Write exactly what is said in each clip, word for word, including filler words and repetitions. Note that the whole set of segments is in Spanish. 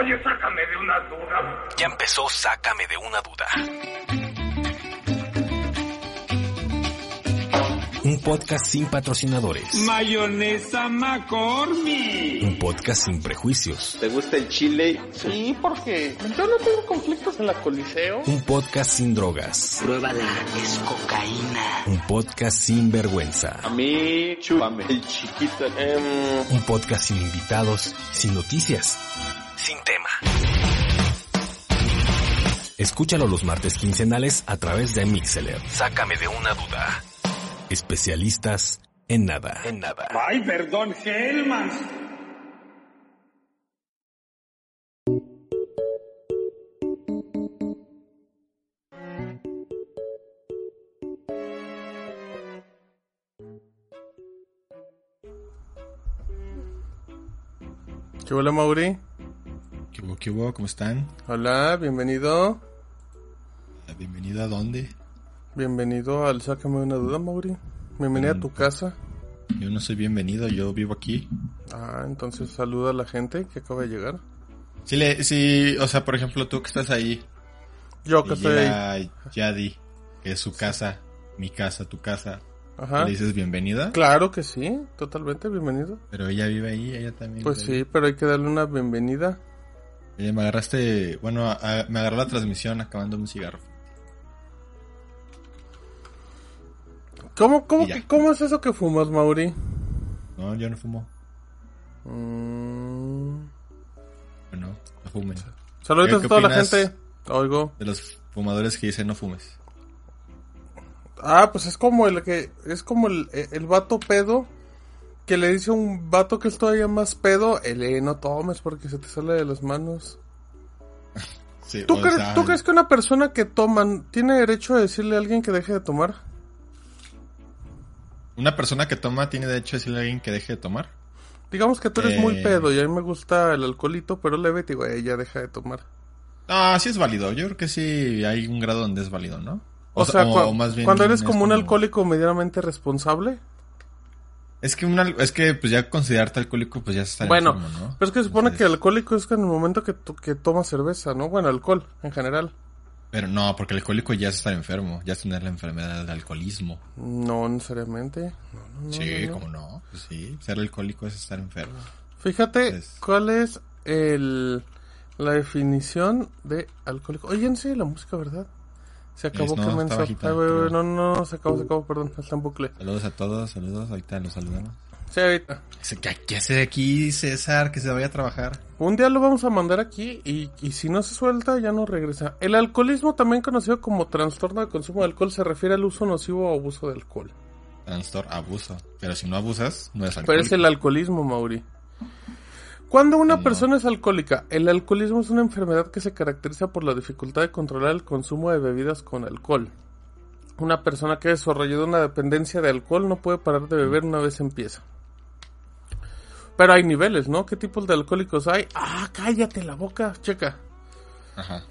Oye, sácame de una duda. Ya empezó Sácame de una duda. Un podcast sin patrocinadores. Mayonesa McCormick. Un podcast sin prejuicios. ¿Te gusta el chile? Sí, porque yo no tengo conflictos en la Coliseo. Un podcast sin drogas. Pruébala, es cocaína. Un podcast sin vergüenza. A mí, chúpame, el chiquito. Eh... Un podcast sin invitados, sin noticias, sin tema. Escúchalo los martes quincenales a través de Mixeler. Sácame de una duda. Especialistas en nada. En nada. Ay, perdón, Helman. ¿Qué hola, Mauri? ¿Qué hubo, qué hubo? ¿Cómo están? Hola, bienvenido. ¿Bienvenido a dónde? Bienvenido al Sácame de una duda, Mauri. Bienvenido mm. a tu casa. Yo no soy bienvenido, yo vivo aquí. Ah, entonces saluda a la gente que acaba de llegar. Sí, le, sí, o sea, por ejemplo, tú que estás ahí. Yo que estoy ahí. Yadi, que es su casa, mi casa, tu casa. Ajá. ¿Le dices bienvenida? Claro que sí, totalmente bienvenido. Pero ella vive ahí, ella también. Pues sí, pero hay que darle una bienvenida. Oye, me agarraste, bueno, a, a, me agarró la transmisión acabando un cigarro. ¿Cómo, cómo, que, ¿Cómo es eso que fumas, Mauri? No, yo no fumo. Mm. Bueno, no fumen. Saludos a toda la gente. Oigo. De los fumadores que dicen no fumes. Ah, pues es como el que es como el, el vato pedo que le dice a un vato que es todavía más pedo, el eh, no tomes porque se te sale de las manos. Sí, ¿Tú, crees, sea... ¿Tú crees que una persona que toma tiene derecho a decirle a alguien que deje de tomar? ¿Una persona que toma tiene derecho a decirle a alguien que deje de tomar? Digamos que tú eres eh... muy pedo y a mí me gusta el alcoholito, pero leve, digo, ella deja de tomar. Ah, sí es válido. Yo creo que sí hay un grado donde es válido, ¿no? O, o sea, cu- o más bien cuando eres como, como un alcohólico medianamente responsable. Es que una, es que pues ya considerarte alcohólico pues ya está bueno, enfermo, ¿no? Pero es que se supone Entonces... que el alcohólico es que en el momento que, tu, que tomas cerveza, ¿no? Bueno, alcohol en general. Pero no, porque el alcohólico ya es estar enfermo, ya es tener la enfermedad del alcoholismo. No necesariamente. No, no, sí, no, no. ¿cómo no? Pues sí, ser alcohólico es estar enfermo. Fíjate Entonces... cuál es el la definición de alcohólico. Oye, sí, la música, ¿verdad? Se acabó, no, que menso. Bajita, Ay, wey, wey, no, no, no, se acabó, se acabó, perdón, está en bucle. Saludos a todos, saludos, ahorita los saludamos. Sí, ahorita. ¿Qué hace aquí César? Que se vaya a trabajar. Un día lo vamos a mandar aquí y, y si no se suelta ya no regresa. El alcoholismo, también conocido como trastorno de consumo de alcohol, se refiere al uso nocivo o abuso de alcohol. Trastorno, abuso. Pero si no abusas, no es alcohólico. Pero es el alcoholismo, Mauri. Cuando una no. persona es alcohólica, el alcoholismo es una enfermedad que se caracteriza por la dificultad de controlar el consumo de bebidas con alcohol. Una persona que ha desarrollado una dependencia de alcohol no puede parar de beber una vez empieza. Pero hay niveles, ¿no? ¿Qué tipos de alcohólicos hay? Ah, cállate la boca, checa. Ajá.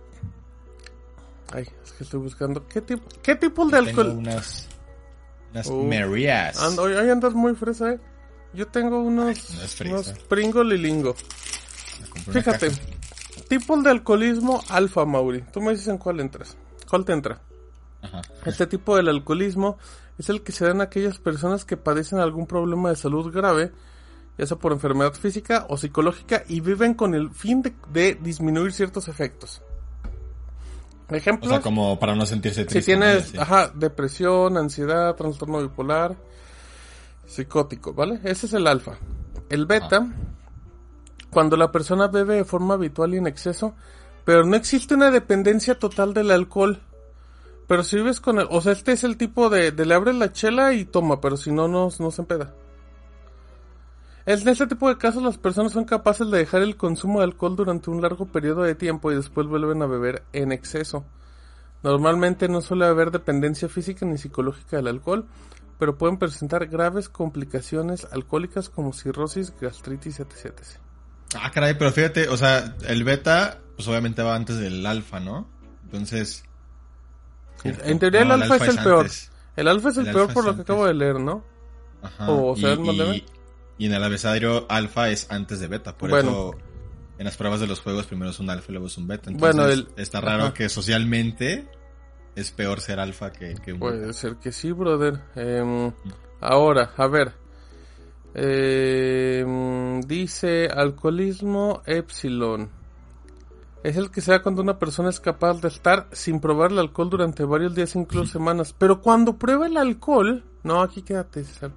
Ay, es que estoy buscando. ¿Qué tipo, qué tipos de alcohol? Tengo unas, unas uh, Marías. Ando, ahí andas muy fresa, ¿eh? Yo tengo unos, Ay, no unos Pringle y Lingo. Fíjate, tipos de alcoholismo alfa, Mauri. Tú me dices en cuál entras. ¿Cuál te entra? Ajá. Este tipo del alcoholismo es el que se da en aquellas personas que padecen algún problema de salud grave, ya sea por enfermedad física o psicológica, y viven con el fin de, de disminuir ciertos efectos. Ejemplos. O sea, como para no sentirse triste. Si tienes, sí. ajá, depresión, ansiedad, trastorno bipolar, psicótico, ¿vale? Ese es el alfa. El beta, ah. cuando la persona bebe de forma habitual y en exceso, pero no existe una dependencia total del alcohol. Pero si vives con el, o sea, este es el tipo de, de le abres la chela y toma, pero si no, no, no se empeda. En este tipo de casos las personas son capaces de dejar el consumo de alcohol durante un largo periodo de tiempo y después vuelven a beber en exceso. Normalmente no suele haber dependencia física ni psicológica del alcohol, pero pueden presentar graves complicaciones alcohólicas como cirrosis, gastritis, etcétera, etcétera. Ah, caray, pero fíjate, o sea, el beta, pues obviamente va antes del alfa, ¿no? Entonces... ¿cierto? En teoría no, el alfa, el alfa es el es peor. Antes. El alfa es el, el peor por lo que acabo de leer, ¿no? Ajá. O, o sea, y, es más leve. Y en el abecedario alfa es antes de beta, por bueno, eso... en las pruebas de los juegos primero es un alfa y luego es un beta. Entonces, Bueno, el- está raro ajá. que socialmente es peor ser alfa que, que un Puede beta. ser que sí, brother. Em, ahora, a ver. Em, dice alcoholismo epsilon. Es el que se da cuando una persona es capaz de estar sin probar el alcohol durante varios días, incluso semanas. Pero cuando prueba el alcohol... No, aquí quédate, César.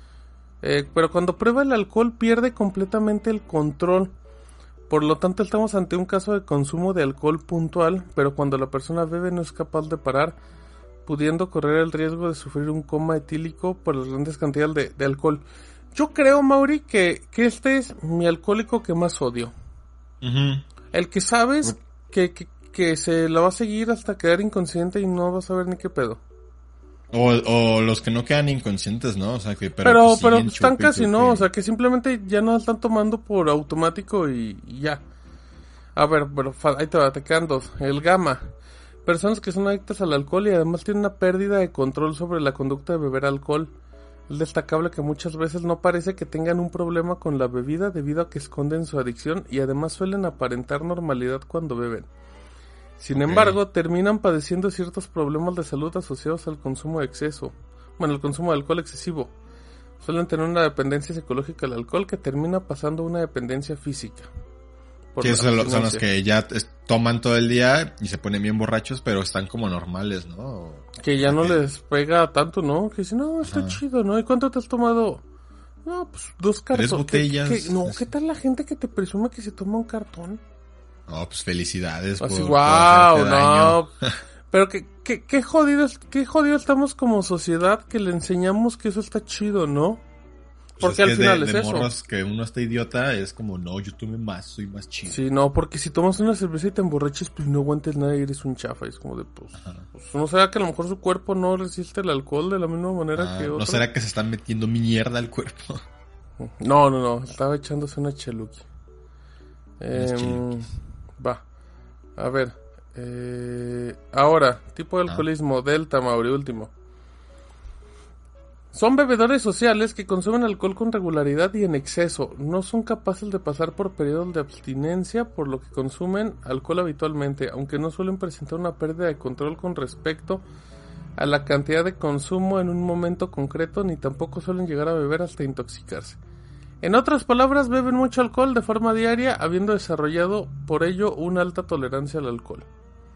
Eh, pero cuando prueba el alcohol pierde completamente el control. Por lo tanto, estamos ante un caso de consumo de alcohol puntual, pero cuando la persona bebe no es capaz de parar, pudiendo correr el riesgo de sufrir un coma etílico por las grandes cantidades de, de alcohol. Yo creo, Mauri, que, que este es mi alcohólico que más odio. Ujú. El que sabes que, que, que se la va a seguir hasta quedar inconsciente y no vas a ver ni qué pedo. O, o los que no quedan inconscientes, ¿no? O sea, que pero, Pero, pues, pero siguen están chupe y casi, chupe. ¿no? O sea, que simplemente ya no están tomando por automático y, y ya. A ver, pero fa- ahí te va, te quedan dos. El gamma. Personas que son adictas al alcohol y además tienen una pérdida de control sobre la conducta de beber alcohol. Es destacable que muchas veces no parece que tengan un problema con la bebida debido a que esconden su adicción y además suelen aparentar normalidad cuando beben. Sin Ok. embargo, terminan padeciendo ciertos problemas de salud asociados al consumo de exceso. Bueno, el consumo de alcohol excesivo. Suelen tener una dependencia psicológica al alcohol que termina pasando a una dependencia física. Por Sí, la esos son los, son los abstinencia. que ya es- toman todo el día y se ponen bien borrachos, pero están como normales, ¿no? Que ya no Ok. les pega tanto, ¿no? Que dicen, no, está Ajá. chido, ¿no? ¿Y cuánto te has tomado? No, pues dos cartones. ¿Qué- botellas. qué- no, Es- ¿qué tal la gente que te presume que se toma un cartón? No, pues felicidades. Así, por- por wow, hacerte daño. no. Pero que, que, qué jodido, es- qué jodido estamos como sociedad que le enseñamos que eso está chido, ¿no? Pues Porque es al que final de, es de eso. morros que uno está idiota, es como, no, yo tomé más, soy más chido. Sí, no, porque si tomas una cerveza y te emborrachas, pues no aguantes nada y eres un chafa. Es como de, pues, pues, ¿no será que a lo mejor su cuerpo no resiste el alcohol de la misma manera Ah, que otro? ¿no será que se están metiendo mierda al cuerpo? No, no, no, estaba echándose una cheluqui. Unas Em, cheluquis. va, a ver. Eh, ahora, tipo de alcoholismo, delta, Mauri, último. Son bebedores sociales que consumen alcohol con regularidad y en exceso. No son capaces de pasar por periodos de abstinencia, por lo que consumen alcohol habitualmente, aunque no suelen presentar una pérdida de control con respecto a la cantidad de consumo en un momento concreto, ni tampoco suelen llegar a beber hasta intoxicarse. En otras palabras, beben mucho alcohol de forma diaria, habiendo desarrollado por ello una alta tolerancia al alcohol.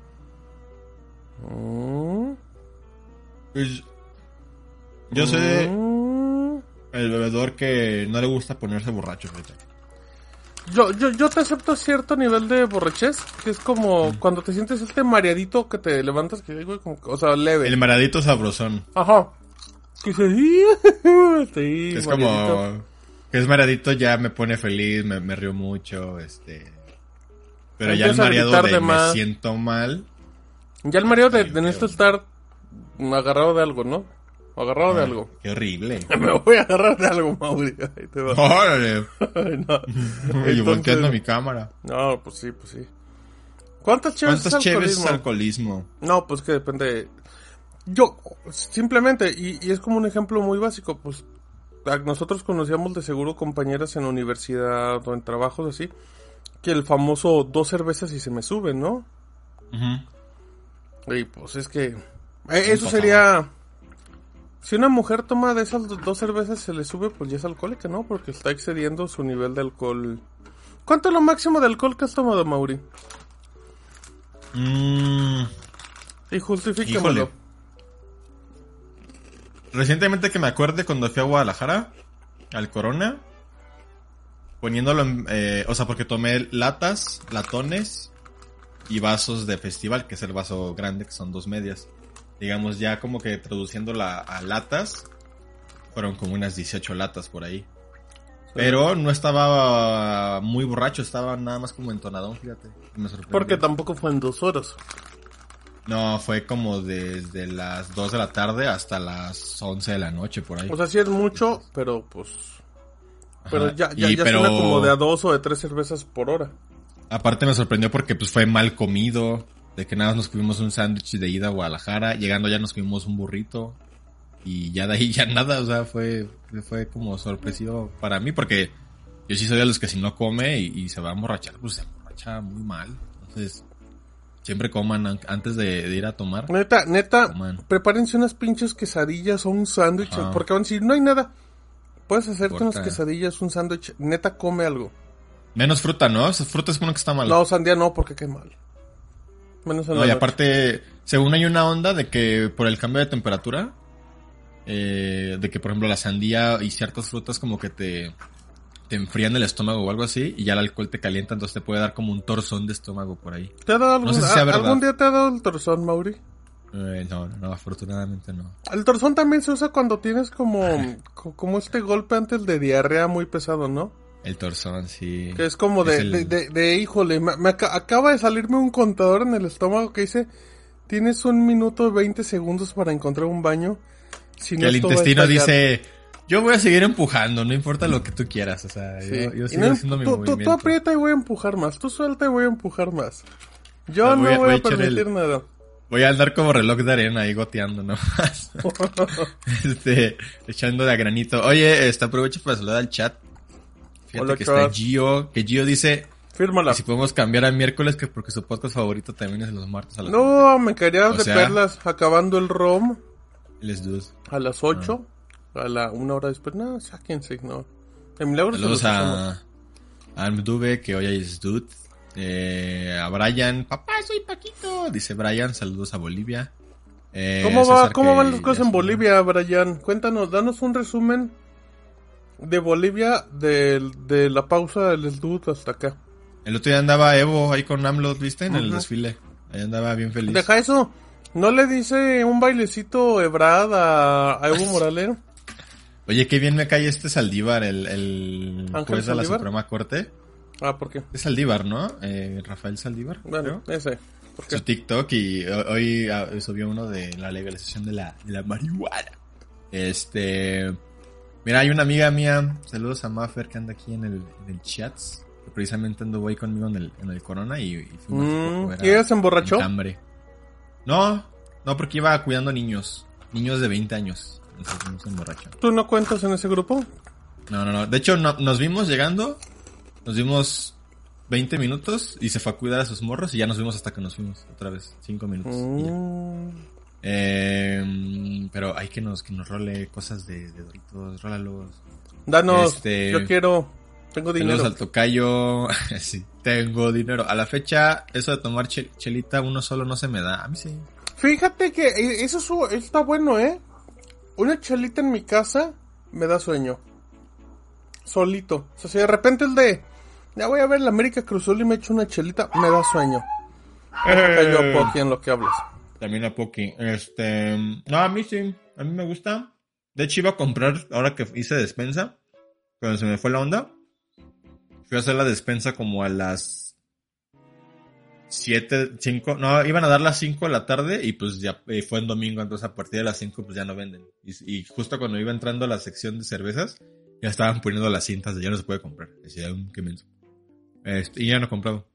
Mm. Pues, yo soy Mm. el bebedor que no le gusta ponerse borracho, fíjate. Yo, yo, yo te acepto cierto nivel de borrachez, que es como cuando te sientes este mareadito que te levantas, que güey, como que- o sea, leve. El maradito sabrosón. Ajá. Que se sí, Es mareadito. como que es mareadito, ya me pone feliz, me, me río mucho, este. Pero ya el Empieza a mareado gritar de de me más. siento mal. Ya el mareo de, Sí, de necesito feo. estar agarrado de algo, ¿no? Agarrado de Ay, algo. Qué horrible. Me voy a agarrar de algo, Mauri. Ahí te va. Órale. Ay, no. Y Entonces- volteando mi cámara. No, pues sí, pues sí. ¿Cuántas cheves ¿Cuántas es cheves es alcoholismo? alcoholismo? No, pues que depende. Yo, simplemente, y, y es como un ejemplo muy básico, pues a- nosotros conocíamos de seguro compañeras en la universidad o en trabajos así, que el famoso dos cervezas y se me suben, ¿no? Ujú. Y pues es que... eh, eso sería... Si una mujer toma de esas do- dos cervezas se le sube, pues ya es alcohólica, ¿no? Porque está excediendo su nivel de alcohol. ¿Cuánto es lo máximo de alcohol que has tomado, Mauri? Mm, Y justifíquemelo. híjole. Recientemente que me acuerde cuando fui a Guadalajara, al Corona, poniéndolo en... eh, o sea, porque tomé latas, latones y vasos de festival, que es el vaso grande, que son dos medias. Digamos, ya como que traduciéndola a latas, fueron como unas dieciocho latas por ahí. Pero no estaba muy borracho, estaba nada más como entonadón, fíjate. Me sorprendió. Porque tampoco fue en dos horas. No, fue como desde las dos de la tarde hasta las once de la noche, por ahí. O sea, sí es mucho, pero pues... Pero Ajá. ya, ya, Y ya pero- suena como de a dos o de tres cervezas por hora. Aparte me sorprendió porque pues fue mal comido, de que nada más nos comimos un sándwich de ida a Guadalajara, llegando ya nos comimos un burrito y ya de ahí ya nada, o sea, fue fue como sorpresivo para mí porque Yo sí soy de los que si no come y, y se va a emborrachar, pues se emborracha muy mal. Entonces, siempre coman an- antes de, de ir a tomar. Neta, neta, Coman. prepárense unas pinches quesadillas o un sándwich, Ajá. porque van a decir, no hay nada. Puedes hacerte Corta. unas quesadillas, un sándwich, neta, come algo. Menos fruta, ¿no? Esa fruta es como que está mal. No, sandía no, porque qué mal. Menos en No, la y noche. aparte, según hay una onda de que por el cambio de temperatura, eh, de que por ejemplo la sandía y ciertas frutas como que te, te enfrían el estómago o algo así, y ya el alcohol te calienta, entonces te puede dar como un torzón de estómago por ahí. ¿Te ha dado algún, No sé si sea a- verdad. algún día te ha dado el torzón, Mauri? Eh, no, no, afortunadamente no. El torzón también se usa cuando tienes como, co- como este golpe antes de diarrea muy pesado, ¿no? El torzón, sí. Que es como de, Es el- de, de, de, híjole, me, me aca- acaba de salirme un contador en el estómago que dice, tienes un minuto veinte segundos para encontrar un baño. Si que no, el esto va a intestino estallar". dice, yo voy a seguir empujando, no importa lo que tú quieras, o sea, Sí. yo, yo Y sigo no, haciendo mi tú, tú, movimiento. tú aprieta y voy a empujar más, tú suelta y voy a empujar más. Yo Ah, no voy a- voy voy a a echar el- permitir nada. Voy a andar como reloj de arena ahí goteando nomás. este, echando de a granito. Oye, este, aprovecho para saludar al chat. Fíjate Hola, que chat. está Gio, que Gio dice Fírmala. que si podemos cambiar a miércoles, que porque su podcast favorito también es los martes a las No, me caerías O de sea- perlas acabando el ROM Les dudes. a las ocho, a la una hora después. No, sáquense, no. En Milagros Saludos se los hacemos. a, a Amdube, que hoy es dude. Eh, a Brian, papá, soy Paquito. Dice Brian, saludos a Bolivia. Eh, ¿Cómo, va, César, ¿cómo que van las cosas ya en subió. Bolivia, Brian? Cuéntanos, danos un resumen de Bolivia de, de la pausa del Sdut hasta acá. El otro día andaba Evo ahí con AMLO, ¿viste? En el Ujú. desfile. Ahí andaba bien feliz. Deja eso. ¿No le dice un bailecito Ebrard a, a Evo Morales? Oye, qué bien me cae este Saldívar, el, el ¿Ángel juez de la Saldívar? Suprema Corte. Ah, ¿por qué? Es Saldívar, ¿no? Eh, Rafael Saldívar. Bueno, creo. ese. ¿Por qué? Su TikTok y ho- hoy ah, subió uno de la legalización de la, de la marihuana. Este... Mira, hay una amiga mía, saludos a Maffer, que anda aquí en el, en el chat, que precisamente anduvo ahí conmigo en el, en el Corona y, y fuimos Mm, hace poco, era ¿y ella se emborrachó? Enjambre. No, no, porque iba cuidando niños, niños de veinte años, entonces no se emborrachó. ¿Tú no cuentas en ese grupo? No, no, no, de hecho no- nos vimos llegando, nos vimos veinte minutos y se fue a cuidar a sus morros y ya nos vimos hasta que nos fuimos otra vez, cinco minutos. y ya. Mm, Eh, pero hay que nos, que nos role cosas de, de Doritos, rólalos. danos, Este- yo quiero, tengo Saludos dinero. al tocayo. Sí, tengo dinero. A la fecha, eso de tomar chel- chelita uno solo no se me da. A mí sí. Fíjate que eh, eso su- está bueno, ¿eh? Una chelita en mi casa me da sueño. Solito. O sea, si de repente el de, ya voy a ver la América Cruz Azul y me echo una chelita, me da sueño. Eh. Yo Poki en lo que hablas. También a Poki. Este, no, a mí sí. A mí me gusta. De hecho, iba a comprar, ahora que hice despensa, pero se me fue la onda. Fui a hacer la despensa como a las siete, cinco, no, iban a dar las cinco de la tarde y pues ya eh, fue en domingo, entonces a partir de las cinco pues ya no venden. Y, y justo cuando iba entrando a la sección de cervezas, ya estaban poniendo las cintas de ya no se puede comprar. Decía, "Mm, qué menso". Este, y ya no he comprado.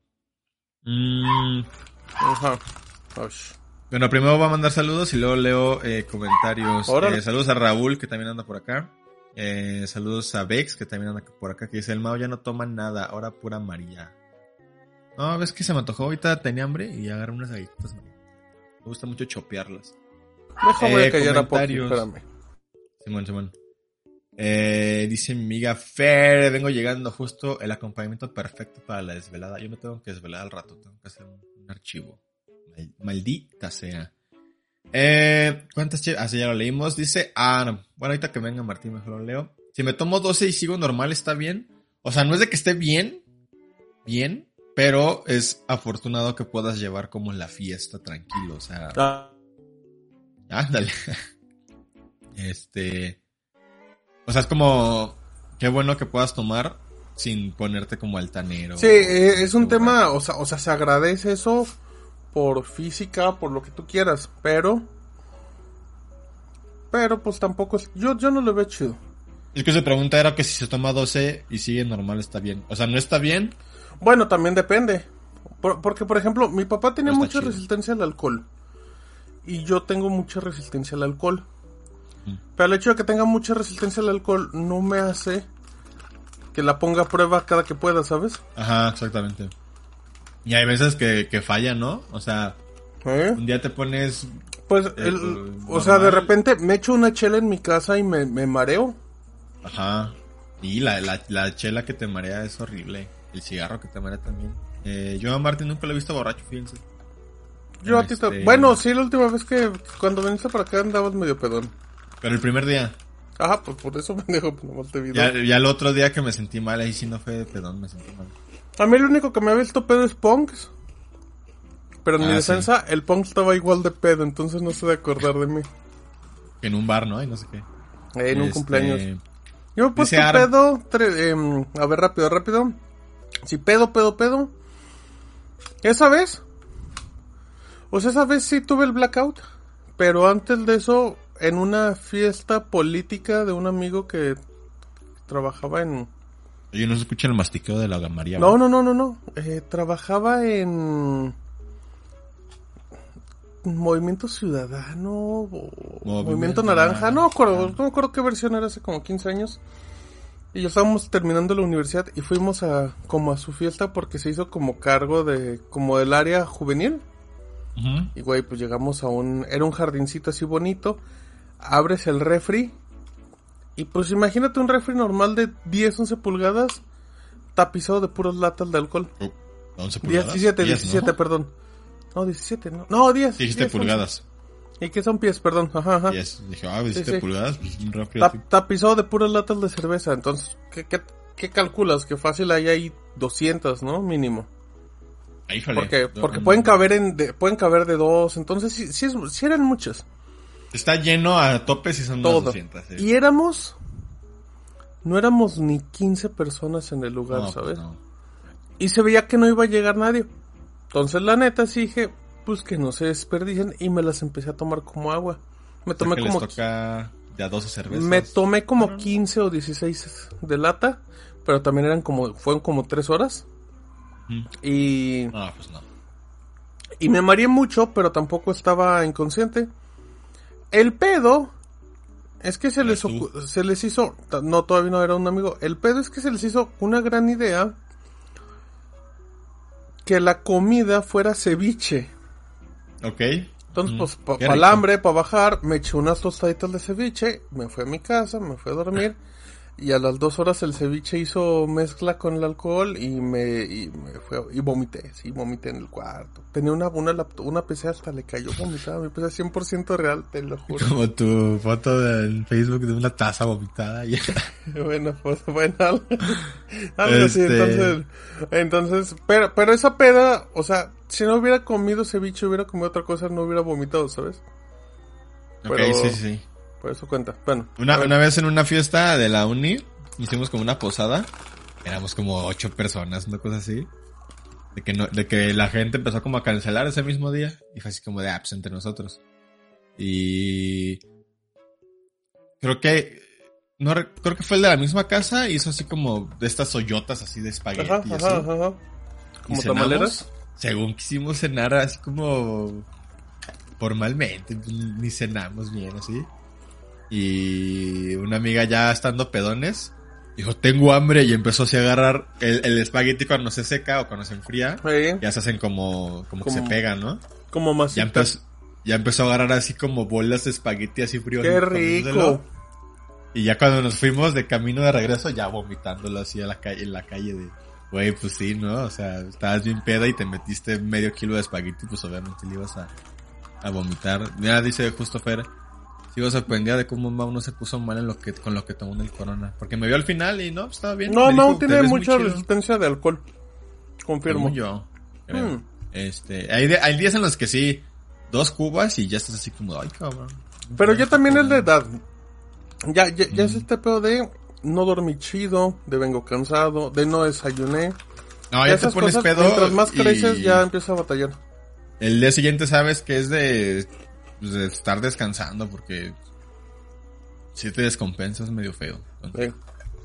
Mm, Ajá. Ush. bueno, primero voy a mandar saludos y luego leo eh, comentarios. Órale. Eh, saludos a Raúl, que también anda por acá. Eh, saludos a Vex, que también anda por acá, que dice, el Mao ya no toma nada, ahora pura María. No, ves que se me antojó, ahorita tenía hambre y agarré unas galletitas María. Me gusta mucho chopearlas. Déjame Eh, callar a Poki, comentarios. espérame. Simón, Simón. Eh, dice mi amiga Fer, vengo llegando justo el acompañamiento perfecto para la desvelada. Yo me tengo que desvelar al rato, tengo que hacer un, un archivo. Mal- maldita sea. Eh, ¿cuántas che? Ah, sí, ya lo leímos. Dice, ah, no. Bueno, ahorita que venga Martín, mejor lo leo. Si me tomo doce y sigo normal, ¿está bien? O sea, no es de que esté bien, bien, pero es afortunado que puedas llevar como la fiesta tranquilo, o sea... Ah, Ándale. Este... O sea, es como... Qué bueno que puedas tomar sin ponerte como altanero. sí, eh, es un o- tema, o sea, o sea, se agradece eso por física, por lo que tú quieras, pero... Pero pues tampoco es... Yo, yo no lo veo chido. Es que su pregunta era que si se toma doce y sigue normal está bien. O sea, no está bien. Bueno, también depende. Por- porque, por ejemplo, mi papá tenía No está mucha chido. resistencia al alcohol. Y yo tengo mucha resistencia al alcohol. Mm. Pero el hecho de que tenga mucha resistencia al alcohol no me hace que la ponga a prueba cada que pueda, ¿sabes? Ajá, exactamente. Y hay veces que, que falla, ¿no? O sea, ¿Eh? un día te pones... Pues, eh, el, normal. o sea, de repente me echo una chela en mi casa y me, me mareo. Ajá. Y la, la, la chela que te marea es horrible. El cigarro que te marea también. Eh, yo a Martín nunca lo he visto borracho, fíjense. Yo a ti Este- te... Bueno, sí, la última vez que cuando viniste para acá andabas medio pedón. Pero el primer día. Ajá, pues por eso me dejo nomás te vi. Ya, ya el otro día que me sentí mal, ahí sí no fue de pedón, me sentí mal. A mí el único que me ha visto pedo es Punks. Pero en Ah, mi sí. defensa, el Punks estaba igual de pedo, entonces no sé de acordar de mí. En un bar, ¿no? Y no sé qué. Eh, en un Este, cumpleaños. Yo me he puesto dice Ar- pedo, tre- em, a ver, rápido, rápido. Si pedo, pedo, pedo. Esa vez, o sea, esa vez sí tuve el blackout, pero antes de eso, en una fiesta política de un amigo que trabajaba en... Oye, no se escucha el mastiqueo de la María. No, no, no, no, no. Eh, trabajaba en... Movimiento Ciudadano o Movimiento Movimiento Naranja, Naranja. no me acuerdo, no me acuerdo qué versión era, hace como quince años. Y ya estábamos terminando la universidad y fuimos a como a su fiesta porque se hizo como cargo de como del área juvenil. Ujú. Y güey, pues llegamos a un era un jardincito así bonito. Abres el refri y pues imagínate un refri normal de diez, once pulgadas tapizado de puras latas de alcohol. Oh, once pulgadas. diecisiete, diez, diecisiete, ¿no? perdón. No, diecisiete, no. No, diez. Dijiste diez, pulgadas. once. ¿Y qué son pies? Perdón. Ajá, ajá. diez. Dije, ah, diecisiete Sí, sí. pulgadas, pues un refri Ta- así. tapizado de puras latas de cerveza. Entonces, ¿qué, qué, qué calculas? Que fácil hay ahí doscientas, ¿no? Mínimo. Ay, híjole. Porque, No, porque no, pueden no. caber en, de, pueden caber de dos. Entonces, sí, sí, es- sí eran muchas. Está lleno a tope si son unas Todo. doscientas. Sí. Y éramos, no éramos ni quince personas en el lugar, No, pues ¿sabes? no. Y se veía que no iba a llegar nadie. Entonces, la neta, sí dije, pues que no se desperdicien. Y me las empecé a tomar como agua. Me O sea tomé que como... les toca ya doce cervezas. Me tomé como quince o dieciséis de lata, pero también eran como, fueron como tres horas. Mm. Y, No, pues no. y me mareé mucho, pero tampoco estaba inconsciente. El pedo es que se les, ¿Eres tú? ocu- se les hizo, no, todavía no era un amigo. El pedo es que se les hizo una gran idea que la comida fuera ceviche. Ok. Entonces, Mm, pues, qué para rico. el hambre, para bajar, me eché unas tostaditas de ceviche, me fui a mi casa, me fui a dormir, y a las dos horas el ceviche hizo mezcla con el alcohol y me, y me fue, y vomité, sí, vomité en el cuarto. Tenía una, una, lap- una P C hasta le cayó vomitada, mi P C cien por ciento real, te lo juro. Como tu foto del Facebook de una taza vomitada. y- Bueno, pues, bueno, algo, algo así, Este- entonces, entonces, pero, pero esa peda, o sea, si no hubiera comido ceviche, hubiera comido otra cosa, no hubiera vomitado, ¿sabes? Ok, Pero- sí, sí. Por eso cuenta, bueno. Una, a ver. una vez en una fiesta de la uni, hicimos como una posada. Éramos como ocho personas, una cosa así. De que no, de que la gente empezó como a cancelar ese mismo día. Y fue así como de apps entre nosotros. Y creo que, no re- creo que fue el de la misma casa. Hizo así como de estas hoyotas así de espagueti Ajá, y ajá, así. ajá, ajá. Y ¿Como cenamos, tamaleras? según quisimos cenar así como formalmente, ni cenamos bien así. Y una amiga ya estando pedones, dijo, tengo hambre, y empezó así a agarrar el, el espagueti cuando se seca o cuando se enfría. Sí, Ya se hacen como, como, que Como se pegan, ¿no? como Ya masita. empezó, ya empezó a agarrar así como bolas de espagueti así frío. ¡Qué así, comiéndolo. rico! Y ya cuando nos fuimos de camino de regreso, ya vomitándolo así a la calle, en la calle de, güey, pues sí, ¿no? O sea, estabas bien peda y te metiste medio kilo de espagueti, pues obviamente le ibas a, a vomitar. Mira, dice justo Fer, sigo sorprendida de cómo Mau no se puso mal en lo que, con lo que tomó en el Corona. Porque me vio al final y no, pues, estaba bien. No, Me no, dijo, "Te tiene ves muy mucha chido". resistencia de alcohol. Confirmo. Según yo, creo. Mm. Este, hay, de- hay días en los que sí, dos cubas y ya estás así como, ay, cabrón. Pero ya también es de edad. Ya, ya, ya Mm. es este pedo de no dormí chido, de vengo cansado, de no desayuné. No, ya te Esas pones cosas, pedo. mientras más y creces, ya empieza a batallar. El día siguiente sabes que es de, pues, de estar descansando porque si te descompensas medio feo. Eh,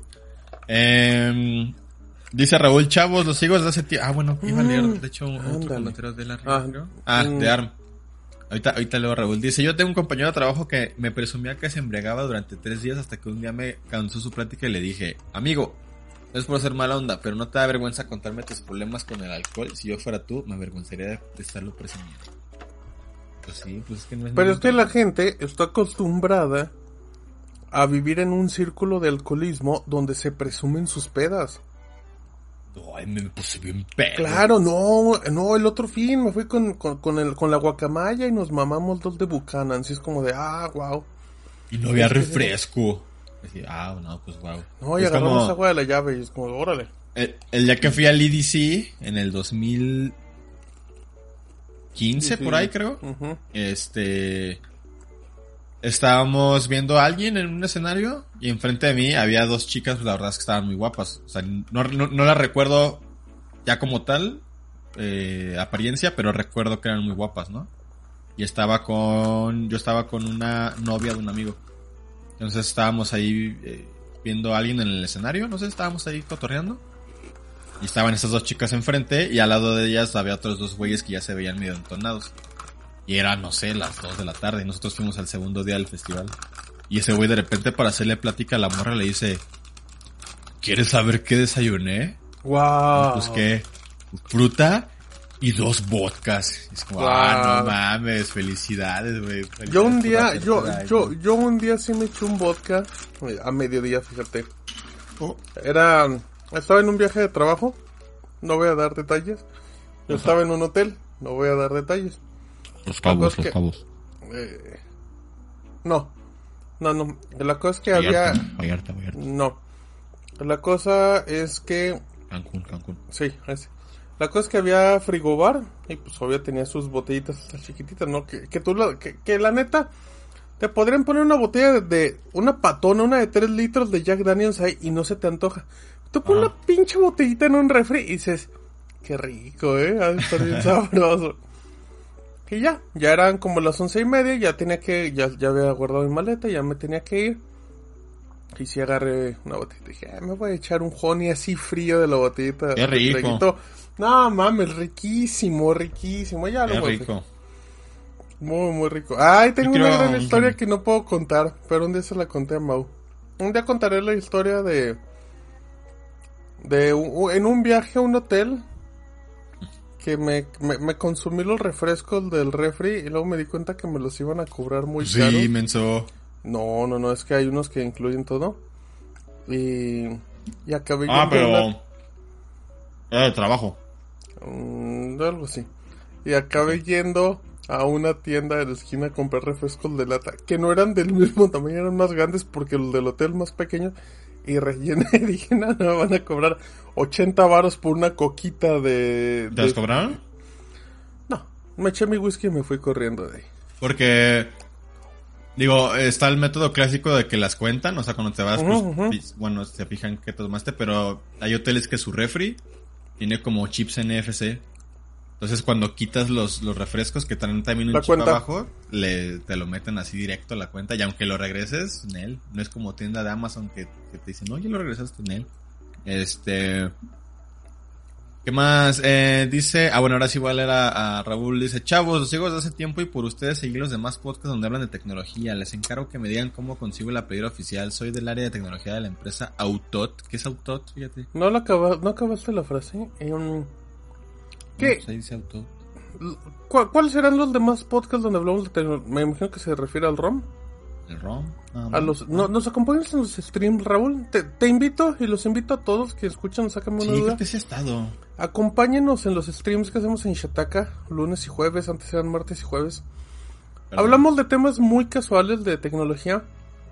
Eh, dice Raúl Chavos, los sigo desde hace tiempo. Ah, bueno, iba a leer, Mm, de hecho, un otro ándale. comentario de la Ah, creo. Ah, mm. de Arm. Ahorita, ahorita leo a Raúl. Dice, yo tengo un compañero de trabajo que me presumía que se embriagaba durante tres días hasta que un día me cansó su plática y le dije, amigo, No es por ser mala onda, pero no te da vergüenza contarme tus problemas con el alcohol. Si yo fuera tú, me avergonzaría de, de estarlo presumiendo. Pues sí, pues es que no es... Pero es que la gente está acostumbrada a vivir en un círculo de alcoholismo donde se presumen sus pedas. Ay, me puse bien pedo. Claro, no, no, el otro fin me fui con, con, con, el, con la guacamaya y nos mamamos dos de Buchanan. Así es como de, ah, wow. Y no había refresco. Así, ah, no, pues wow. No, y es agarramos como... agua de la llave y es como, órale. El, el día que fui al E D C, en el dos mil quince, Sí, por sí. ahí creo. Uh-huh. Este... Estábamos viendo a alguien en un escenario y enfrente de mí había dos chicas, pues la verdad es que estaban muy guapas. O sea, no, no, no las recuerdo ya como tal, eh, apariencia, pero recuerdo que eran muy guapas, ¿no? Y estaba con... Yo estaba con una novia de un amigo. Entonces estábamos ahí eh, viendo a alguien en el escenario, no sé, estábamos ahí cotorreando. Y estaban esas dos chicas enfrente y al lado de ellas había otros dos güeyes que ya se veían medio entonados. Y era, no sé, las dos de la tarde y nosotros fuimos al segundo día del festival. Y ese güey de repente para hacerle plática a la morra le dice, ¿quieres saber qué desayuné? Wow. Pues qué, fruta y dos vodkas. Es como, Wow. ah, no mames, felicidades, güey. Felicidades Yo un por día, hacerte yo, daño. yo, yo un día sí me eché un vodka eh, a mediodía, fíjate. Era, estaba en un viaje de trabajo, no voy a dar detalles. Yo estaba en un hotel, no voy a dar detalles. Los La cabos, cosa los es que- cabos. Eh, no, no, no. La cosa es que Vallarta, había, Vallarta, Vallarta. no. La cosa es que, Cancún, Cancún. sí, ese. La cosa es que había frigobar y pues obvio tenía sus botellitas estas chiquititas, ¿no? Que, que tú, la, que, que la neta, te podrían poner una botella de, de una patona, una de tres litros de Jack Daniels ahí y no se te antoja. Tú pones Ajá. una pinche botellita en un refri y dices, qué rico, eh, ha de estar bien sabroso. Y ya, ya eran como las once y media, ya tenía que, ya, ya había guardado mi maleta, ya me tenía que ir. Y sí agarré una botellita, dije, ah, me voy a echar un honey así frío de la botellita. Qué rico. Traguito. No mames, riquísimo, riquísimo, ya lo Qué voy a rico. hacer. Muy, muy rico. Ay, tengo Yo una quiero gran un historia honey. que no puedo contar, pero un día se la conté a Mau. Un día contaré la historia de... De un- en un viaje a un hotel que me, me, me consumí los refrescos del refri y luego me di cuenta que me los iban a cobrar muy Sí, caros. menso. No, no, no, es que hay unos que incluyen todo. Y, y acabé Ah, yendo a pero... una- Era de trabajo. Mm, algo así. Y acabé yendo a una tienda de la esquina a comprar refrescos de lata, que no eran del mismo tamaño, eran más grandes porque los del hotel más pequeños. Y rellené, dije, no, no me van a cobrar ochenta varos por una coquita de... ¿Te los de- cobraron? No, me eché mi whisky y me fui corriendo de ahí. Porque... Digo, está el método clásico de que las cuentan, o sea, cuando te vas, pues, Ujú, ujú. pi- bueno, se fijan que tomaste, pero hay hoteles que su refri tiene como chips N F C. Entonces, cuando quitas los, los refrescos que traen también un La chip cuenta. abajo, le, te lo meten así directo a la cuenta, y aunque lo regreses, en él, no es como tienda de Amazon que, que te dicen, oye, lo regresaste en él. Este... ¿Qué más? Eh, dice, ah bueno, ahora sí igual era a Raúl, dice, chavos, los sigo desde hace tiempo y por ustedes seguir los demás podcasts donde hablan de tecnología. Les encargo que me digan cómo consigo la playera oficial. Soy del área de tecnología de la empresa Autot. ¿Qué es Autot? Fíjate. ¿No, la acaba- ¿No acabaste la frase? Em, ¿Qué? No, pues ahí dice Autot. ¿Cu- ¿Cuáles serán los demás podcasts donde hablamos de tecnología? Me imagino que se refiere al ROM. El ROM. nada A más. los, no, ¿Nos acompañas en los streams, Raúl? Te, te invito y los invito a todos que escuchan, sácame Sí, una duda. creo que sí ha estado. Acompáñenos en los streams que hacemos en Shataka, lunes y jueves, antes eran martes y jueves. Perdón. Hablamos de temas muy casuales de tecnología,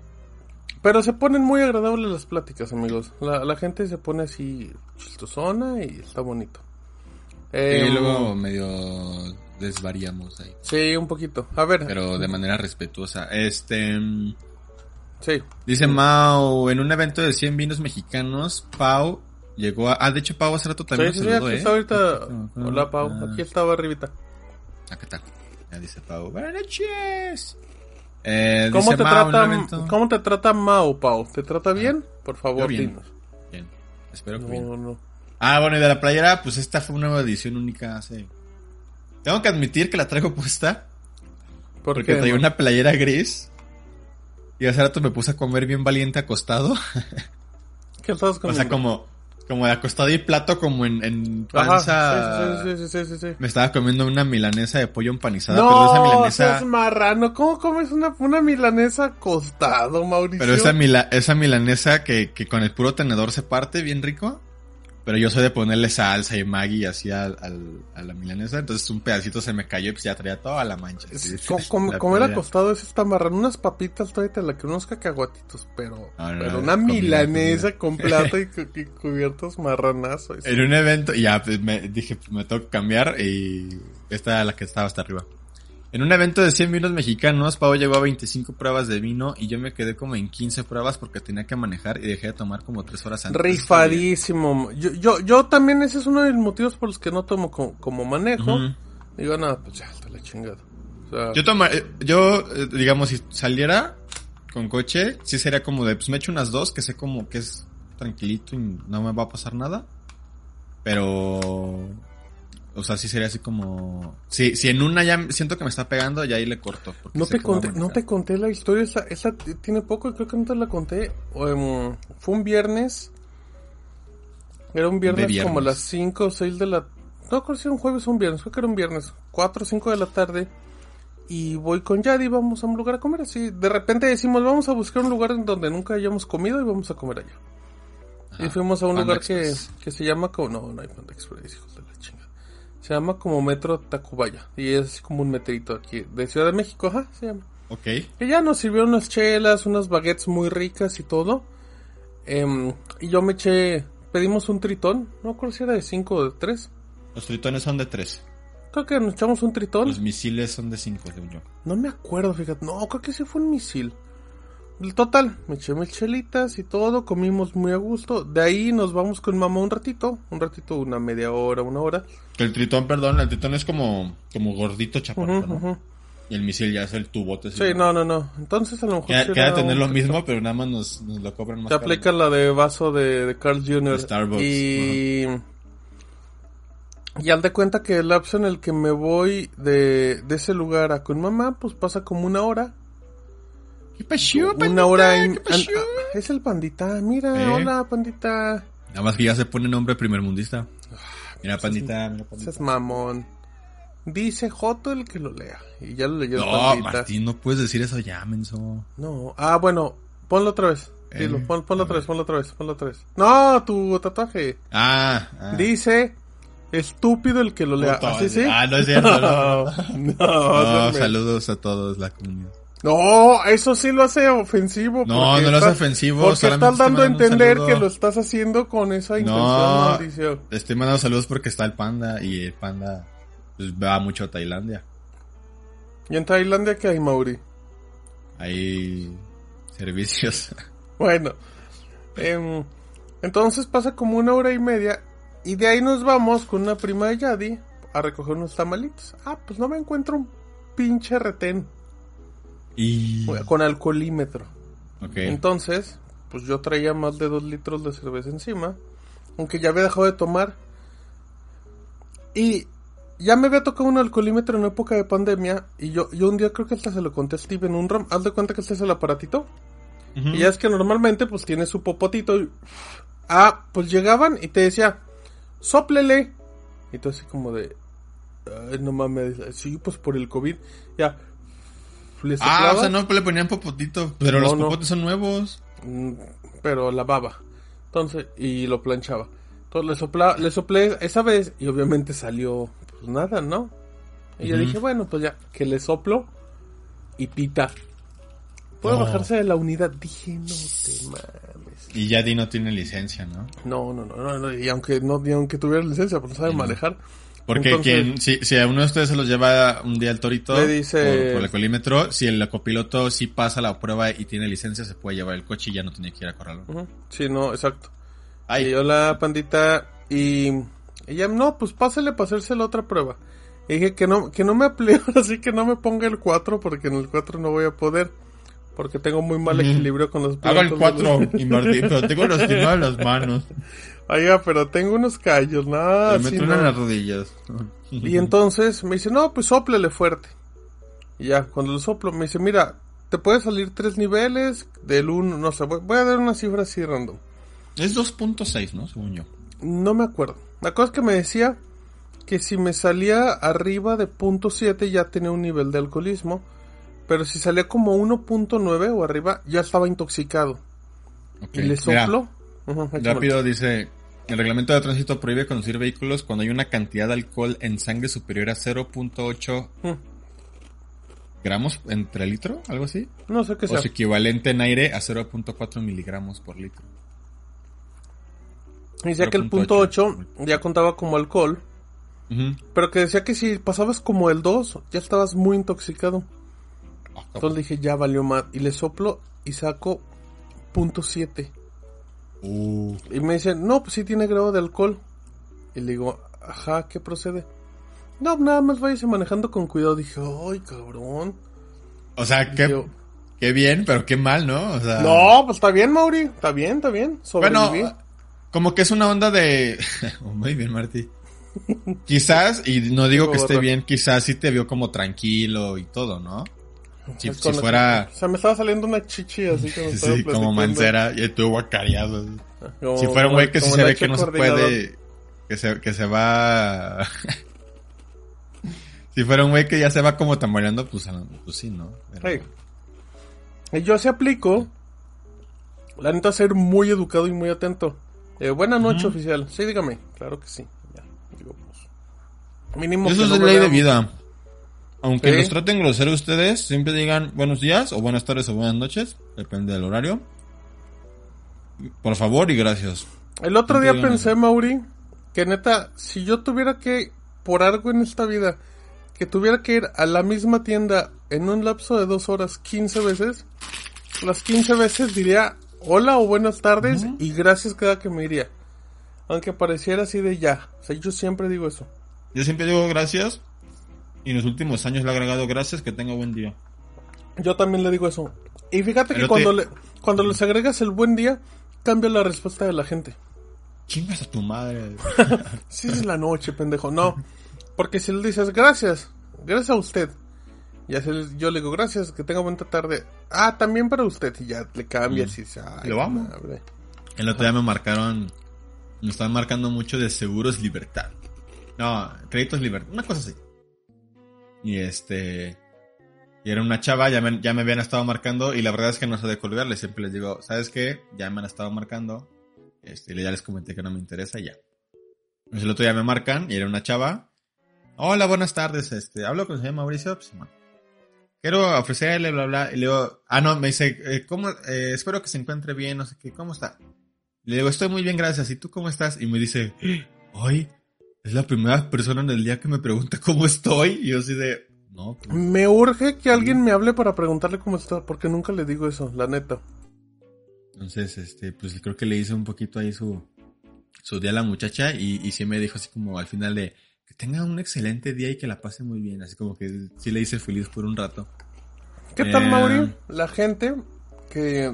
pero se ponen muy agradables las pláticas, amigos. La, la gente se pone así chistosona y está bonito. Y Em, luego medio desvariamos ahí. Sí, un poquito. A ver, Pero de manera respetuosa. Este... mm, sí. Dice Mau, en un evento de cien vinos mexicanos, Pau llegó a... Ah, de hecho Pau hace rato también Sí, nos sí, sí, saludó, aquí ¿eh? está ahorita. Hola, Pau. Ah, Aquí estaba arribita. ah, ¿qué tal? Ya dice Pau, buenas noches. Eh, ¿Cómo dice te, Mau, en un trata, evento- ¿Cómo te trata Mao, Pau? ¿Te trata bien? Por favor, yo bien. dinos. Bien, espero que bien. No, no. Ah, bueno, y de la playera, pues esta fue una edición única hace... Tengo que admitir que la traigo puesta, ¿Por porque qué, traía man? una playera gris. Y hace rato me puse a comer bien valiente acostado. ¿Qué estabas O comiendo? sea, como, como de acostado y plato como en, en panza. Ajá, sí, sí, sí, sí, sí, sí. Me estaba comiendo una milanesa de pollo empanizada, No, pero esa milanesa... seas marrano. ¿Cómo comes una, una milanesa acostado, Mauricio? Pero esa, mila, esa milanesa que, que con el puro tenedor se parte bien rico. Pero yo soy de ponerle salsa y Maggi así al, al, a la milanesa. Entonces un pedacito se me cayó y pues ya traía toda la mancha. Es, com, com, comer acostado es esta marrano. Unas papitas, todavía la que unos cacahuatitos. Pero, no, no, pero una comida, milanesa comida. con plato y, y cubiertos marranazos. En un evento, ya pues, me dije, me tengo que cambiar y esta era la que estaba hasta arriba. En un evento de cien vinos mexicanos, Pau llegó a veinticinco pruebas de vino y yo me quedé como en quince pruebas porque tenía que manejar y dejé de tomar como tres horas antes. Rifadísimo. Yo, yo, yo también ese es uno de los motivos por los que no tomo como, como manejo. Uh-huh. Digo, nada, pues ya, está la chingada. O sea, yo toma, yo, digamos, si saliera con coche, sí sería como de, pues me echo unas dos, que sé como que es tranquilito y no me va a pasar nada. Pero... O sea, sí sería así como... Si, si en una ya siento que me está pegando, ya ahí le corto. No te conté, no te conté la historia, esa, esa tiene poco, creo que no te la conté. Um, fue un viernes. Era un viernes, viernes como a las cinco o seis de la... No, creo que era un jueves o un viernes, creo que era un viernes. cuatro o cinco de la tarde. Y voy con Yadi, vamos a un lugar a comer así. De repente decimos, vamos a buscar un lugar en donde nunca hayamos comido y vamos a comer allá. Ajá, y fuimos a un lugar que, que se llama como... No, no hay Panda Express, hijos de la chingada. Se llama como Metro Tacubaya. Y es así como un meteorito aquí. De Ciudad de México, ajá, se llama. Ok. Y ya nos sirvieron unas chelas, unas baguettes muy ricas y todo. Eh, y yo me eché... Pedimos un tritón. No recuerdo si era de cinco o de tres. Los tritones son de tres. Creo que nos echamos un tritón. Los misiles son de cinco, según yo. No me acuerdo, fíjate. No, creo que sí fue un misil. Total, me eché mis chelitas y todo. Comimos muy a gusto. De ahí nos vamos con mamá un ratito. Un ratito, una media hora, una hora. El tritón, perdón, el tritón es como, como gordito, chaparrito, uh-huh, ¿no? Uh-huh. Y el misil ya es el tubote. Sí, no, no, no. Entonces a lo mejor... Queda, queda tener lo mismo, pero nada más nos, nos lo cobran más. Te aplica la de vaso de, de Carl junior De Starbucks. Y... Uh-huh. Y al de cuenta que el lapso en el que me voy de, de ese lugar a con mamá, pues pasa como una hora. ¿Qué pasó, pandita? Una hora y... ¿Qué pasó? An, es el pandita, mira, ¿Eh? Hola, pandita. Nada más que ya se pone nombre primermundista. Mira, pandita, mira, pandita. Es mamón. Dice Joto el que lo lea. Y ya lo leyó. No, pandita. Martín, no puedes decir eso ya, menso. No, ah, bueno, ponlo otra vez. Eh, Dilo, pon, ponlo otra vez, ponlo otra vez, ponlo otra vez. No, tu tatuaje. Ah, ah. Dice... Estúpido el que lo lea. Puto, ¿Así sí? Ah, no es cierto. No, no, no, no saludos a todos la comunidad. No, eso sí lo hace ofensivo. No, no lo hace ofensivo. Porque estás dando a entender que lo estás haciendo con esa intención, no, Mauricio. Estoy mandando saludos porque está el panda y el panda pues, va mucho a Tailandia. ¿Y en Tailandia qué hay, Mauri? Hay servicios. Bueno, eh, entonces pasa como una hora y media. Y de ahí nos vamos con una prima de Yadi a recoger unos tamalitos. Ah, pues no me encuentro un pinche retén. Y... Con alcoholímetro. Ok. Entonces, pues yo traía más de dos litros de cerveza encima. Aunque ya había dejado de tomar. Y ya me había tocado un alcoholímetro en época de pandemia. Y yo, yo un día creo que hasta se lo conté a Steven Unram. Haz de cuenta que este es el aparatito. Uh-huh. Y ya es que normalmente pues tiene su popotito. Y... Ah, pues llegaban y te decía... ¡Sóplele! Y tú así como de... Ay, no mames. Sí, pues por el COVID. Ya. Ah, o sea, no le ponían popotito. Pero no, los popotes no. son nuevos. Pero la baba. Entonces, y lo planchaba. Entonces le soplaba, le soplé esa vez. Y obviamente salió, pues nada, ¿no? Y uh-huh. yo dije, bueno, pues ya, que le soplo. Y pita. ¿Puede no. bajarse de la unidad? Dije, no te mames. Y Yadi no tiene licencia, ¿no? No, no, no, no, no y aunque no, y aunque tuviera licencia, pues no sabe sí, manejar. Porque entonces, quien, si, si a uno de ustedes se los lleva un día al torito le dice, por, por el colímetro, si el copiloto sí pasa la prueba y tiene licencia, se puede llevar el coche y ya no tiene que ir a correrlo. Uh-huh. Sí, no, exacto. Ay. Y yo la pandita y ella, no, pues pásale para hacerse la otra prueba. Y dije que no, que no me aplique, así que no me ponga el cuatro porque en el cuatro no voy a poder. Porque tengo muy mal equilibrio con los platos. Haga el cuatro, los... Martín, pero tengo lastimadas en las manos. Oiga, pero tengo unos callos, nada. Me meto una en las rodillas. Y entonces me dice, no, pues sóplele fuerte. Y ya, cuando lo soplo, me dice, mira, te puede salir tres niveles del uno, no sé, voy, voy a dar una cifra así random. Es dos punto seis, ¿no? Según yo. No me acuerdo. La cosa es que me decía que si me salía arriba de punto siete ya tenía un nivel de alcoholismo, pero si salía como uno punto nueve o arriba ya estaba intoxicado. Okay. Y le soplo. Mira, uh-huh, rápido dice, el reglamento de tránsito prohíbe conducir vehículos cuando hay una cantidad de alcohol en sangre superior a cero punto ocho uh. gramos entre litro, algo así. No sé qué sea. O su equivalente en aire a cero punto cuatro miligramos por litro. Decía que el punto ocho ya contaba como alcohol. Uh-huh. Pero que decía que si pasabas como el dos, ya estabas muy intoxicado. Oh, entonces dije, ya valió más. Y le soplo y saco punto siete. Uh. Y me dice, no, pues sí tiene grado de alcohol. Y le digo, ajá, ¿qué procede? No, nada más váyase manejando con cuidado. Dije, ay, cabrón. O sea, qué, yo, qué bien, pero qué mal, ¿no? O sea... No, pues está bien, Mauri. Está bien, está bien. Sobreviví. Bueno, como que es una onda de... Muy bien, Martí. Quizás, y no digo que esté bien, quizás sí te vio como tranquilo y todo, ¿no? Si, si fuera... O sea, me estaba saliendo una chichi así que me estaba sí, como mancera y estuvo guacareado. Como, si fuera un güey que sí se ve que no se puede... Que se, que se va... Si fuera un güey que ya se va como tambaleando, pues, pues sí, ¿no? Pero... Hey. Yo se aplico, la neta, ser muy educado y muy atento. Eh, buena noche, uh-huh. oficial. Sí, dígame. Claro que sí. Ya, digo, pues, mínimo eso que es no ley vea... de vida. Aunque ¿Sí? los traten grosero ustedes, siempre digan buenos días, o buenas tardes, o buenas noches. Depende del horario. Por favor y gracias. El otro siempre día pensé, eso. Mauri, que neta, si yo tuviera que, por algo en esta vida, que tuviera que ir a la misma tienda en un lapso de dos horas quince veces, las quince veces diría hola o buenas tardes uh-huh. y gracias cada que me iría. Aunque pareciera así de ya. O sea, yo siempre digo eso. Yo siempre digo gracias. Y en los últimos años le he agregado gracias, que tenga buen día. Yo también le digo eso. Y fíjate que cuando, te... le, cuando les agregas el buen día, cambia la respuesta de la gente. Chingas a tu madre. Sí, es la noche, pendejo. No. Porque si le dices gracias, gracias a usted. Y así yo le digo gracias, que tenga buena tarde. Ah, también para usted. Y ya le cambias mm. y dice, ay, lo vamos. Madre. El otro día me marcaron, me estaban marcando mucho de Seguros Libertad. No, Créditos Libertad, una cosa así. Y este, y era una chava, ya me, ya me habían estado marcando. Y la verdad es que no sé de colgarles. Siempre les digo, ¿sabes qué? Ya me han estado marcando. Este, y ya les comenté que no me interesa y ya. Pues el otro día me marcan y era una chava. Hola, buenas tardes, este, hablo con el señor Mauricio, pues, bueno, quiero ofrecerle, bla, bla, y le digo, ah, no, me dice, eh, ¿cómo, eh, espero que se encuentre bien, no sé qué, ¿cómo está? Le digo, estoy muy bien, gracias, ¿y tú cómo estás? Y me dice, ay, es la primera persona en el día que me pregunta cómo estoy, y yo así de, no. Pues, me urge que alguien me hable para preguntarle cómo está, porque nunca le digo eso, la neta. Entonces, este, pues creo que le hice un poquito ahí su, su día a la muchacha, y, y sí me dijo así como al final de, que tenga un excelente día y que la pase muy bien. Así como que sí le hice feliz por un rato. ¿Qué eh, tal, Mauri? La gente que...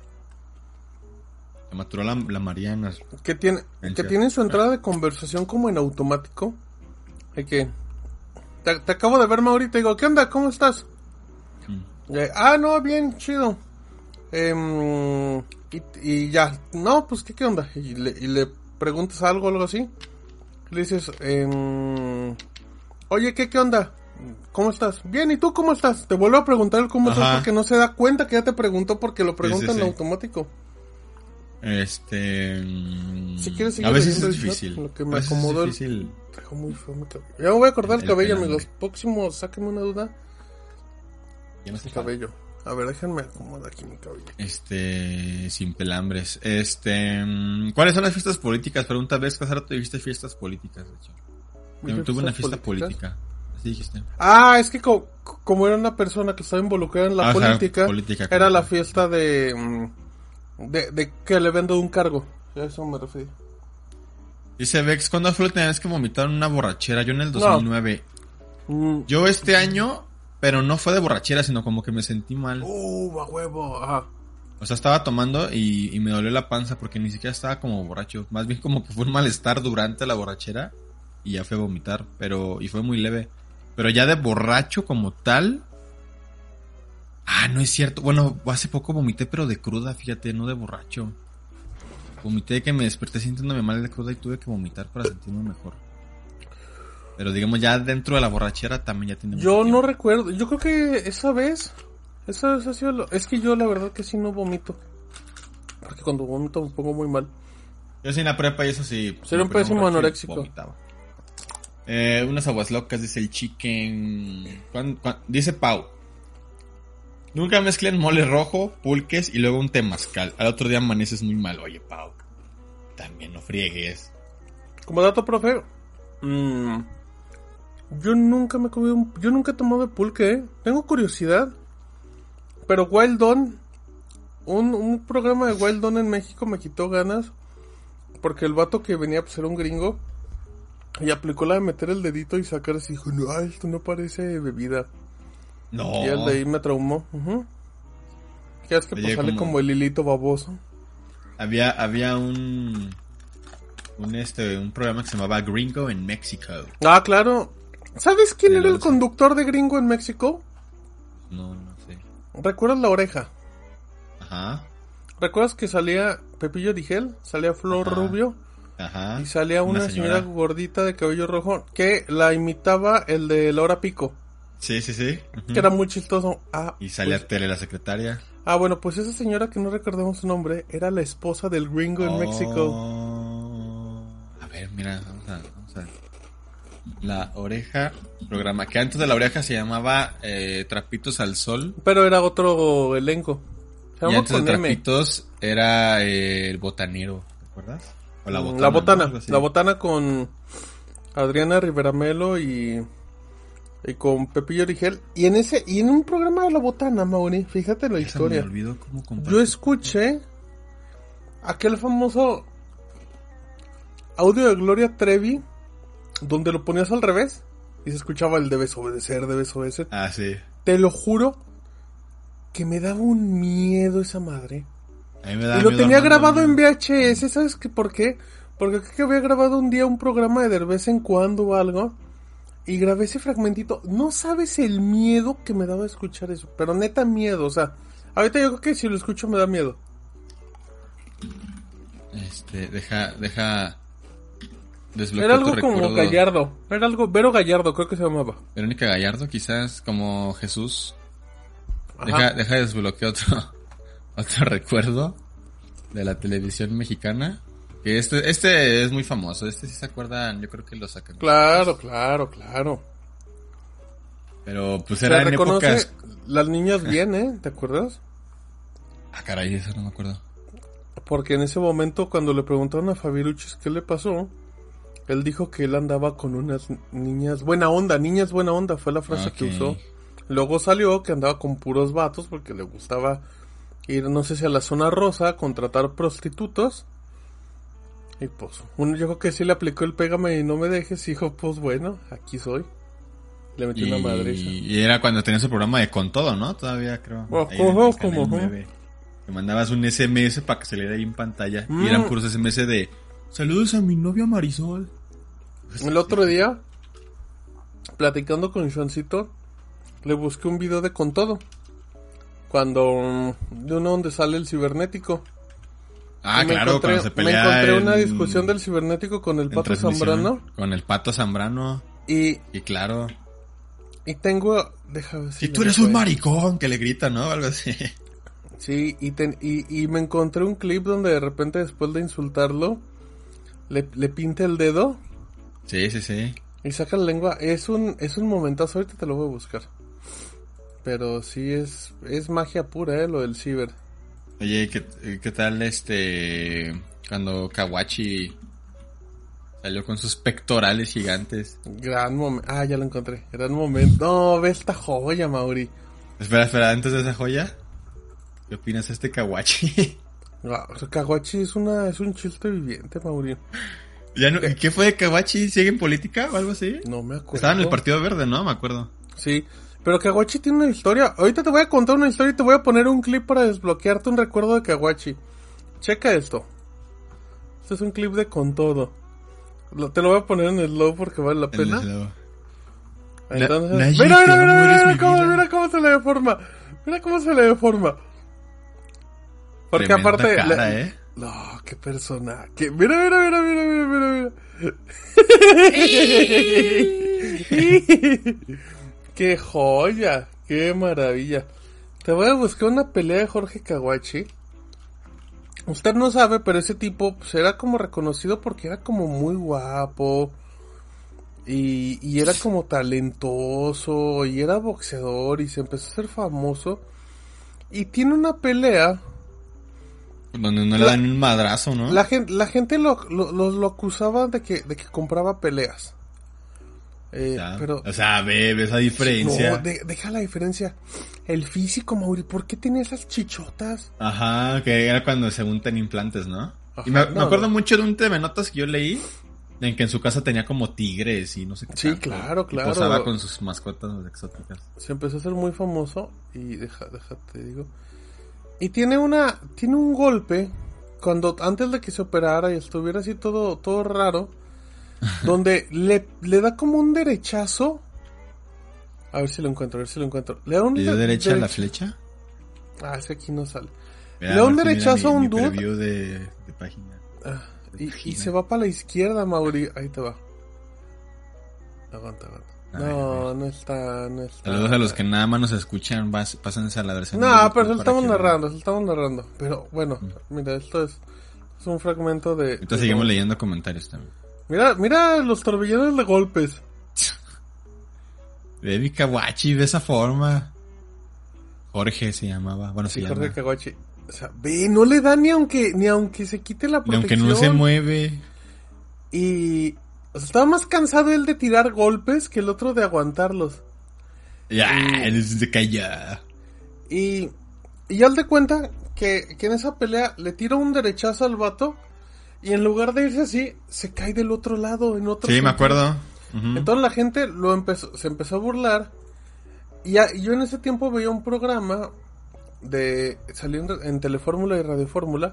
Que maturó la, la Mariana. Que tiene, que tiene su entrada de conversación como en automático. De que... Te, te acabo de ver, Mauri, te digo, ¿qué onda? ¿Cómo estás? Mm. Eh, ah, no, bien, chido. Eh, y, y ya, no, pues, ¿qué, qué onda? Y le, y le preguntas algo o algo así. Le dices, eh, oye, ¿qué, ¿qué onda? ¿Cómo estás? Bien, ¿y tú cómo estás? Te vuelvo a preguntar el cómo Ajá. estás porque no se da cuenta que ya te preguntó porque lo pregunta sí, sí, en sí. automático. Este... Si quieres seguir a veces es difícil. Lo que me acomodó es difícil. El... Muy feo, me ya me voy a cortar el, el cabello, amigos. Próximo, sáquenme una duda. ¿Ya no se el cabello? A ver, déjenme acomodar aquí mi cabello. Este, sin pelambres. Este, ¿cuáles son las fiestas políticas? Pregunta, ¿ves que hace rato dijiste fiestas políticas? De hecho. Tuve una fiesta política. Así dijiste. Ah, es que co- como era una persona que estaba involucrada en la ah, política, política, era la fiesta de, de, de que le vendo un cargo. A eso me refiero. Dice Vex, ¿cuándo fue la última vez que vomitaron una borrachera? Yo en el dos mil nueve. No. Yo este año... Pero no fue de borrachera, sino como que me sentí mal. ¡Uh, a huevo! Ajá. O sea, estaba tomando y, y me dolió la panza porque ni siquiera estaba como borracho. Más bien como que fue un malestar durante la borrachera y ya fue a vomitar. Pero, y fue muy leve. Pero ya de borracho como tal... Ah, no es cierto. Bueno, hace poco vomité, pero de cruda, fíjate, no de borracho. Vomité que me desperté sintiéndome mal de cruda y tuve que vomitar para sentirme mejor. Pero digamos, ya dentro de la borrachera también ya tiene Yo mucho no tiempo. recuerdo. Yo creo que esa vez... Esa vez ha sido lo... Es que yo la verdad que sí no vomito. Porque cuando vomito me pongo muy mal. Yo sí en la prepa y eso sí. Sería un me ponía pésimo borracho y anoréxico. vomitaba. Eh, unas aguas locas, dice el chicken. ¿Cuán- cuán- Dice Pau. Nunca mezclen mole rojo, pulques y luego un temazcal. Al otro día amaneces muy mal. Oye, Pau, también no friegues. Como dato, profe... mm, yo nunca me he comido un... Yo nunca he tomado de pulque, ¿eh? Tengo curiosidad. Pero Wild Dawn... Un, un programa de Wild Dawn en México me quitó ganas. Porque el vato que venía pues era un gringo. Y aplicó la de meter el dedito y sacar así. Dijo, no, esto no parece bebida. No. Y el de ahí me traumó. Uh-huh. Que es que pues Oye, sale como- como el hilito baboso. Había, había un. Un este, un programa que se llamaba Gringo en México. Ah, claro. ¿Sabes quién El era el once. conductor de Gringo en México? No, no sé. ¿Recuerdas La Oreja? Ajá. ¿Recuerdas que salía Pepillo Origel? Salía Flor Ajá. Rubio. Ajá. Y salía una, señora. gordita de cabello rojo que la imitaba el de La Hora Pico. Sí, sí, sí. Ujú. Que era muy chistoso. Ah, Y salía pues- Tele la secretaria. ah, bueno, pues esa señora que no recordamos su nombre era la esposa del Gringo en Oh. México. A ver, mira, vamos a, vamos a ver. La Oreja, programa que antes de La Oreja se llamaba eh, Trapitos al Sol. Pero era otro elenco. Se Y llamaba antes de con M. Trapitos era eh, El Botanero, ¿te acuerdas? O La Botana. La botana, ¿no? Algo así. la botana con Adriana Riveramelo y, y con Pepillo Origel. Y en ese, y en un programa de La Botana, Mauri, fíjate la Ya se historia. Me olvidó cómo compartir. Yo escuché aquel famoso audio de Gloria Trevi donde lo ponías al revés y se escuchaba el debes obedecer, debes obedecer. Ah, sí. Te lo juro que me daba un miedo esa madre. A mí me da Y lo miedo tenía Armando grabado en Manzanero. V H S, ¿sabes qué? ¿Por qué? Porque creo que había grabado un día un programa de de vez en cuando o algo. Y grabé ese fragmentito. No sabes el miedo que me daba escuchar eso. Pero neta miedo, o sea. Ahorita yo creo que si lo escucho me da miedo. Este, deja, deja. Desbloqueo Era algo tu como recuerdo. Gallardo. Era algo, Vero Gallardo creo que se llamaba. Verónica Gallardo, quizás como Jesús. Ajá. Deja, deja desbloquear otro, otro recuerdo de la televisión mexicana. Que este, este es muy famoso. Este sí se acuerdan, yo creo que lo sacan. Claro, claro, claro. Pero pues Se era en reconoce épocas. las niñas bien, ¿eh? ¿Te acuerdas? Ah, caray, eso no me acuerdo. Porque en ese momento cuando le preguntaron a Fabiruchis qué le pasó, él dijo que él andaba con unas niñas buena onda, niñas buena onda, fue la frase Ok. que usó. Luego salió que andaba con puros vatos porque le gustaba ir, no sé si a la zona rosa, contratar prostitutos. Y pues, uno, yo creo que sí le aplicó el pégame y no me dejes, hijo, pues bueno, aquí soy. Le metí Y, una madriza. y era cuando tenías el programa de Con Todo, ¿no? Todavía creo. Oh, Ahí en el oh, canal como, nueve. Te mandabas un S M S para que saliera ahí en pantalla. Mm. Y eran puros S M S de saludos a mi novia Marisol. El otro día, platicando con Juancito, le busqué un video de Con Todo. Cuando, mm, de uno donde sale el cibernético. Ah, Y me claro, encontré, cuando se pelea. me encontré una en- discusión del cibernético con el en Pato transmisión, Zambrano. Con el Pato Zambrano. Y, Y claro. y tengo, déjame ver Si le tú eres dejo un ahí. maricón, que le grita, ¿no? Algo así. Sí, y, ten- y, y me encontré un clip donde de repente después de insultarlo, le, le pinta el dedo Sí, sí, sí. y saca la lengua. Es un, es un momentazo, ahorita te lo voy a buscar. Pero sí es, es magia pura, eh, lo del ciber. Oye, ¿qué, qué tal este... Cuando Kawachi salió con sus pectorales gigantes? Gran momento. Ah, ya lo encontré. Gran momento. No, ve esta joya, Mauri. Espera, espera, antes de esa joya, ¿qué opinas de este Kawachi? Ah, o sea, Kawachi es una, es un chiste viviente, Mauri. ¿Ya no, ¿Qué fue de Kawachi? ¿Sigue en política o algo así? No me acuerdo. Estaba en el Partido Verde, ¿no? Me acuerdo. Sí, pero Kawachi tiene una historia. Ahorita te voy a contar una historia y te voy a poner un clip para desbloquearte un recuerdo de Kawachi. Checa esto. Este es un clip de Con Todo. Lo- te lo voy a poner en slow porque vale la pena. El- Entonces, Na- Nayi, mira, te mira, amo, mira, eres mira, mi cómo, vida. mira cómo se le deforma. Mira cómo se le deforma. Porque Tremenda aparte cara, le, ¿eh? No, qué persona. Qué... Mira, mira, mira, mira, mira, mira. Qué joya, qué maravilla. Te voy a buscar una pelea de Jorge Kawachi. Usted no sabe, pero ese tipo pues, era como reconocido porque era como muy guapo. Y, y era como talentoso. Y era boxeador. Y se empezó a hacer famoso. Y tiene una pelea donde no le dan un madrazo, ¿no? La gente, la gente lo, lo, lo, lo acusaba de que, de que compraba peleas. Eh, o, sea, pero, o sea, ve, ve esa diferencia. No, de, deja la diferencia. El físico, Mauri, ¿por qué tenía esas chichotas? Ajá, que era cuando según tenía implantes, ¿no? Ajá, y me, no, me acuerdo no. mucho de un T V Notas que yo leí, en que en su casa tenía como tigres y no sé qué. Sí, tanto, claro, claro. Y posaba con sus mascotas exóticas. Se empezó a hacer muy famoso y deja, déjate digo. Y tiene una, tiene un golpe cuando antes de que se operara y estuviera así todo, todo raro, donde le, le da como un derechazo. A ver si lo encuentro, a ver si lo encuentro. Le da un ¿Le dio de- derecha a la derecha- flecha? Ah, ese aquí no sale. Mira, Le da un Martín, derechazo mira a un mi, mi dude. preview de, de página. Ah, y, y se va para la izquierda, Mauri. Ahí te va. Aguanta, aguanta. A ver, No, a no está, no está. Saludos a los que nada más nos escuchan, vas, pásense a la versión. de No, YouTube pero se lo para estamos que vean. narrando, se lo estamos narrando. Pero bueno, mira, esto es, es un fragmento de... Ahorita de- seguimos leyendo comentarios también. Mira, mira los torbellones de golpes. Baby Kawachi, de esa forma. Jorge se llamaba. Bueno, Sí, se Jorge llama. Kawachi. O sea, ve, no le da ni aunque, ni aunque se quite la Y aunque protección. no se mueve. Y... O sea, estaba más cansado él de tirar golpes que el otro de aguantarlos. Ya, Mm. él se calla. Y... Y ya de cuenta que, que en esa pelea le tira un derechazo al vato. Y en lugar de irse así, se cae del otro lado, en otro Sí, me sentido. acuerdo. Ujú. Entonces la gente lo empezó, se empezó a burlar. Y, ya- y yo en ese tiempo veía un programa de saliendo en Telefórmula y Radiofórmula.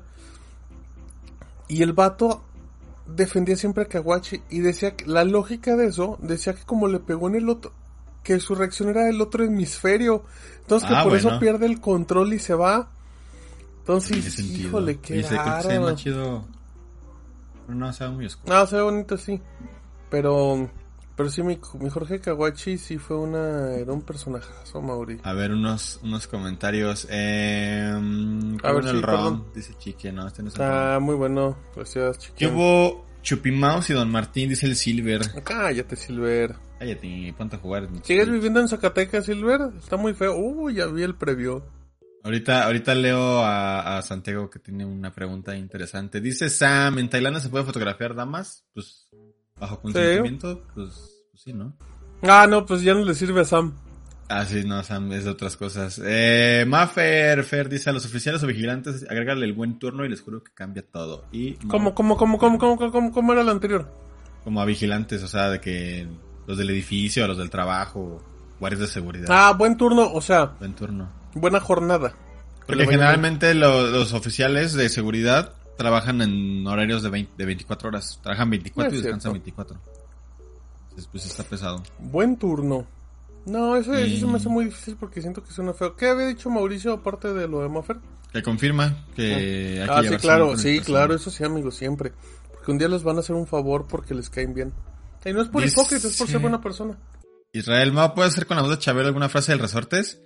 Y el vato defendía siempre a Kawachi. Y decía que la lógica de eso, decía que como le pegó en el otro, que su reacción era el otro hemisferio. Entonces que Ah, por bueno. eso pierde el control y se va. Entonces, Tiene sentido. híjole, qué Dice, creo que se ve raro. más chido. Pero no, se ve muy oscuro. No, se ve bonito, sí. Pero, pero sí, mi, mi Jorge Kawachi sí fue una, era un personajazo, Mauri. A ver, unos, unos comentarios. Eh, A ver, el sí, ron, perdón. dice Chique, no, este no es el ron. Ah, muy bueno. Gracias, ¿Qué chiquillo. hubo? Chupimaus y Don Martín, dice el Silver. Cállate, Silver. Cállate, ponte a jugar. ¿Sigues viviendo en Zacatecas, Silver? Está muy feo. Uh, ya vi el preview. Ahorita, ahorita leo a, a Santiago que tiene una pregunta interesante. Dice Sam, ¿en Tailandia se puede fotografiar damas? Pues, bajo consentimiento, pues, pues sí, ¿no? Ah, no, pues ya no le sirve a Sam. Ah, sí, no, Sam, es de otras cosas. Eh, Maffer, Fer dice, a los oficiales o vigilantes, agrégale el buen turno y les juro que cambia todo. Y ¿Cómo, cómo, cómo, cómo, cómo, cómo, cómo, cómo era el anterior? como a vigilantes, o sea, de que los del edificio, a los del trabajo, guardias de seguridad. Ah, buen turno, o sea, Buen turno. buena jornada. Que Porque le vaya generalmente lo- los oficiales de seguridad trabajan en horarios de, veinte, de veinticuatro horas. Trabajan veinticuatro No y es descansan cierto. veinticuatro. Entonces, pues está pesado. bien. Buen turno. No, eso, eso Y- se me hace muy difícil porque siento que suena feo. ¿Qué había dicho Mauricio aparte de lo de Maffer? Que confirma que hay que Ah, sí, llevarse claro, bien con el sí, personal. claro, eso sí, amigos, siempre. Porque un día les van a hacer un favor porque les caen bien. Y no es por Dice- hipócrita, es por ser buena persona. Israel, ¿ma puede hacer con la voz de Chabelo alguna frase del Resortes?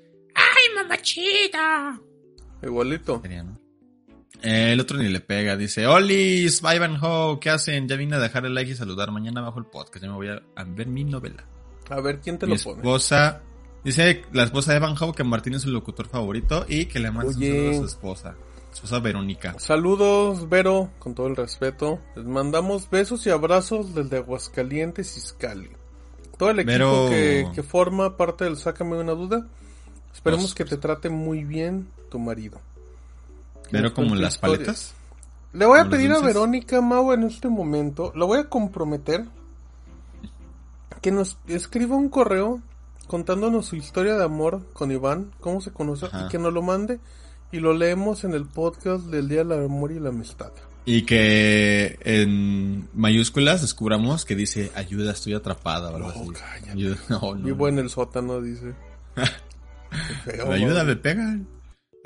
Igualito. Sería, ¿no? Eh, el otro ni le pega, dice, Olis, Ivanhoe, ¿qué hacen? Ya vine a dejar el like y saludar, mañana bajo el podcast, ya me voy a, a ver mi novela. A ver, ¿quién te Mi lo pone? esposa, dice la esposa de Ivanhoe que Martín es su locutor favorito y que le manda un Oye. saludo a su esposa, su esposa Verónica. Saludos, Vero, con todo el respeto. Les mandamos besos y abrazos desde Aguascalientes, Izcalli. Todo el equipo Vero. que, que forma parte del Sácame una Duda. Esperemos Pues, que te trate muy bien tu marido. Pero Nos como cuente las historias. paletas. Le voy a ¿Como los pedir a dulces? Verónica Mau en este momento, lo voy a comprometer, que nos escriba un correo contándonos su historia de amor con Iván, cómo se conoce, Ajá. y que nos lo mande y lo leemos en el podcast del Día del Amor y la Amistad. Y que en mayúsculas descubramos que dice, ayuda, estoy atrapada o algo No, así. cállate. Ayuda, no, no, Vivo no. en el sótano, dice. Qué feo, Ayuda, ¿no? me pegan.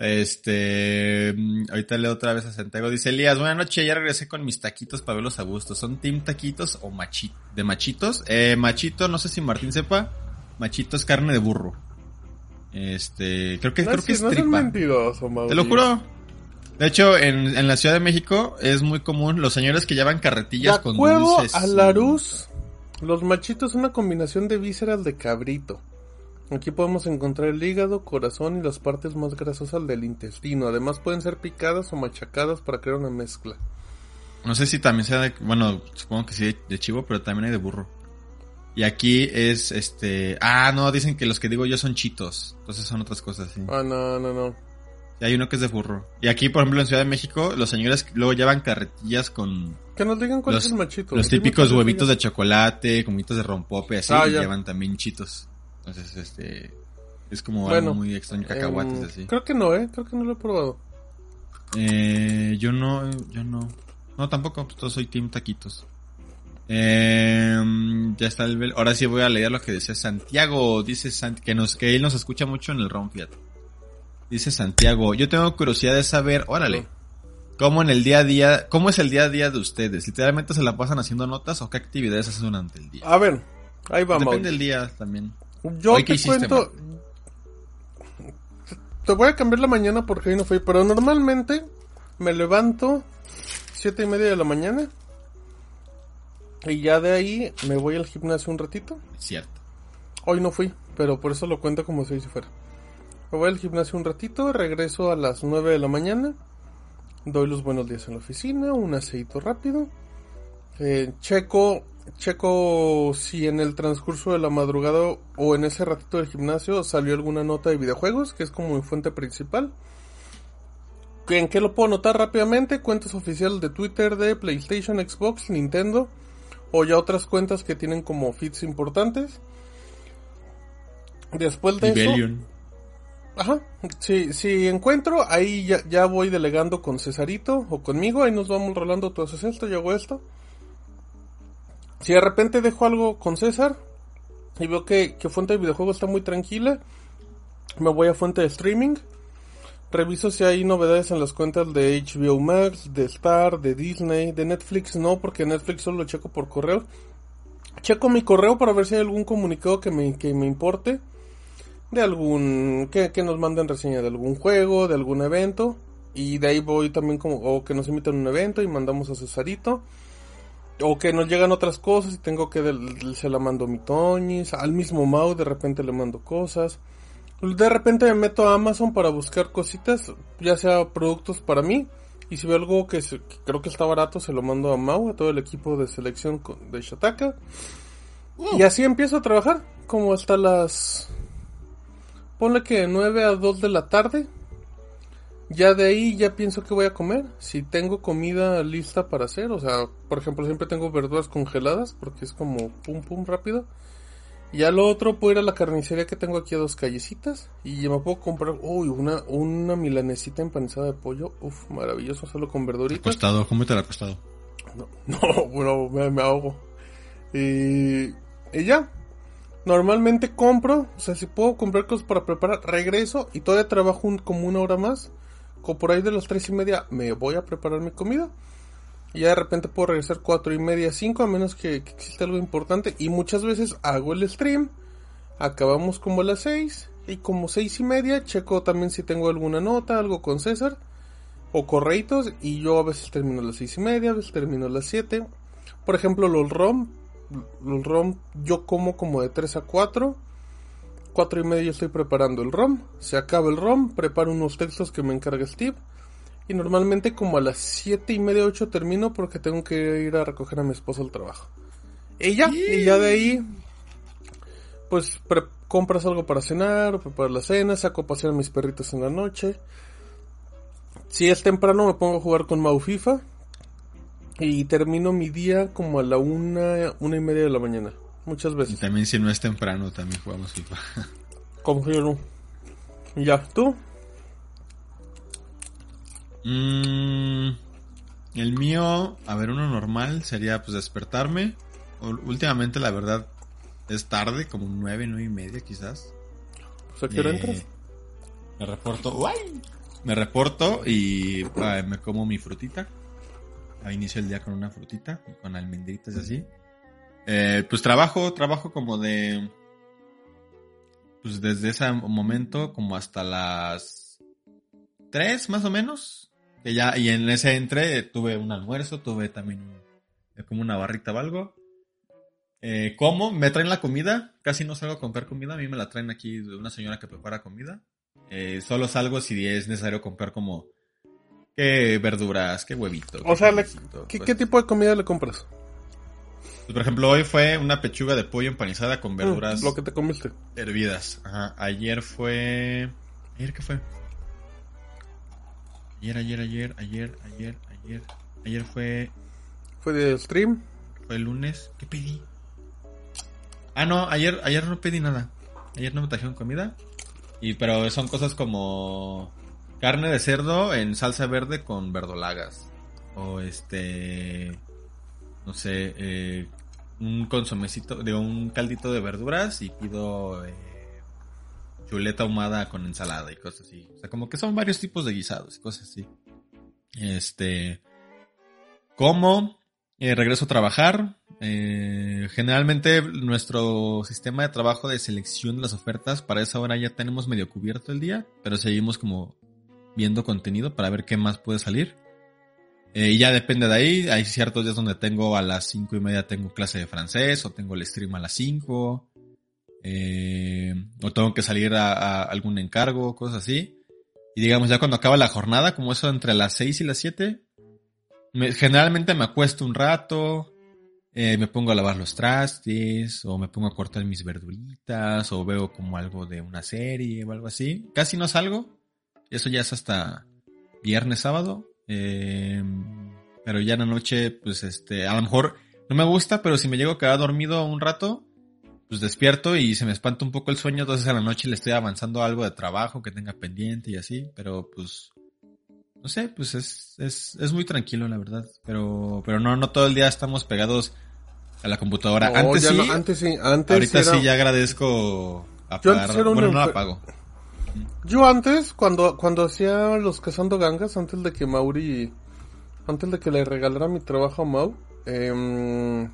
Este, ahorita leo otra vez a Santiago. Dice Elías, buenas noches, ya regresé con mis taquitos para verlos a gusto. ¿Son team taquitos o machi de machitos? Eh, machito, no sé si Martín sepa. Machito es carne de burro. Este, creo que, no creo es, que es no tripa. Es mentiroso, Mauri. Te lo juro. De hecho, en, en la Ciudad de México es muy común los señores que llevan carretillas con dulces. De acuerdo a Larus, los machitos son una combinación de vísceras de cabrito. Aquí podemos encontrar el hígado, corazón y las partes más grasosas del intestino. Además pueden ser picadas o machacadas para crear una mezcla. No sé si también sea de... Bueno, supongo que sí de, de chivo, pero también hay de burro. Y aquí es este... Ah, no, dicen que los que digo yo son chitos. Entonces son otras cosas, sí. Ah, no, no, no. Y hay uno que es de burro. Y aquí, por ejemplo, en Ciudad de México, los señores luego llevan carretillas con... Que nos digan cuál los, es el machito. Los típicos huevitos de chocolate, huevitos de rompope, así. Ah, y ya. llevan también chitos. Entonces, este... Es como Bueno, algo muy extraño, cacahuates eh, así. Creo que no, eh. Creo que no lo he probado. Eh, yo no, yo no. No, tampoco, pues todo soy team taquitos. Eh, ya está el... Ahora sí voy a leer lo que decía Santiago. Dice Sant... que nos que él nos escucha mucho en el ROM, fíjate. Dice Santiago, yo tengo curiosidad de saber, órale, cómo en el día a día, cómo es el día a día de ustedes. ¿Literalmente se la pasan haciendo notas o qué actividades hacen durante el día? A ver, ahí vamos. Depende del día también. Yo ¿Hoy qué te hiciste, cuento... Te voy a cambiar la mañana porque hoy no fui, pero normalmente me levanto siete y media de la mañana y ya de ahí me voy al gimnasio un ratito. Cierto. Hoy no fui, pero por eso lo cuento como si fuera. Me voy al gimnasio un ratito, regreso a las nueve de la mañana, doy los buenos días en la oficina, un aseíto rápido, eh, checo, checo si en el transcurso de la madrugada o en ese ratito del gimnasio salió alguna nota de videojuegos, que es como mi fuente principal. ¿En qué lo puedo notar rápidamente? Cuentas oficiales de Twitter, de PlayStation, Xbox, Nintendo, o ya otras cuentas que tienen como feeds importantes. Después de Rebellion. eso... Ajá, si, si encuentro, ahí ya, ya voy delegando con Cesarito o conmigo, ahí nos vamos rolando, tú haces esto, yo hago esto. Si de repente dejo algo con César y veo que, que fuente de videojuegos está muy tranquila, me voy a fuente de streaming, reviso si hay novedades en las cuentas de H B O Max, de Star, de Disney, de Netflix no, porque Netflix solo lo checo por correo. Checo mi correo para ver si hay algún comunicado que me, que me importe. De algún... Que, que nos manden reseña de algún juego, de algún evento. Y de ahí voy también como... O que nos invitan a un evento y mandamos a Cesarito. O que nos llegan otras cosas y tengo que... Del, se la mando a mi Toñis. Al mismo Mau de repente le mando cosas. De repente me meto a Amazon para buscar cositas. Ya sea productos para mí. Y si veo algo que, se, que creo que está barato, se lo mando a Mau, a todo el equipo de selección de Shataka. Uh. Y así empiezo a trabajar. Como hasta las... Ponle que de nueve a dos de la tarde. Ya de ahí ya pienso que voy a comer. Si tengo comida lista para hacer. O sea, por ejemplo, siempre tengo verduras congeladas. Porque es como pum pum rápido. Y ya lo otro, puedo ir a la carnicería que tengo aquí a dos callecitas. Y me puedo comprar, uy, una, una milanesita empanizada de pollo. Uf, maravilloso, solo con verduritas. Costado, ¿cómo te la ha costado? No, no, bueno, me, me ahogo. Y, y ya. Normalmente compro, o sea, si puedo comprar cosas para preparar, regreso y todavía trabajo un, como una hora más. Como por ahí de las tres y media me voy a preparar mi comida. Y ya de repente puedo regresar cuatro y media, cinco, a menos que, que exista algo importante. Y muchas veces hago el stream, acabamos como a las seis, y como seis y media checo también si tengo alguna nota, algo con César, o correitos, y yo a veces termino a las seis y media, a veces termino a las siete. Por ejemplo, los ROM, los ROM yo como como de tres a cuatro, cuatro y media yo estoy preparando el ROM, se acaba el ROM, preparo unos textos que me encarga Steve, y normalmente como a las siete y media, ocho termino porque tengo que ir a recoger a mi esposa al trabajo. Y ya, yeah. y ya de ahí, pues pre- compras algo para cenar, o preparar la cena, saco a pasear a mis perritos en la noche. Si es temprano me pongo a jugar con Mau FIFA. Y termino mi día como a la una, una y media de la mañana. Muchas veces. Y también si no es temprano, también jugamos FIFA. Confío. Y ya, ¿tú? Mm, el mío, a ver, uno normal sería pues despertarme. Últimamente la verdad es tarde, como nueve, nueve y media quizás. Pues a qué hora eh, entras. Me reporto. ¡Uy! me reporto y ah, me como mi frutita. Ahí inicio el día con una frutita, con almendritas y así. Eh, pues trabajo, trabajo como de... Pues desde ese momento como hasta las tres más o menos. Que ya, y en ese entre tuve un almuerzo, tuve también un, como una barrita o algo. Eh, como, me traen la comida, casi no salgo a comprar comida, a mí me la traen aquí de una señora que prepara comida. Eh, solo salgo si es necesario comprar como qué verduras, qué huevitos. O sea, le, quesito, ¿qué, pues. ¿qué tipo de comida le compras? Pues, por ejemplo, hoy fue una pechuga de pollo empanizada con verduras Mm, lo que te comiste. hervidas. Ajá. Ayer fue... ¿Ayer qué fue? Ayer, ayer, ayer, ayer, ayer, ayer. Ayer fue... ¿Fue de stream? Fue el lunes. ¿Qué pedí? Ah, no, ayer, ayer no pedí nada. Ayer no me trajeron comida. Y, pero son cosas como carne de cerdo en salsa verde con verdolagas. O este... No sé, eh, un consomecito, de un caldito de verduras y pido eh, chuleta ahumada con ensalada y cosas así. O sea, como que son varios tipos de guisados y cosas así. Este... Como... Eh, regreso a trabajar. Eh, generalmente nuestro sistema de trabajo de selección de las ofertas, para esa hora ya tenemos medio cubierto el día, pero seguimos como viendo contenido para ver qué más puede salir. Eh, y ya depende de ahí. Hay ciertos días donde tengo a las cinco y media tengo clase de francés, o tengo el stream a las cinco, eh, o tengo que salir a, a algún encargo, cosas así. Y digamos ya cuando acaba la jornada, como eso entre las seis y las siete, me, generalmente me acuesto un rato, eh, me pongo a lavar los trastes, o me pongo a cortar mis verduritas, o veo como algo de una serie o algo así. Casi no salgo. Eso ya es hasta viernes, sábado. Eh, pero ya en la noche, pues este, a lo mejor no me gusta, pero si me llego a quedar dormido un rato, pues despierto y se me espanta un poco el sueño. Entonces a la noche le estoy avanzando algo de trabajo que tenga pendiente y así. Pero pues... No sé, pues es, es, es muy tranquilo, la verdad. Pero, pero no, no todo el día estamos pegados a la computadora. No, antes, ya sí, no, antes sí, antes ahorita era... sí ya agradezco apagar. Yo Bueno, un no la enfer- apago. Yo antes, cuando, cuando hacía los Cazando Gangas, antes de que Mauri, antes de que le regalara mi trabajo a Mau, eh,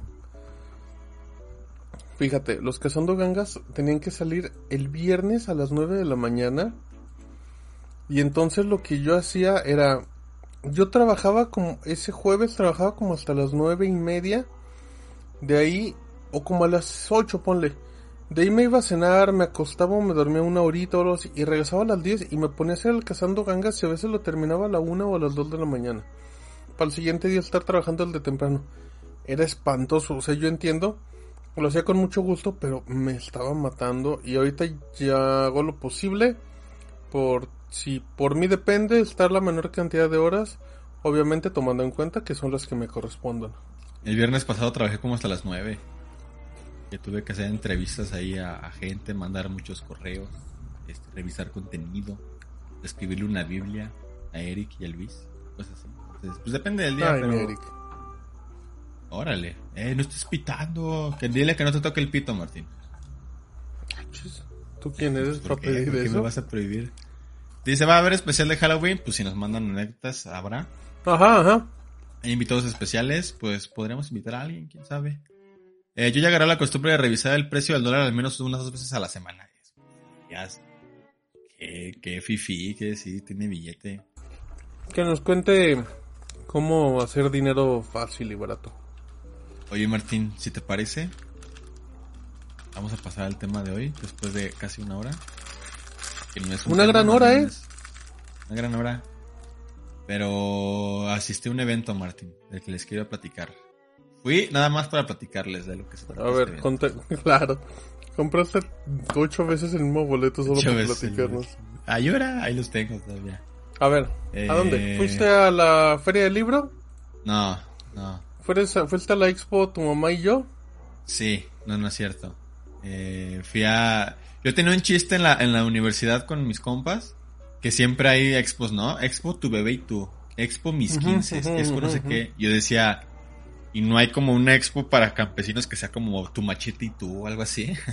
fíjate, los Cazando Gangas tenían que salir el viernes a las nueve de la mañana. Y entonces lo que yo hacía era, yo trabajaba como, ese jueves trabajaba como hasta las nueve y media, de ahí, o como a las ocho, ponle, de ahí me iba a cenar, me acostaba, me dormía una horita o algo así, y regresaba a las diez y me ponía a hacer el Cazando Gangas y a veces lo terminaba a la una o a las dos de la mañana, para el siguiente día estar trabajando el de temprano. Era espantoso, o sea, yo entiendo, lo hacía con mucho gusto, pero me estaba matando, y ahorita ya hago lo posible por... Si por mí depende estar la menor cantidad de horas, obviamente tomando en cuenta que son las que me correspondan. El viernes pasado trabajé como hasta las nueve. Que tuve que hacer entrevistas ahí a, a gente, mandar muchos correos, este, revisar contenido, escribirle una Biblia a Eric y a Luis, cosas así. Entonces, pues depende del día, Ay, pero... Eric. Órale, eh, no estés pitando. Que dile que no te toque el pito, Martín. Chis, ¿tú quién eres para ¿Por qué? pedir ¿Por qué eso? me vas a prohibir? Dice, va a haber especial de Halloween, pues si nos mandan anécdotas, habrá. Ajá, ajá. Hay invitados especiales, pues podríamos invitar a alguien, quién sabe. Eh, yo ya agarré la costumbre de revisar el precio del dólar al menos unas dos veces a la semana. Ya, que, que fifi, que sí, tiene billete. Que nos cuente cómo hacer dinero fácil y barato. Oye Martín, si te parece, vamos a pasar al tema de hoy, después de casi una hora. Que no es un Una tema, gran no hora, es Una gran hora. Pero asistí a un evento, Martín, del que les quiero platicar. Fui nada más para platicarles de lo que se trata. A ver, este conte... claro. Compraste ocho veces el mismo boleto solo Ocho para veces el platicarnos. Ah, yo era, ahí los tengo todavía. A ver, Eh, ¿a dónde? ¿Fuiste a la feria del libro? No, no. ¿Fuiste a, ¿Fuiste a la expo tu mamá y yo? Sí, no, no es cierto. Eh, fui a... Yo tenía un chiste en la, en la universidad con mis compas, que siempre hay expos, ¿no? Expo tu bebé y tú. Expo mis Ujú, quince, ujú, expo no sé ujú. qué. Yo decía, ¿y no hay como una expo para campesinos que sea como tu machete y tú o algo así?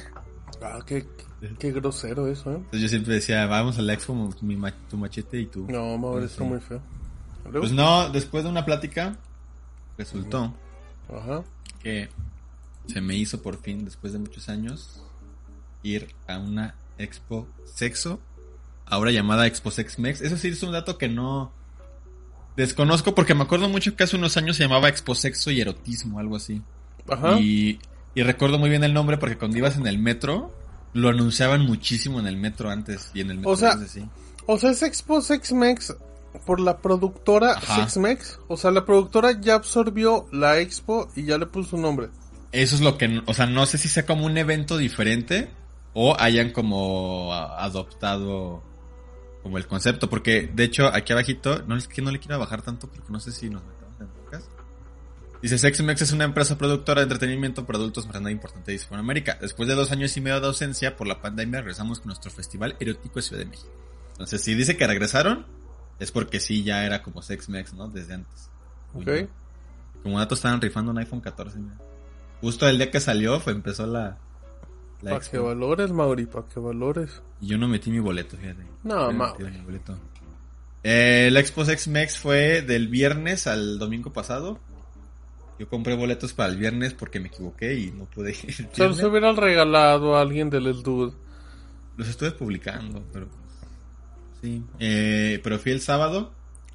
Ah, qué, qué, qué grosero eso, ¿eh? Entonces yo siempre decía, vamos a la expo, mi ma- tu machete y tú. No, Mauro, está muy feo. ¿Luego? Pues no, después de una plática, resultó Ajá. que se me hizo por fin, después de muchos años, ir a una expo sexo, ahora llamada Expo Sex Mex. Eso sí es un dato que no desconozco, porque me acuerdo mucho que hace unos años se llamaba Expo Sexo y Erotismo, algo así. Ajá. Y, y recuerdo muy bien el nombre porque cuando ibas en el metro, lo anunciaban muchísimo en el metro antes, y en el metro O sea, antes, sí. O sea, es Expo Sex Mex por la productora Ajá. Sex Mex. O sea, la productora ya absorbió la expo y ya le puso su nombre. Eso es lo que, o sea, no sé si sea como un evento diferente o hayan como a- adoptado como el concepto, porque de hecho aquí abajito, no es que no le quiero bajar tanto porque no sé si nos metamos en podcast. Dice, Sex Mex es una empresa productora de entretenimiento para adultos más grande e importante de Hispanoamérica. Después de dos años y medio de ausencia por la pandemia, regresamos con nuestro festival erótico de Ciudad de México. Entonces, si dice que regresaron, es porque sí ya era como Sex Mex, ¿no? Desde antes. Ok. Uy, como datos estaban rifando un iPhone catorce, mira. Justo el día que salió fue empezó la, la Para expo. que valores, Mauri, para que valores. Y yo no metí mi boleto, fíjate. No, Yo Mau. metí mi boleto. Eh, la Expo Sex Mex fue del viernes al domingo pasado. Yo compré boletos para el viernes porque me equivoqué y no pude ir. el Se los viernes. hubiera regalado a alguien del El Dude. Los estuve publicando, pero... Sí. Eh, pero fui el sábado.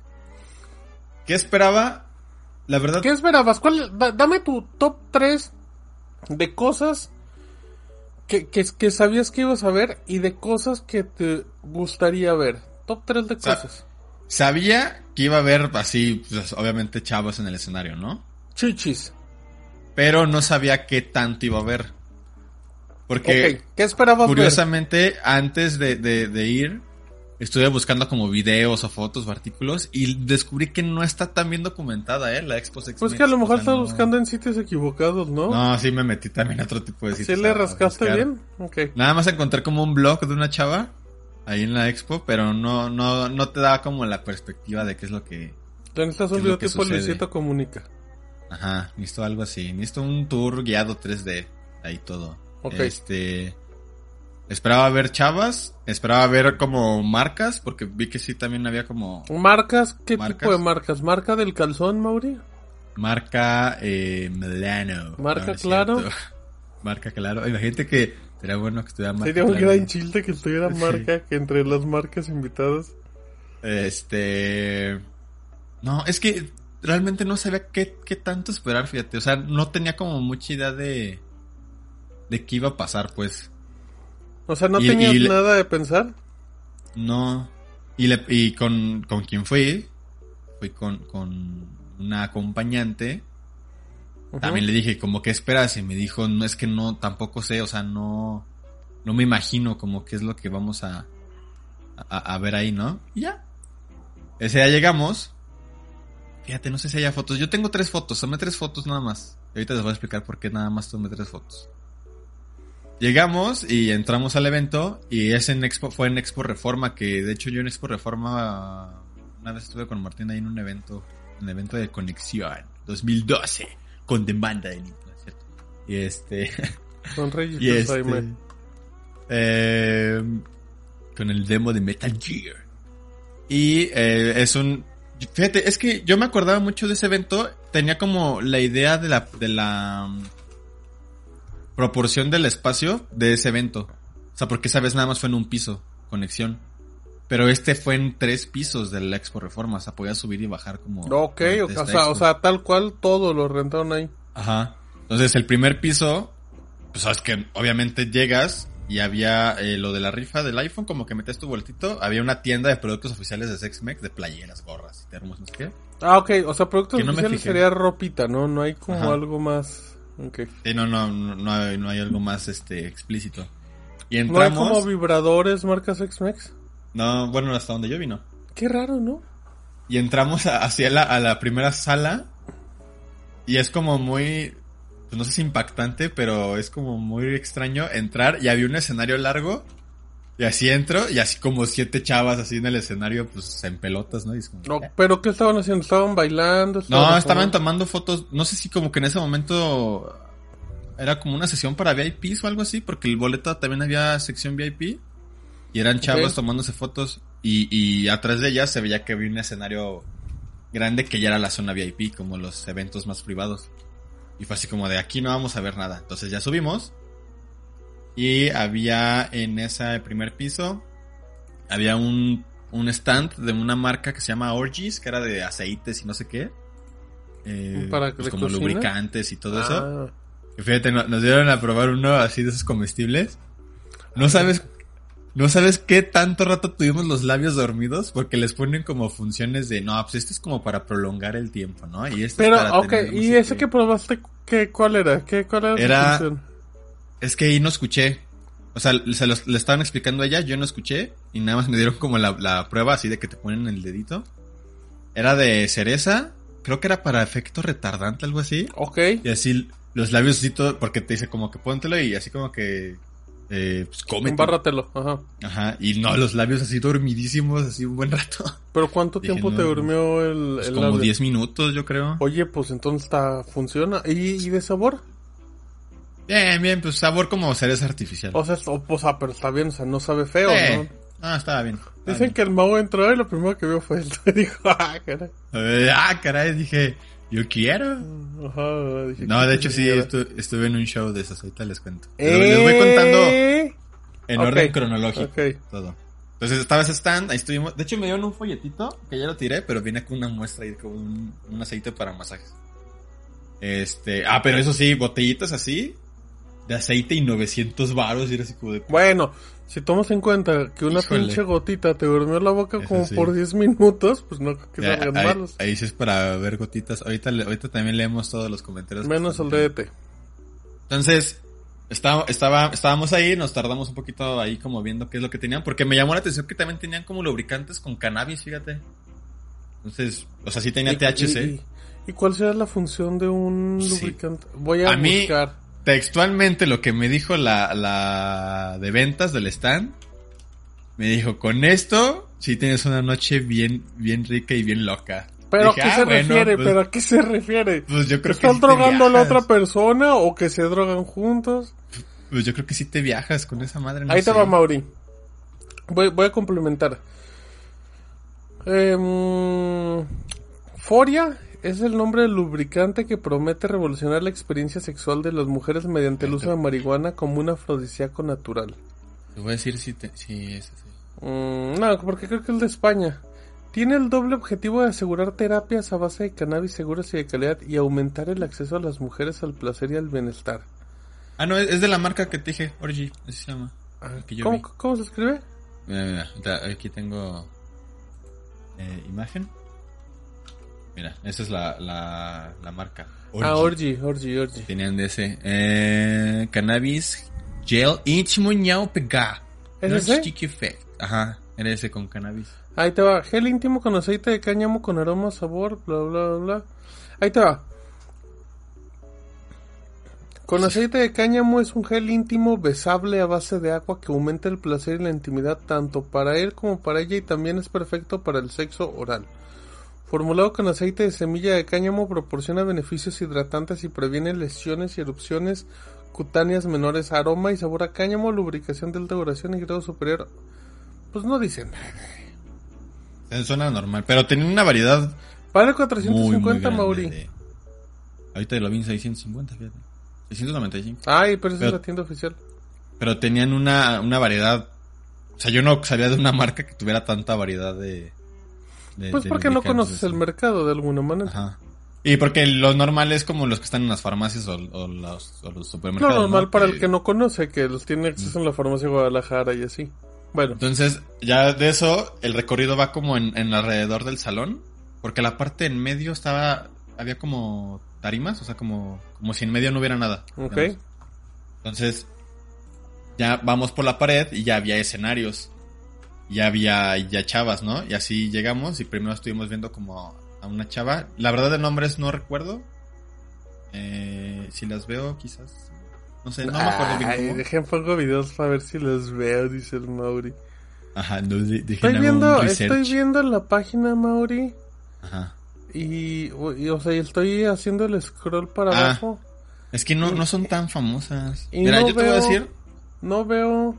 ¿Qué esperaba? La verdad... ¿Qué esperabas? ¿Cuál? Da- dame tu top tres de cosas que, que, que sabías que ibas a ver y de cosas que te gustaría ver. Top tres de Sa- cosas. Sabía que iba a haber así, pues, obviamente chavos en el escenario, ¿no? Chichis. Pero no sabía qué tanto iba a haber. Porque... Ok, ¿qué esperabas Curiosamente, antes de, de, de ir, estuve buscando como videos o fotos o artículos y descubrí que no está tan bien documentada, ¿eh? La Expo Sex ver? Pues Mex. que a lo mejor O sea, estás no- buscando en sitios equivocados, ¿no? No, sí me metí también a otro tipo de ¿Sí sitios. le a- a rascaste buscar. bien? Ok. Nada más encontré como un blog de una chava ahí en la Expo, pero no, no, no te da como la perspectiva de qué es lo que... Ya necesitas un ¿Qué es video lo que tipo sucede? Luisito Comunica. Ajá, necesito algo así. Necesito un tour guiado tres D. Ahí todo. Ok. Este... Esperaba ver chavas, esperaba ver como marcas, porque vi que sí también había como ¿Marcas? ¿Qué ¿Marcas? tipo de marcas? ¿Marca del calzón, Mauri? marca eh, Milano. ¿Marca No, no es Claro? cierto. Marca Claro. Imagínate que sería bueno que estuviera marca Sería un Claro. gran chiste que estuviera marca que entre las marcas invitadas. Este... No, es que realmente no sabía qué, qué tanto esperar, fíjate. O sea, no tenía como mucha idea de... de qué iba a pasar, pues. O sea, ¿no Y- tenías y le- nada de pensar? No. Y, le, y con, con quien fui, fui con, con una acompañante. Ujú. También le dije, como, ¿qué esperas? Y me dijo, no, es que no, tampoco sé, o sea, no, no me imagino como qué es lo que vamos a, a, a ver ahí, ¿no? Y ya. Ese día llegamos. Fíjate, no sé si haya fotos. Yo tengo tres fotos, tomé tres fotos nada más. Y ahorita les voy a explicar por qué nada más tomé tres fotos. Llegamos y entramos al evento y es en Expo, fue en Expo Reforma, que de hecho yo en Expo Reforma una vez estuve con Martín ahí en un evento, un evento de conexión dos mil doce con demanda de Nintendo, ¿no es cierto? Y este Con Reyes y este Jaime. eh, con el demo de Metal Gear. Y eh, es un fíjate, es que yo me acordaba mucho de ese evento, tenía como la idea de la de la proporción del espacio de ese evento. O sea, porque esa vez nada más fue en un piso, conexión. Pero este fue en tres pisos de la Expo Reforma. O sea, podía subir y bajar como... Ok, durante o, esta o sea, expo. o sea, tal cual todo lo rentaron ahí. Ajá. Entonces, el primer piso, pues sabes que obviamente llegas y había eh, lo de la rifa del iPhone, como que metes tu boletito. Había una tienda de productos oficiales de Sex Mex, de playeras, gorras y termos, no sé qué. Ah, ok, o sea, productos Que no me oficiales fijé. sería ropita, ¿no? No hay como Ajá. algo más... Ok. Sí, no, no, no, no hay, no hay algo más este explícito. Y ¿No hay entramos... como vibradores marca Sex Mex? No, bueno, hasta donde yo vino. Qué raro, ¿no? Y entramos a- hacia la, a la primera sala. Y es como muy... Pues no sé si impactante, pero es como muy extraño entrar. Y había un escenario largo. Y así entro. Y así como siete chavas así en el escenario, pues en pelotas, ¿no? Y es como, No, eh. ¿pero qué estaban haciendo? ¿Estaban bailando? No, estaban tomando? tomando fotos. No sé si como que en ese momento... era como una sesión para V I Pes o algo así, porque el boleto también había sección V I P y eran chavos okay. tomándose fotos y, y atrás de ellas se veía que había un escenario grande que ya era la zona V I P, como los eventos más privados. Y fue así como de aquí no vamos a ver nada. Entonces ya subimos y había en ese primer piso había un, un stand de una marca que se llama Orgies, que era de aceites y no sé qué. Eh, ¿Para pues como cocina? Lubricantes y todo ah. eso. Y fíjate, no, nos dieron a probar uno así de esos comestibles. No sabes, no sabes qué tanto rato tuvimos los labios dormidos porque les ponen como funciones de, no, pues este es como para prolongar el tiempo, ¿no? Y este Pero, es para ok, tener, no ¿y sé ese qué. que probaste, qué, cuál era? ¿Qué, cuál era, Era- su función? Es que ahí no escuché. O sea, se los, le estaban explicando a ella, yo no escuché. Y nada más me dieron como la, la prueba así de que te ponen el dedito. Era de cereza. Creo que era para efecto retardante, algo así. Ok. Y así los labios así todo, porque te dice como que póntelo y así como que... Eh, pues cómete. Embárratelo, ajá. Ajá, y no, los labios así dormidísimos, así un buen rato. ¿Pero cuánto Dije, tiempo no, te durmió el, Pues el como labio? diez minutos, yo creo. Oye, pues entonces está, funciona. ¿Y, y de sabor? Bien, bien, pues sabor como cereza artificial. O sea, es- o, o sea, pero está bien, o sea, no sabe feo, Eh, ¿no? Ah, estaba bien. estaba Dicen bien. que el mago entró y lo primero que vio fue esto. Y dijo, ah, caray. Eh, ah, caray, dije, yo quiero. Ajá, dije, No, ¿qué de hecho sí, señora? estu- estuve en un show de esos, ahorita les cuento. Pero les voy contando Eh, en ok, orden cronológico. ok. Todo. Entonces estaba ese stand, ahí estuvimos. De hecho me dieron un folletito, que ya lo tiré, pero viene con una muestra y con un, un aceite para masajes. Este, ah, pero eso sí, botellitas así, de aceite y novecientos varos, y era así como de... Bueno, si tomas en cuenta que una Híjole. pinche gotita te durmió la boca Eso como sí. por diez minutos, pues no creo que Ya, salgan ahí, malos. ahí sí es para ver gotitas. Ahorita, le- ahorita también leemos todos los comentarios. que Menos están el D D T. Entonces, estaba, estaba, estábamos ahí, nos tardamos un poquito ahí como viendo qué es lo que tenían, porque me llamó la atención que también tenían como lubricantes con cannabis, fíjate. Entonces, o sea, sí tenía ¿Y- T H C. ¿Y, y, y cuál será la función de un Sí. lubricante? Voy a, A mí- buscar. Textualmente lo que me dijo la, la de ventas del stand, me dijo, con esto, sí tienes una noche bien, bien rica y bien loca. ¿Pero Dije, a qué "Ah, se bueno, refiere? pues- ¿Pero a qué se refiere? Pues yo creo que ¿Están sí te drogando a la viajas. otra persona o que se drogan juntos? Pues yo creo que sí te viajas con esa madre. No Ahí te sé. va, Mauri. Voy, voy a complementar. Em, Foria es el nombre del lubricante que promete revolucionar la experiencia sexual de las mujeres mediante el uso de marihuana como un afrodisíaco natural. Te voy a decir si, te, si es así. Mm, no, porque creo que es de España. Tiene el doble objetivo de asegurar terapias a base de cannabis seguras y de calidad y aumentar el acceso a las mujeres al placer y al bienestar. Ah, no, es, es de la marca que te dije, Orgy, así se llama. Que yo ¿Cómo, vi. ¿Cómo se escribe? Mira, mira, ahorita aquí tengo eh, imagen. Mira, esa es la, la, la marca. Ah, Orgy, Orgy, Orgy. Tenían de ese. Eh, cannabis gel íntimo ñao pega. ¿Es No ese? sticky effect. Ajá, era ese con cannabis. Ahí te va, gel íntimo con aceite de cáñamo con aroma, sabor, bla, bla, bla, bla. Ahí te va. Con aceite de cáñamo es un gel íntimo besable a base de agua que aumenta el placer y la intimidad tanto para él como para ella y también es perfecto para el sexo oral. Formulado con aceite de semilla de cáñamo proporciona beneficios hidratantes y previene lesiones y erupciones cutáneas menores, aroma y sabor a cáñamo, lubricación de alta duración y grado superior. Pues no dicen nada. Suena normal, pero tenía una variedad Vale cuatrocientos muy, muy cincuenta, grande Mauri. de- Ahorita lo vi en seiscientos cincuenta, fíjate. seiscientos noventa y cinco. Ay, pero esa Pero- es la tienda oficial. Pero tenían una, una variedad. O sea, yo no sabía de una marca que tuviera tanta variedad de. de Pues de porque no lubricantes conoces así. el mercado de alguna manera. Ajá. Y porque lo normal es como los que están en las farmacias o, o los, o los Lo supermercados. normal ¿no? para el que no conoce, que los tiene acceso en la farmacia de Guadalajara y así. Bueno, Entonces, ya de eso, el recorrido va como en, en alrededor del salón. Porque la parte en medio estaba. Había como tarimas, o sea, como, como si en medio no hubiera nada. ok. digamos. Entonces, ya vamos por la pared y ya había escenarios. Ya había ya chavas, ¿no? Y así llegamos y primero estuvimos viendo como a una chava. La verdad de nombres no recuerdo. Eh, si las veo, quizás. No sé, no me acuerdo bien Ay, cómo. dejen pongo videos para ver si los veo, dice el Mauri. Ajá, no, de- dejen Estoy hago viendo, un research. estoy viendo la página, Mauri. Ajá. Y, y, o sea, y estoy haciendo el scroll para Ah. abajo. Es que no, no son tan famosas. Y Mira, no yo te voy a veo- decir... No veo...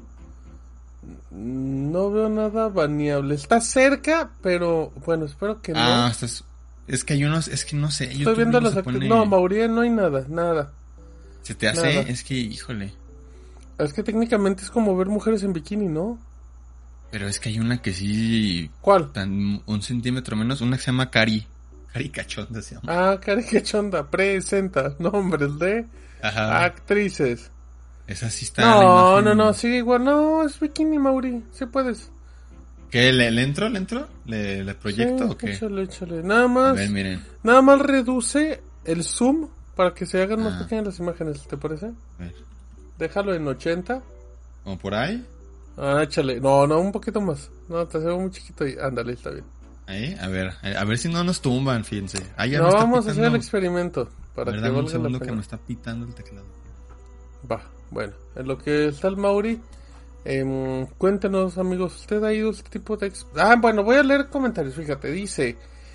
No veo nada baneable. Está cerca, pero bueno, espero que no. Ah, estás... Es que hay unos... Es que no sé. Estoy YouTube viendo luego las se actrices. pone- No, Mauriel no hay nada, nada. Se te hace... nada. Es que, híjole. Es que técnicamente es como ver mujeres en bikini, ¿no? Pero es que hay una que sí... ¿Cuál? Tan un centímetro menos. Una que se llama Cari. Cari Cachonda se llama. Ah, Cari Cachonda, presenta nombres de Ajá. actrices. Esa sí está... la No, imagen. no, no, sigue igual. No, es bikini, Mauri. Sí puedes. ¿Qué? ¿Le, le entro? ¿Le entro? ¿Le, le proyecto Sí, o qué? Échale, échale. Nada A más. ver, miren. Nada más reduce el zoom para que se hagan más Ah. pequeñas las imágenes, ¿te parece? A ver. Déjalo en ochenta. ¿Como por ahí? Ah, échale. No, no, un poquito más. No, te hace muy chiquito y ándale, está bien. Ahí, a ver. A ver si no nos tumban, fíjense. Ah, ya No, me está vamos a hacer el pitando. experimento para A ver, que dame un valga la segundo que pena. me está pitando el teclado. Va, bueno, en lo que está el Mauri, em, cuéntenos, amigos, ¿usted ha ido a este tipo de... ex- Ah, bueno, voy a leer comentarios, fíjate, dice...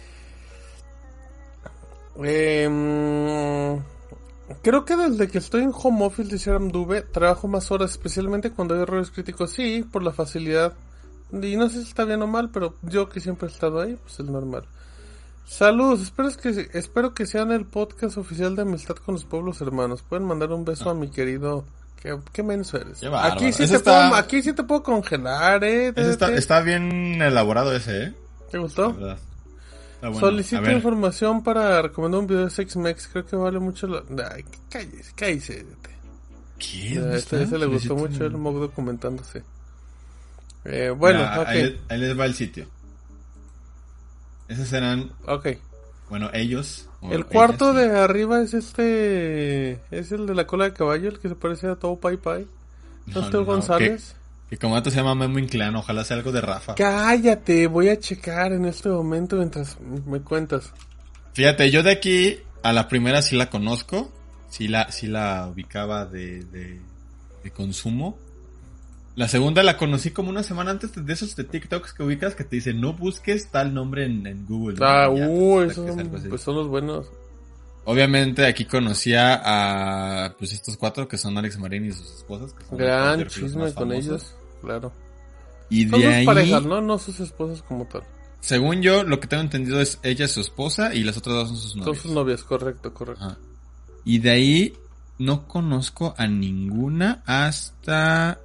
em, creo que desde que estoy en home office de Serum Dube, trabajo más horas, especialmente cuando hay errores críticos, sí, por la facilidad. Y no sé si está bien o mal, pero yo que siempre he estado ahí, pues es normal. Saludos, espero que, espero que sean el podcast oficial de Amistad con los Pueblos Hermanos. Pueden mandar un beso a mi querido... ¿Qué, qué menso eres? Qué bárbaro. Aquí sí, Ese te está- puedo, aquí sí te puedo congelar, ¿eh? Ese está, ¿Te, está bien elaborado ese, ¿eh? ¿te La gustó? verdad. Está bueno. Solicito A ver, información para recomendar un video de Sex Mex. Creo que vale mucho la... Ay, cállese, cállese. ¿qué? A ¿Dónde este está? ese le gustó Solicito- mucho el Mog documentándose. Eh, bueno, Mira, ok. ahí, le- ahí les va el sitio. Esos eran, Ok. bueno, ellos. o El cuarto ellas, sí. de arriba es este... Es el de la cola de caballo, el que se parece a Todo Pai Pai. ¿No es Teo González? Que, que como dato se llama Memo Inclán, ojalá sea algo de Rafa. Cállate, voy a checar en este momento mientras me cuentas. Fíjate, yo de aquí a la primera sí la conozco. Sí la, sí la ubicaba de, de, de consumo. La segunda la conocí como una semana antes de esos de TikToks que ubicas que te dicen no busques tal nombre en, en Google. Ah, ¿no? Ya, uh, hasta esos que son, salgo así. pues son los buenos. Obviamente aquí conocía a pues estos cuatro que son Alex Marín y sus esposas. Que son Gran los chisme más con famosos. ellos, claro. Y Son de dos ahí, parejas, ¿no? No sus esposas como tal. según yo, lo que tengo entendido es ella es su esposa y las otras dos son sus Son novias. sus novias, correcto, correcto. Ajá. Y de ahí no conozco a ninguna hasta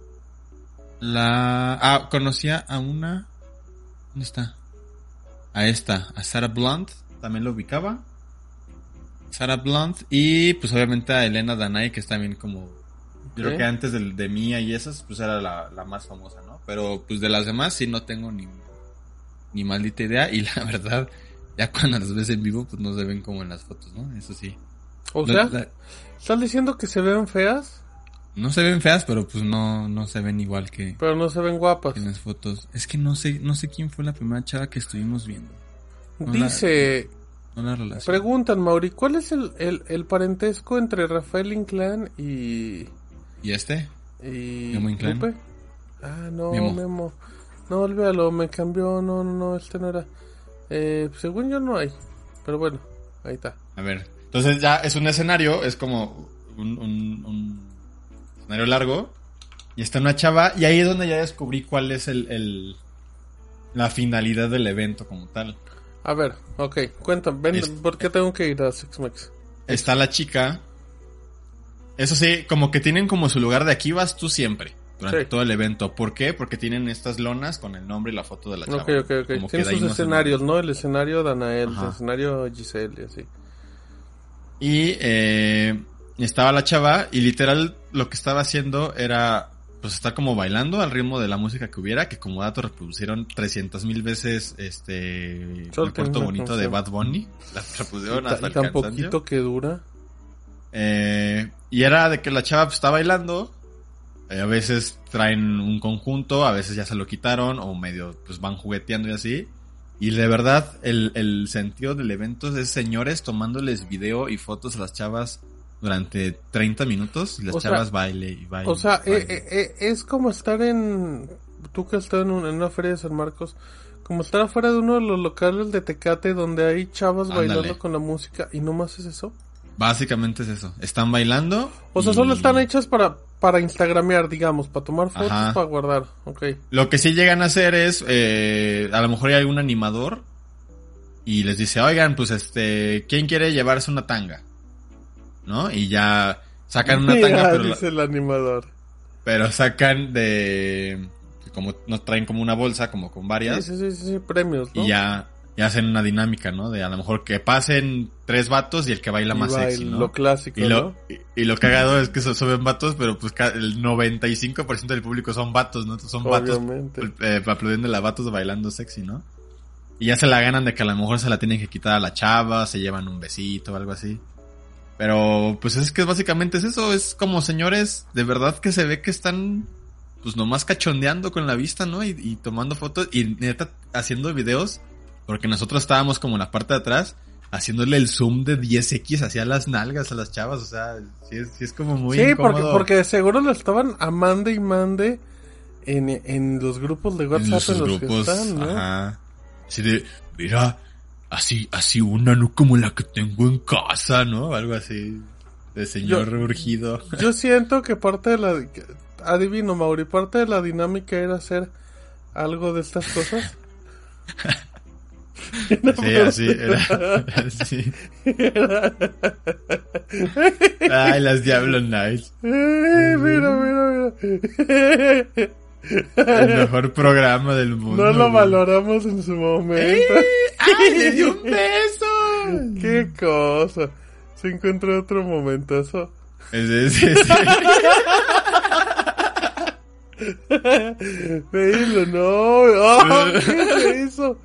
la... Ah, conocía a una... ¿Dónde está? A esta, a Sarah Blunt, también lo ubicaba. Sarah Blunt y pues obviamente a Elena Danai, que es también como... Yo creo Ok. que antes de, de Mía y esas, pues era la, la más famosa, ¿no? Pero pues de las demás sí no tengo ni, ni maldita idea y la verdad, ya cuando las ves en vivo, pues no se ven como en las fotos, ¿no? Eso sí. O La- sea, la- ¿estás diciendo que se ven feas, no se ven feas, pero pues no, no se ven igual que pero no se ven guapas? en las fotos. Es que no sé, no sé quién fue la primera chava que estuvimos viendo. No la- Dice, No la relación. preguntan, Mauri, ¿cuál es el, el, el parentesco entre Rafael Inclán y... ¿Y este? y Memo Inclán. Lupe? Ah, no, Memo. Memo. No, olvídalo, me cambió, no, no, no, este no era. Eh, según yo no hay, pero bueno, ahí está. A ver. Entonces ya es un escenario, es como un, un, un escenario largo. Y está una chava. Y ahí es donde ya descubrí cuál es el, el la finalidad del evento como tal. A ver, ok, cuéntame, ven, Es- ¿por qué tengo que ir a Six Mex? Está la chica. Eso sí, como que tienen como su lugar de aquí vas tú siempre. Durante Sí. todo el evento. ¿Por qué? Porque tienen estas lonas con el nombre y la foto de la chava. Ok, ok, ok. Como que Tiene de ahí sus no se- escenarios, ¿no? El escenario Danael, Ajá. el escenario Giselle y así. Y eh, estaba la chava y literal lo que estaba haciendo era pues estar como bailando al ritmo de la música que hubiera, que como dato reproducieron trescientas mil veces este el Suelten puerto una bonito canción. de Bad Bunny. La reproducieron Y, ta- hasta y el tan cansancio. poquito que dura. Eh, y era de que la chava pues, está bailando. eh, a veces traen un conjunto, a veces ya se lo quitaron o medio pues van jugueteando y así. Y de verdad el, el sentido del evento es señores tomándoles video y fotos a las chavas durante treinta minutos y las O sea, chavas baile y baile. O sea, baile. eh, eh, eh, es como estar en... Tú que has estado en, un- en una feria de San Marcos, como estar afuera de uno de los locales de Tecate donde hay chavas Ándale. bailando con la música y no más es eso. Básicamente es eso. Están bailando. O sea, y... solo están hechas para, para instagramear, digamos, para tomar fotos, Ajá. para guardar. Ok. Lo que sí llegan a hacer es, eh, a lo mejor hay algún animador y les dice, oigan, pues este, ¿quién quiere llevarse una tanga? ¿No? Y ya sacan una tanga, Ya, pero, dice el animador. pero sacan de, como nos traen como una bolsa, como con varias. Sí, sí, sí, sí, premios, ¿no? Y ya, ya hacen una dinámica, ¿no? De a lo mejor que pasen tres vatos y el que baila Y más bail- sexy, ¿no? Lo clásico, Y lo, ¿no? y, y lo cagado es que so- suben vatos, pero pues ca- el noventa y cinco por ciento del público son vatos, ¿no? Son Obviamente. vatos eh, aplaudiendo a vatos bailando sexy, ¿no? Y ya se la ganan de que a lo mejor se la tienen que quitar a la chava, se llevan un besito o algo así. Pero pues es que básicamente es eso, es como señores de verdad que se ve que están pues nomás cachondeando con la vista, ¿no? Y, y tomando fotos y neta haciendo videos, porque nosotros estábamos como en la parte de atrás haciéndole el zoom de diez equis hacia las nalgas a las chavas, o sea, sí es, sí es como muy Sí, incómodo. porque, porque de seguro lo estaban a mande y mande en, en los grupos de En WhatsApp en, sus los grupos, que están, ¿no? ajá. Así de, mira, así, así una, no como la que tengo en casa, ¿no? Algo así, de señor Yo- urgido. Yo siento que parte de la... Adivino, Mauri, parte de la dinámica era hacer algo de estas cosas. Sí, así, era, así. Ay, las Diablo Nights. Eh, mira, mira, mira. El mejor programa del mundo. No lo güey. valoramos en su momento. ¡Ay, le dio un beso! Qué cosa. Se encontró otro momentazo. Sí, sí, sí. Veilo, no. Oh, ¿qué se hizo?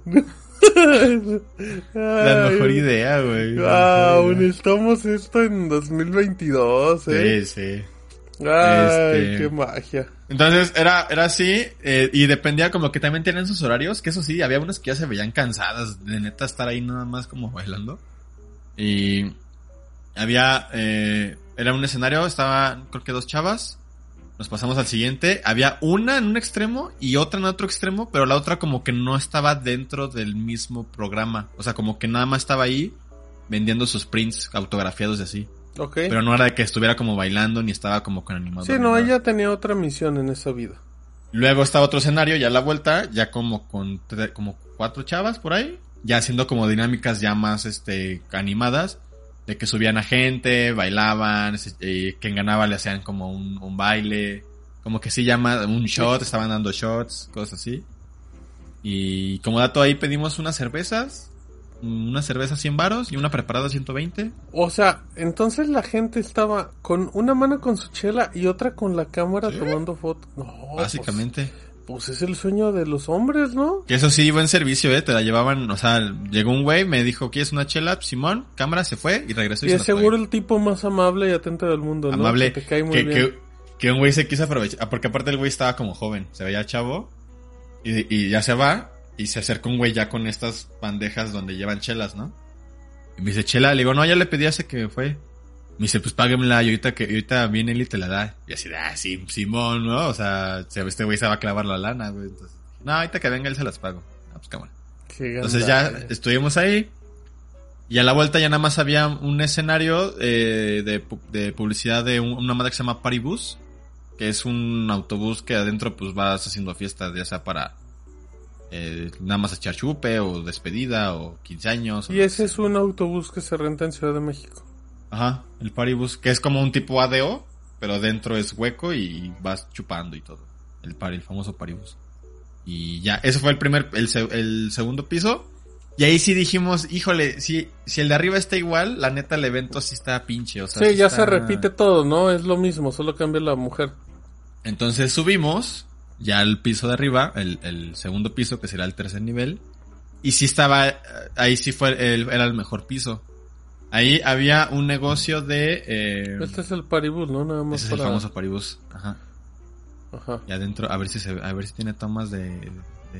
La mejor idea, güey. Wow, necesitamos esto en dos mil veintidós, eh. Sí, sí. Ay, Este- qué magia. Entonces era, era así, eh, y dependía como que también tenían sus horarios, que eso sí, había unas que ya se veían cansadas de neta estar ahí nada más como bailando. Y había, eh, era un escenario, estaba creo que dos chavas, nos pasamos al siguiente, había una en un extremo y otra en otro extremo, pero la otra como que no estaba dentro del mismo programa, o sea, como que nada más estaba ahí vendiendo sus prints autografiados y así. Ok. Pero no era de que estuviera como bailando ni estaba como con animador. Sí, ni no, nada. ella tenía otra misión en esa vida. Luego estaba otro escenario, ya a la vuelta, ya como con tre- como cuatro chavas por ahí, ya haciendo como dinámicas ya más este animadas, de que subían a gente, bailaban, se- eh, quien ganaba le hacían como un, un baile, como que sí llama un shot, estaban dando shots, cosas así. Y como dato ahí pedimos unas cervezas, una cerveza cien varos y una preparada ciento veinte. O sea, entonces la gente estaba con una mano con su chela y otra con la cámara Sí. tomando fotos. No, Básicamente. Pues, pues es el sueño de los hombres, ¿no? Que eso sí, buen servicio, eh, te la llevaban, o sea, llegó un güey, me dijo, ¿quieres una chela? Simón, cámara, se fue y regresó y, Y se es la seguro pagué. el tipo más amable y atento del mundo, ¿no? Amable, Que te cae muy que, bien. que, que un güey se quiso aprovechar, ah, porque aparte el güey estaba como joven, se veía chavo, y, y ya se va, y se acerca un güey ya con estas bandejas donde llevan chelas, ¿no? Y me dice, chela, le digo, no, ya le pedí hace que fue. Me dice, pues páguemela, y ahorita que, y ahorita viene él y te la da. Y así, ah, sí, Simón, ¿no? O sea, se- este güey se va a clavar la lana, güey. Entonces, no, ahorita que venga él se las pago. Ah, pues cámara. Qué Entonces ya gandalla. estuvimos ahí. Y a la vuelta ya nada más había un escenario eh, de, pu- de publicidad de un- una madre que se llama Paribus, que es un autobús que adentro pues vas haciendo fiestas, ya sea para eh, nada más echar chupe o despedida o quince años. o Y lo que ese sea. es un autobús que se renta en Ciudad de México. Ajá, el Paribus, que es como un tipo A D O, pero dentro es hueco y vas chupando y todo. El pari, el famoso Paribus. Y ya, ese fue el primer, el, se- el segundo piso. Y ahí sí dijimos, híjole, si, si el de arriba está igual, la neta el evento sí está pinche, o sea. Sí, sí ya está- se repite todo, ¿no? Es lo mismo, solo cambia la mujer. Entonces subimos, ya al piso de arriba, el, el segundo piso, que será el tercer nivel. Y sí estaba, eh, ahí sí fue, el, era el mejor piso. Ahí había un negocio de, eh, Este es el Paribus, ¿no? Nada más ese es el para... famoso Paribus, ajá. Ajá. Y adentro, a ver si se, a ver si tiene tomas de, de,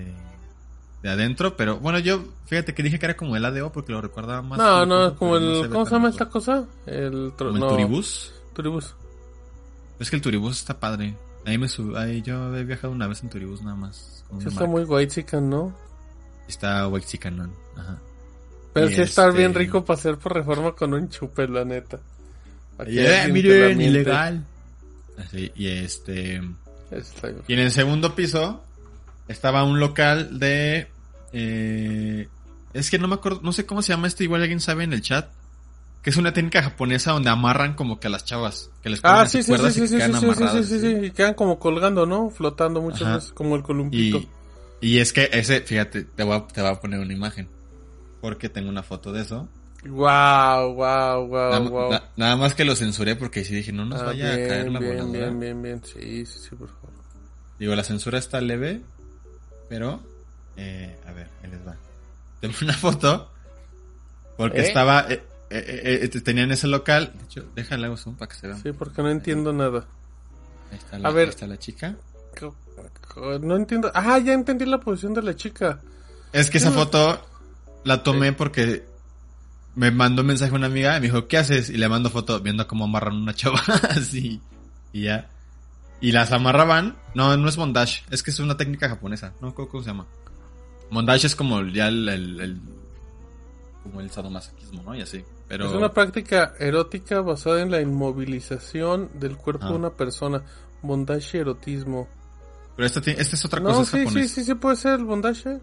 de adentro, pero bueno, yo, fíjate que dije que era como el A D O porque lo recordaba más. No, como- no, como pero no el... ve ¿Cómo se tan llama mejor. esta cosa? El... tro- Como el no, Turibús. Turibús. Es que el Turibús está padre. Ahí me sub, ahí yo he viajado una vez en Turibús nada más. con Sí, una está marca. muy white chican, ¿no? Está Waxicanon, ajá. Pero Y sí está este- bien rico para hacer por Reforma con un chupe, la neta. Para que Yeah, alguien te la miren, miente. ilegal. Así, y este... Está bien. Y en el segundo piso estaba un local de... Eh, es que no me acuerdo, no sé cómo se llama esto, igual alguien sabe en el chat. Que es una técnica japonesa donde amarran como que a las chavas. Que les ponen Ah, así sí, sí, cuerdas sí, y sí, que sí, quedan sí, sí, amarradas, sí, sí, así. sí, y quedan como colgando, ¿no? Flotando muchas Ajá. veces, como el columpito. Y, y es que ese, fíjate, te voy, a, te voy a poner una imagen. Porque tengo una foto de eso. Wow, wow, wow, nada, wow. na- nada más que lo censuré porque sí dije, no nos Ah, vaya bien, a caer la bien, voladora. bien, bien, bien. Sí, sí, sí, por favor. Digo, la censura está leve, pero... Eh, a ver, ahí les va. Tengo una foto. Porque ¿Eh? estaba... Eh, eh, eh, tenían ese local. De hecho, déjale hago zoom para que se vea. Sí, porque no entiendo nada. Ahí está la, A ver. ahí está la chica. Co- co- No entiendo. Ah, ya entendí la posición de la chica. Es que esa Mm. foto la tomé porque me mandó un mensaje una amiga y me dijo, ¿qué haces? Y le mando foto viendo cómo amarran una chava así. Y ya. Y las amarraban. No, no es bondage. Es que es una técnica japonesa. No, ¿cómo, cómo se llama? Bondage es como ya el, el, el- como el sadomasoquismo, ¿no? Y así. Pero... Es una práctica erótica basada en la inmovilización del cuerpo Ah. de una persona. Bondage y erotismo. Pero esta, ti- esta es otra cosa, No, es sí, sí, japonés. sí, sí puede ser el bondage.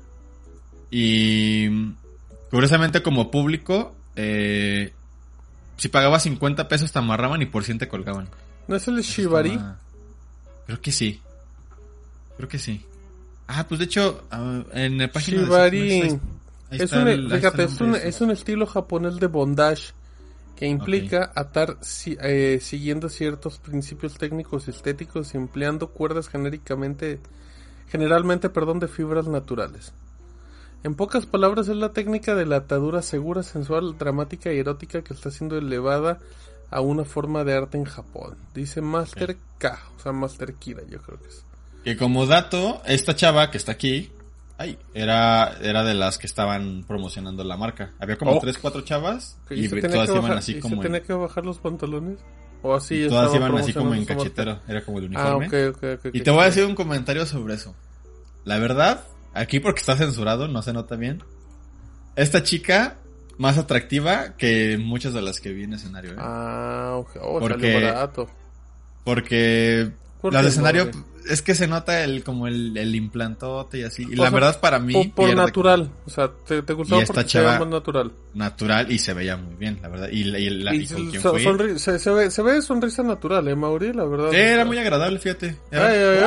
Y curiosamente como público, eh, si pagabas cincuenta pesos te amarraban y por cien te colgaban. ¿No es el Eso shibari? estaba- Creo que sí. Creo que sí. Ah, pues de hecho, ah, en la página Shibari. de... ahí Es está un, el- ahí está fíjate, el es nombre un, de eso. es un estilo japonés de bondage que implica atar si- eh, siguiendo ciertos principios técnicos y estéticos y empleando cuerdas genéricamente, generalmente, perdón, de fibras naturales. En pocas palabras, es la técnica de la atadura segura, sensual, dramática y erótica que está siendo elevada a una forma de arte en Japón. Dice Master K, o sea, Master Kira, yo creo que es. Que como dato, esta chava que está aquí, ay, era, era de las que estaban promocionando la marca. Había como Oh. tres, cuatro chavas Que y se tenía todas que iban bajar- así ¿y como se tenía en, que bajar los pantalones? ¿O así todas estaba iban así como en promocionando su marca? cachetero. Era como el Ah, uniforme. ok, ok, ok. Y ok. te voy a decir un comentario sobre eso. La verdad, aquí porque está censurado, no se nota bien. Esta chica, más atractiva que muchas de las que vi en escenario, ¿eh? Ah, ok. Oh, Porque- salió barato. Porque ¿Por las qué, de escenario Mauri? es que se nota el como el, el implantote y así. Y O la sea, verdad para mí Por, por pierde natural. O sea, te, te gustaba Y esta porque se veía chava- más natural. natural y se veía muy bien, la verdad. Y, la- y, la- y Y con quien so- fui. sonri- se, se ve, se ve sonrisa natural, ¿eh, Mauri? La verdad. Sí, era muy agradable, fíjate. Era- Ay, ay,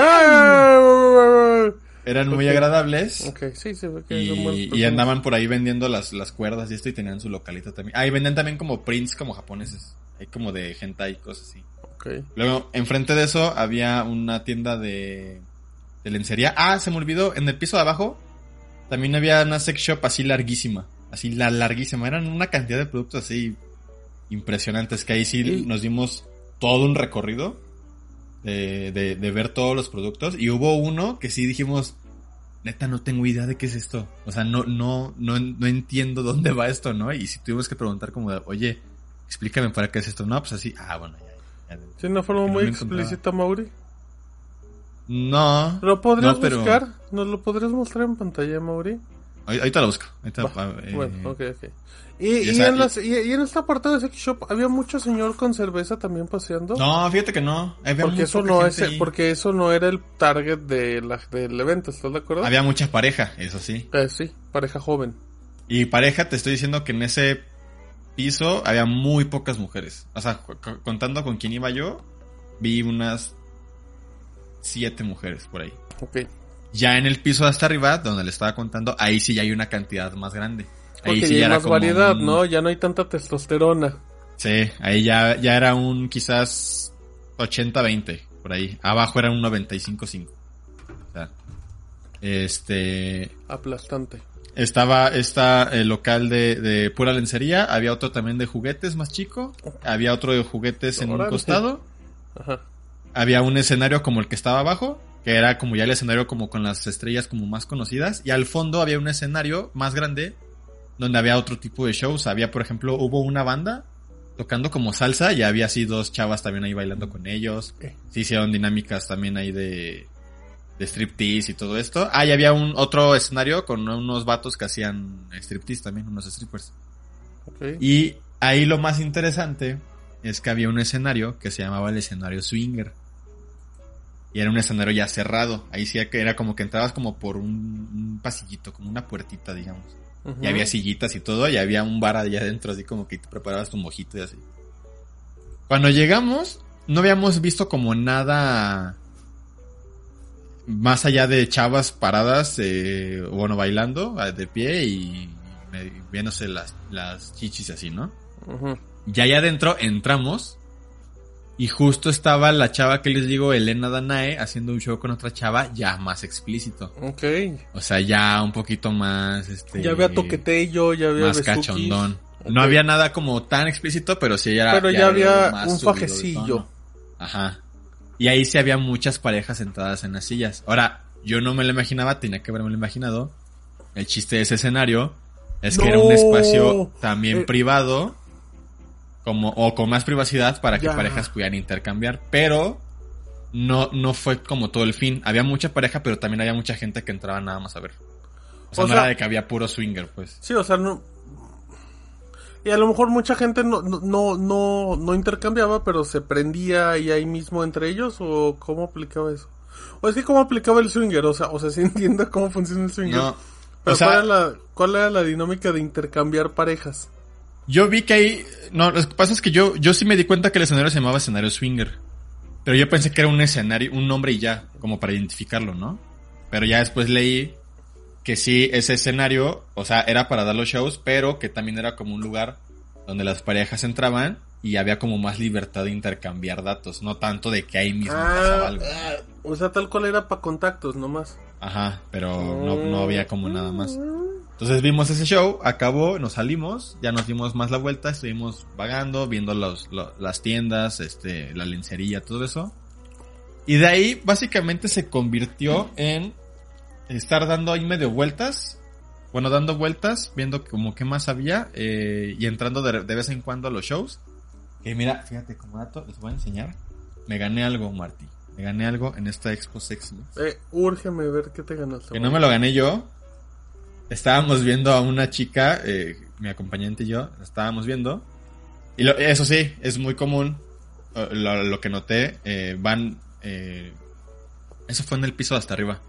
ay. eran muy Ok. agradables. Ok, sí, se ve que son buenas Y, y personas. andaban por ahí vendiendo las, las cuerdas y esto y tenían su localito también. Ah, y vendían también como prints como japoneses. Hay como de hentai y cosas así. Ok. Luego, enfrente de eso había una tienda de, de lencería. Ah, se me olvidó, en el piso de abajo también había una sex shop así larguísima. Así la larguísima. Eran una cantidad de productos así impresionantes que ahí sí Y- nos dimos todo un recorrido de, de, de ver todos los productos. Y hubo uno que sí dijimos, neta no tengo idea de qué es esto. O sea, no, no, no, no entiendo dónde va esto, ¿no? Y si tuvimos que preguntar como de, oye, explícame para qué es esto. No, pues así, ah, bueno, ya. ya. Tiene una forma Que no muy lo encontraba. explícita, Mauri. No. ¿Lo podrías No, pero- buscar? ¿Nos lo podrías mostrar en pantalla, Mauri? Ahí- Ahorita lo busco. Ahorita, Va, ah, eh, Bueno, ok, ok. Y, y y, esa- en y- las, y, y en esta apartado de sex shop, ¿había mucho señor con cerveza también paseando? No, fíjate que no. Había porque muy eso poca no gente es, ahí. porque eso no era el target de la, del evento, ¿estás de acuerdo? Había mucha pareja, eso sí. Eh, sí, pareja joven. Y pareja, te estoy diciendo que en ese piso había muy pocas mujeres. O sea, cu- cu- contando con quién iba yo, vi unas siete mujeres por ahí. Ok. Ya en el piso de hasta arriba, donde le estaba contando, ahí sí ya hay una cantidad más grande. Ahí Porque sí ya hay era más como variedad, un- ¿no? Ya no hay tanta testosterona. Sí, ahí ya, ya era un quizás ochenta veinte, por ahí. Abajo era un noventa y cinco cinco. O sea, este... Aplastante. Estaba esta el local de, de pura lencería, había otro también de juguetes más chico, había otro de juguetes en un Órale. costado, Ajá. había un escenario como el que estaba abajo, que era como ya el escenario como con las estrellas como más conocidas, y al fondo había un escenario más grande donde había otro tipo de shows, había por ejemplo, hubo una banda tocando como salsa y había así dos chavas también ahí bailando con ellos, Eh. sí hicieron dinámicas también ahí de de striptease y todo esto. Ah, y había un otro escenario con unos vatos que hacían striptease también, unos strippers. Okay. Y ahí lo más interesante es que había un escenario que se llamaba el escenario swinger. Y era un escenario ya cerrado. Ahí sí que era como que entrabas como por un, un pasillito, como una puertita, digamos. Uh-huh. Y había sillitas y todo, y había un bar allá adentro, así como que te preparabas tu mojito y así. Cuando llegamos, no habíamos visto como nada más allá de chavas paradas, eh, bueno, bailando de pie y viéndose las, las chichis así, ¿no? Uh-huh. Ya allá adentro entramos y justo estaba la chava que les digo, Elena Danae, haciendo un show con otra chava ya más explícito. Ok. O sea, ya un poquito más, este... Ya había toquetello, ya había más besuquis. Cachondón. Okay. No había nada como tan explícito, pero sí era... Pero ya, ya había más un fajecillo. Ajá. Y ahí sí había muchas parejas sentadas en las sillas. Ahora, yo no me lo imaginaba, tenía que haberme lo imaginado. El chiste de ese escenario es que no. Era un espacio también eh. privado, como o con más privacidad para que ya. Parejas pudieran intercambiar, pero no no fue como todo el fin. Había mucha pareja, pero también había mucha gente que entraba nada más a ver. O sea, o no sea, era de que había puro swinger, pues. Sí, o sea, no... Y a lo mejor mucha gente no no no no intercambiaba, pero se prendía ahí ahí mismo entre ellos, o cómo aplicaba eso. O es que cómo aplicaba el swinger, o sea, o sea, ¿se entiende cómo funciona el swinger? No. Pero o sea, ¿cuál era la cuál era la dinámica de intercambiar parejas? Yo vi que ahí, no, lo que pasa es que yo yo sí me di cuenta que el escenario se llamaba escenario swinger. Pero yo pensé que era un escenario, un nombre y ya, como para identificarlo, ¿no? Pero ya después leí que sí, ese escenario, o sea, era para dar los shows, pero que también era como un lugar donde las parejas entraban y había como más libertad de intercambiar datos, no tanto de que ahí mismo ah, pasaba algo. Ah, o sea, tal cual era para contactos nomás. Ajá, pero no, no había como nada más. Entonces vimos ese show, acabó, nos salimos, ya nos dimos más la vuelta, estuvimos vagando, viendo los, los, las tiendas, este, la lencería, todo eso. Y de ahí básicamente se convirtió en estar dando ahí medio vueltas, bueno, dando vueltas, viendo como qué más había, eh, y entrando de, de vez en cuando a los shows. Que mira, fíjate, como dato, les voy a enseñar. Me gané algo, Marty. Me gané algo en esta Expo Sex. Eh, úrgeme ver qué te ganaste. Que no me lo gané yo. Estábamos viendo a una chica, eh, mi acompañante y yo, la estábamos viendo. Y lo, eso sí, es muy común, lo, lo que noté, eh, van, eh, eso fue en el piso de hasta arriba.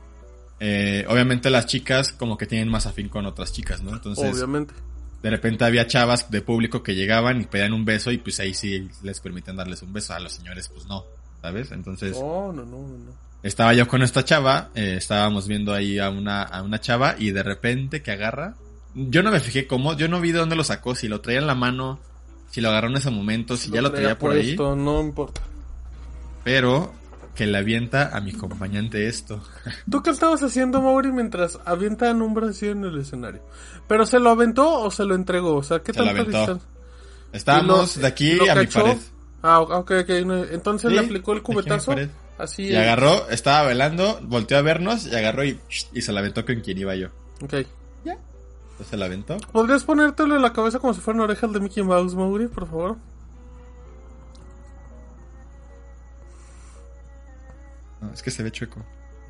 Eh, obviamente las chicas como que tienen más afín con otras chicas, ¿no? Entonces, obviamente. De repente había chavas de público que llegaban y pedían un beso y pues ahí sí les permiten darles un beso. A los señores pues no, ¿sabes? Entonces, oh, no, no, no. Estaba yo con esta chava, eh, estábamos viendo ahí a una, a una chava y de repente que agarra, yo no me fijé cómo, yo no vi de dónde lo sacó, si lo traía en la mano, si lo agarró en ese momento, si lo ya lo traía por puesto, ahí. No importa. Pero que le avienta a mi acompañante esto. ¿Tú qué estabas haciendo, Mauri, mientras avientan un brasier en el escenario? ¿Pero se lo aventó o se lo entregó? O sea, ¿qué tal? Estábamos lo, de aquí a mi pared. Ah, ok, ok. Entonces ¿sí? Le aplicó el cubetazo. Así y es. Agarró, estaba velando, volteó a vernos y agarró y, y se la aventó con quien iba yo. Ok. Ya. Entonces se la aventó. ¿Podrías ponértelo en la cabeza como si fueran orejas de Mickey Mouse, Mauri, por favor? No, es que se ve chueco.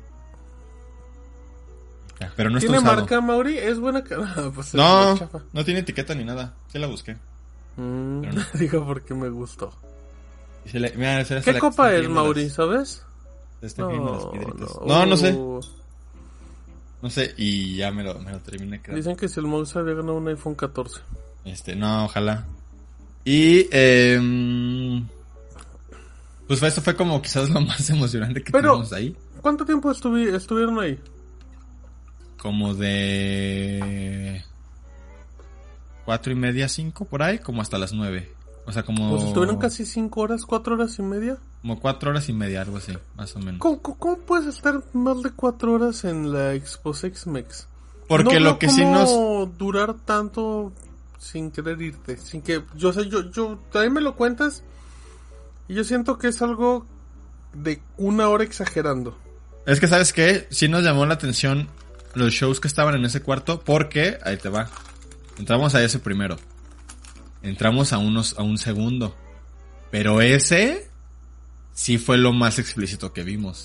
Ya, pero no está ¿Tiene usado. marca, Mauri? Es buena. No, pues no, no tiene etiqueta ni nada. Sí la busqué. Mm, no. Digo porque me gustó. Se le, mira, se ¿Qué se copa es, Mauri? Las, ¿sabes? Se están viendo no, las piedritas. No, no, no sé. No sé, y ya me lo, me lo terminé creando. Dicen que si el mouse había ganado un iPhone catorce. Este, no, ojalá. Y, eh... pues esto fue como quizás lo más emocionante que Pero, tuvimos ahí. ¿Cuánto tiempo estuvi- estuvieron ahí? Como de... Cuatro y media, cinco, por ahí, como hasta las nueve. O sea, como... Pues estuvieron casi cinco horas, cuatro horas y media. Como cuatro horas y media, algo así, más o menos. ¿Cómo, cómo puedes estar más de cuatro horas en la Expo Sex Mex? Porque no lo que sí nos... No durar tanto sin querer irte, sin que... Yo sé, yo, yo... También me lo cuentas y yo siento que es algo de una hora exagerando. Es que, ¿sabes qué? Sí nos llamó la atención los shows que estaban en ese cuarto porque... Ahí te va. Entramos a ese primero. Entramos a unos a un segundo. Pero ese sí fue lo más explícito que vimos.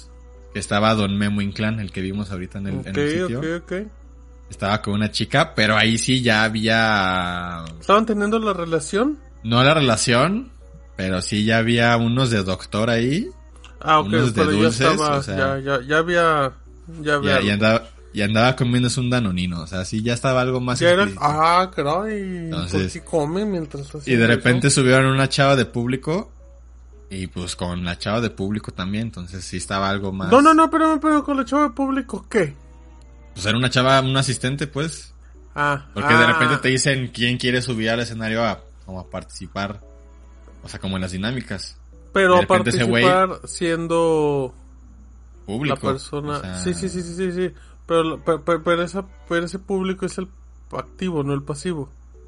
que estaba Don Memo Inclán, el que vimos ahorita en el, Ok, en el sitio. ok, ok. Estaba con una chica, pero ahí sí ya había... ¿Estaban teniendo la relación? No la relación, pero sí ya había unos de doctor ahí. Ah, ok, unos de pero dulces, ya estaba, o sea, ya, ya, ya había, ya había. Ya, y andaba, y andaba comiéndose un danonino, o sea, sí ya estaba algo más Ya era, explícito. ah, caray, Entonces, ¿por qué comen mientras hacen Y de eso? repente subieron una chava de público, y pues con la chava de público también, entonces sí estaba algo más... No, no, no, pero, pero con la chava de público, ¿qué? Pues era una chava, un asistente, pues. Ah, Porque ah, de repente te dicen quién quiere subir al escenario a, como a participar, o sea, como en las dinámicas. Pero de a repente ese güey- participar siendo Público. la persona... o sea, Sí, sí, sí, sí, sí, sí. Pero, pero, pero, pero esa, pero ese público es el activo, no el pasivo.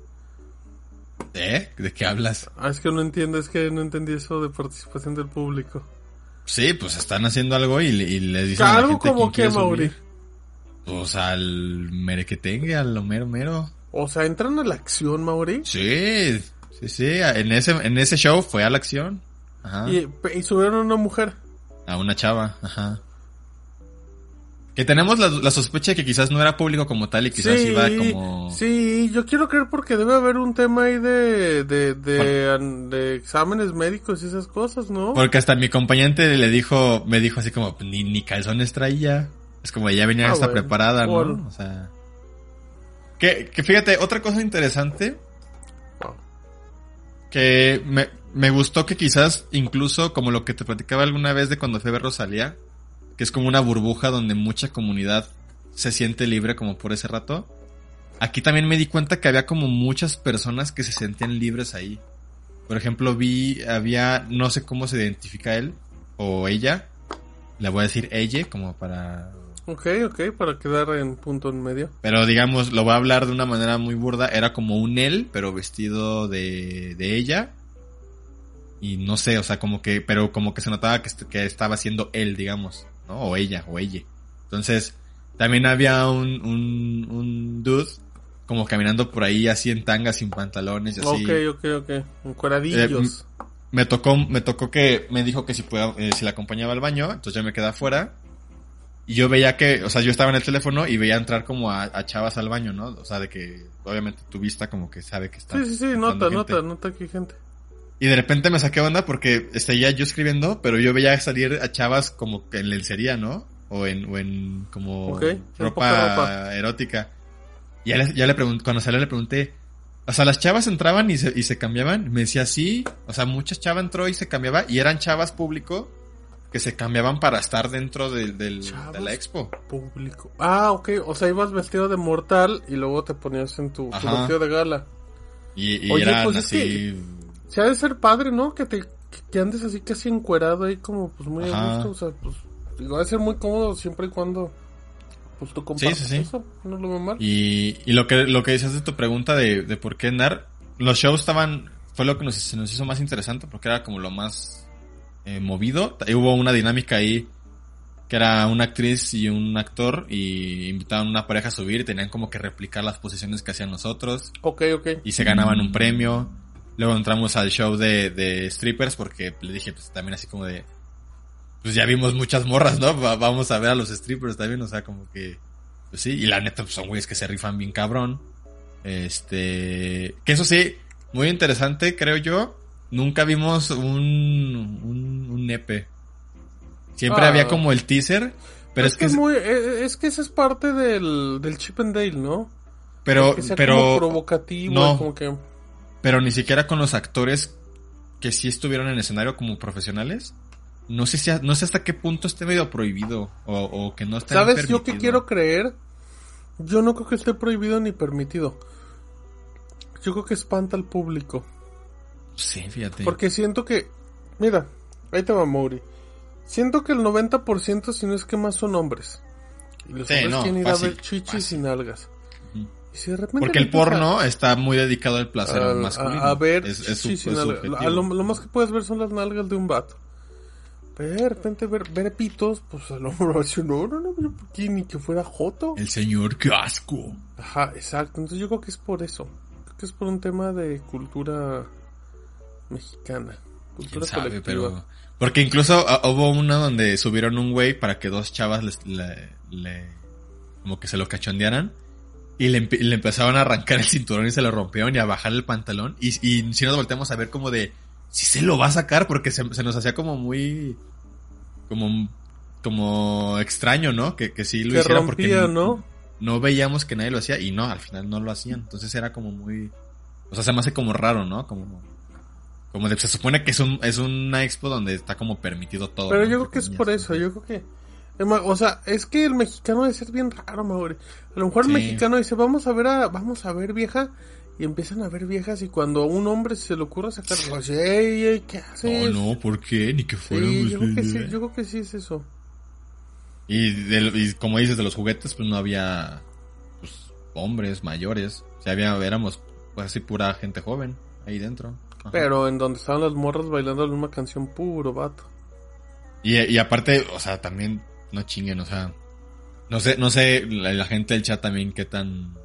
¿Eh? ¿De qué hablas? Ah, es que no entiendo, es que no entendí eso de participación del público. Sí, pues están haciendo algo y, le- y les dicen a la Algo gente como quién que, quiere subir. Mauri. Pues al merequetengue, al lo mero mero. O sea, entran a la acción, Mauri. Sí, sí, sí. En ese, en ese show fue a la acción. Ajá. Y, y subieron a una mujer. A una chava, ajá. Que tenemos la, la sospecha de que quizás no era público como tal y quizás sí, iba como... sí, yo quiero creer porque debe haber un tema ahí de, de, de, an- de exámenes médicos y esas cosas, ¿no? Porque hasta mi compañente le dijo, me dijo así como, ni, ni calzones traía. Es como ella venía Ah, hasta bueno. preparada, ¿no? Bueno. O sea... Que, que fíjate, otra cosa interesante Wow. que me, me gustó que quizás incluso como lo que te platicaba alguna vez de cuando fui a ver Rosalía, que es como una burbuja donde mucha comunidad se siente libre como por ese rato. Aquí también me di cuenta que había como muchas personas que se sentían libres ahí. Por ejemplo, vi, había, no sé cómo se identifica él o ella. Le voy a decir ella como para... Ok, ok, para quedar en punto en medio. Pero digamos, lo voy a hablar de una manera muy burda. Era como un él, pero vestido de, de ella. Y no sé, o sea, como que, pero como que se notaba que, est- que estaba siendo él, digamos, ¿no? O ella, o ella. Entonces, también había un, un, un dude como caminando por ahí así en tangas, sin pantalones y así. Ok, ok, ok. Encueradillos. Eh, Me tocó, me tocó que me dijo que si pueda, eh, si la acompañaba al baño, entonces yo me quedé afuera. Y yo veía que, o sea, yo estaba en el teléfono y veía entrar como a, a chavas al baño, ¿no? O sea, de que obviamente tu vista como que sabe que está. sí, sí, sí, entrando nota, gente. nota, nota aquí gente. Y de repente me saqué onda porque seguía yo escribiendo, pero yo veía salir a chavas como que en lencería, ¿no? O en, o en como Ok, en ropa, poca ropa. erótica. Y ya le, ya le pregunté, cuando salió le pregunté, o sea, las chavas entraban y se, y se cambiaban. Me decía, sí, o sea, muchas chavas entró y se cambiaba y eran chavas público que se cambiaban para estar dentro del, del, de la expo. Público. Ah, ok, o sea, ibas vestido de mortal y luego te ponías en tu, tu Ajá. vestido de gala. Y, y Oye, eran pues es así... Se ha de ser padre, ¿no? Que te que, que andes así casi encuerado ahí como pues muy Ajá. a gusto, o sea, pues digo, va a ser muy cómodo siempre y cuando pues tú compartas sí, sí. eso, no lo veo mal. Y, y lo que lo que decías de tu pregunta de, de por qué Nar, los shows estaban, fue lo que nos, se nos hizo más interesante porque era como lo más eh, movido. Y hubo una dinámica ahí que era una actriz y un actor y invitaban a una pareja a subir y tenían como que replicar las posiciones que hacían nosotros Ok, ok. y se ganaban un premio. Luego entramos al show de, de strippers porque le dije pues también así como de, pues ya vimos muchas morras, ¿no? Va- vamos a ver a los strippers también, o sea, como que, pues sí, y la neta pues son güeyes que se rifan bien cabrón. Este, que eso sí, muy interesante, creo yo. Nunca vimos un, un, un nepe. Siempre Ah. había como el teaser, pero es, que, es muy eh, es que esa es parte del del Chip and Dale, ¿no? pero, que sea pero, como provocativo, no. como que pero ni siquiera con los actores que sí estuvieron en el escenario como profesionales. No sé si, a- no sé hasta qué punto esté medio prohibido o, o que no esté ¿sabes permitido. yo qué quiero creer? Yo no creo que esté prohibido ni permitido. Yo creo que espanta al público. Sí, fíjate. Porque siento que... Mira, ahí te va Mauri. Siento que el noventa por ciento, si no es que más, son hombres. Y los Sí, hombres no, quieren ir a fácil, ver chichis fácil. y nalgas. Ujú. Y si de repente Porque el empiezas porno está muy dedicado al placer a, masculino. a, a ver es, es, su- chichis y es nalgas. subjetivo. A lo, lo más que puedes ver son las nalgas de un vato. Pero de repente ver, ver pitos, pues a lo mejor va a decir, no, no, no, yo por qué, ni que fuera joto. El señor, qué asco. Ajá, exacto. Entonces yo creo que es por eso. Creo que es por un tema de cultura mexicana. Cultura ¿Quién sabe? colectiva. Pero... Porque incluso uh, hubo una donde subieron un güey para que dos chavas les, le, le... como que se lo cachondearan. Y le, empe- le empezaban a arrancar el cinturón y se lo rompieron y a bajar el pantalón. Y, y si nos volteamos a ver como de... Si se lo va a sacar porque se, se nos hacía como muy... Como... Como extraño, ¿no? Que, que sí lo Que hiciera rompía, porque... ¿no? No veíamos que nadie lo hacía y no, al final no lo hacían. Entonces era como muy... O sea, se me hace como raro, ¿no? Como... Como de, se supone que es un es una expo donde está como permitido todo. Pero ¿no? yo creo que es por eso, yo creo que... O sea, es que el mexicano debe ser bien raro, Mauri. A lo mejor el Sí. mexicano dice, vamos a ver a, vamos a ver vieja, y empiezan a ver viejas, y cuando a un hombre se le ocurre sacar, pues, ey, ey, ¿qué haces? No, no, ¿por qué? Ni que Sí, fuéramos. yo creo que sí, yo creo que sí es eso. Y, de- y como dices, de los juguetes, pues no había pues hombres mayores. O sea, había, éramos pues así pura gente joven ahí dentro. Ajá. Pero en donde estaban las morras bailando la misma canción, puro vato. Y, y aparte, o sea, también no chinguen, o sea, no sé, no sé la, la gente del chat también qué tan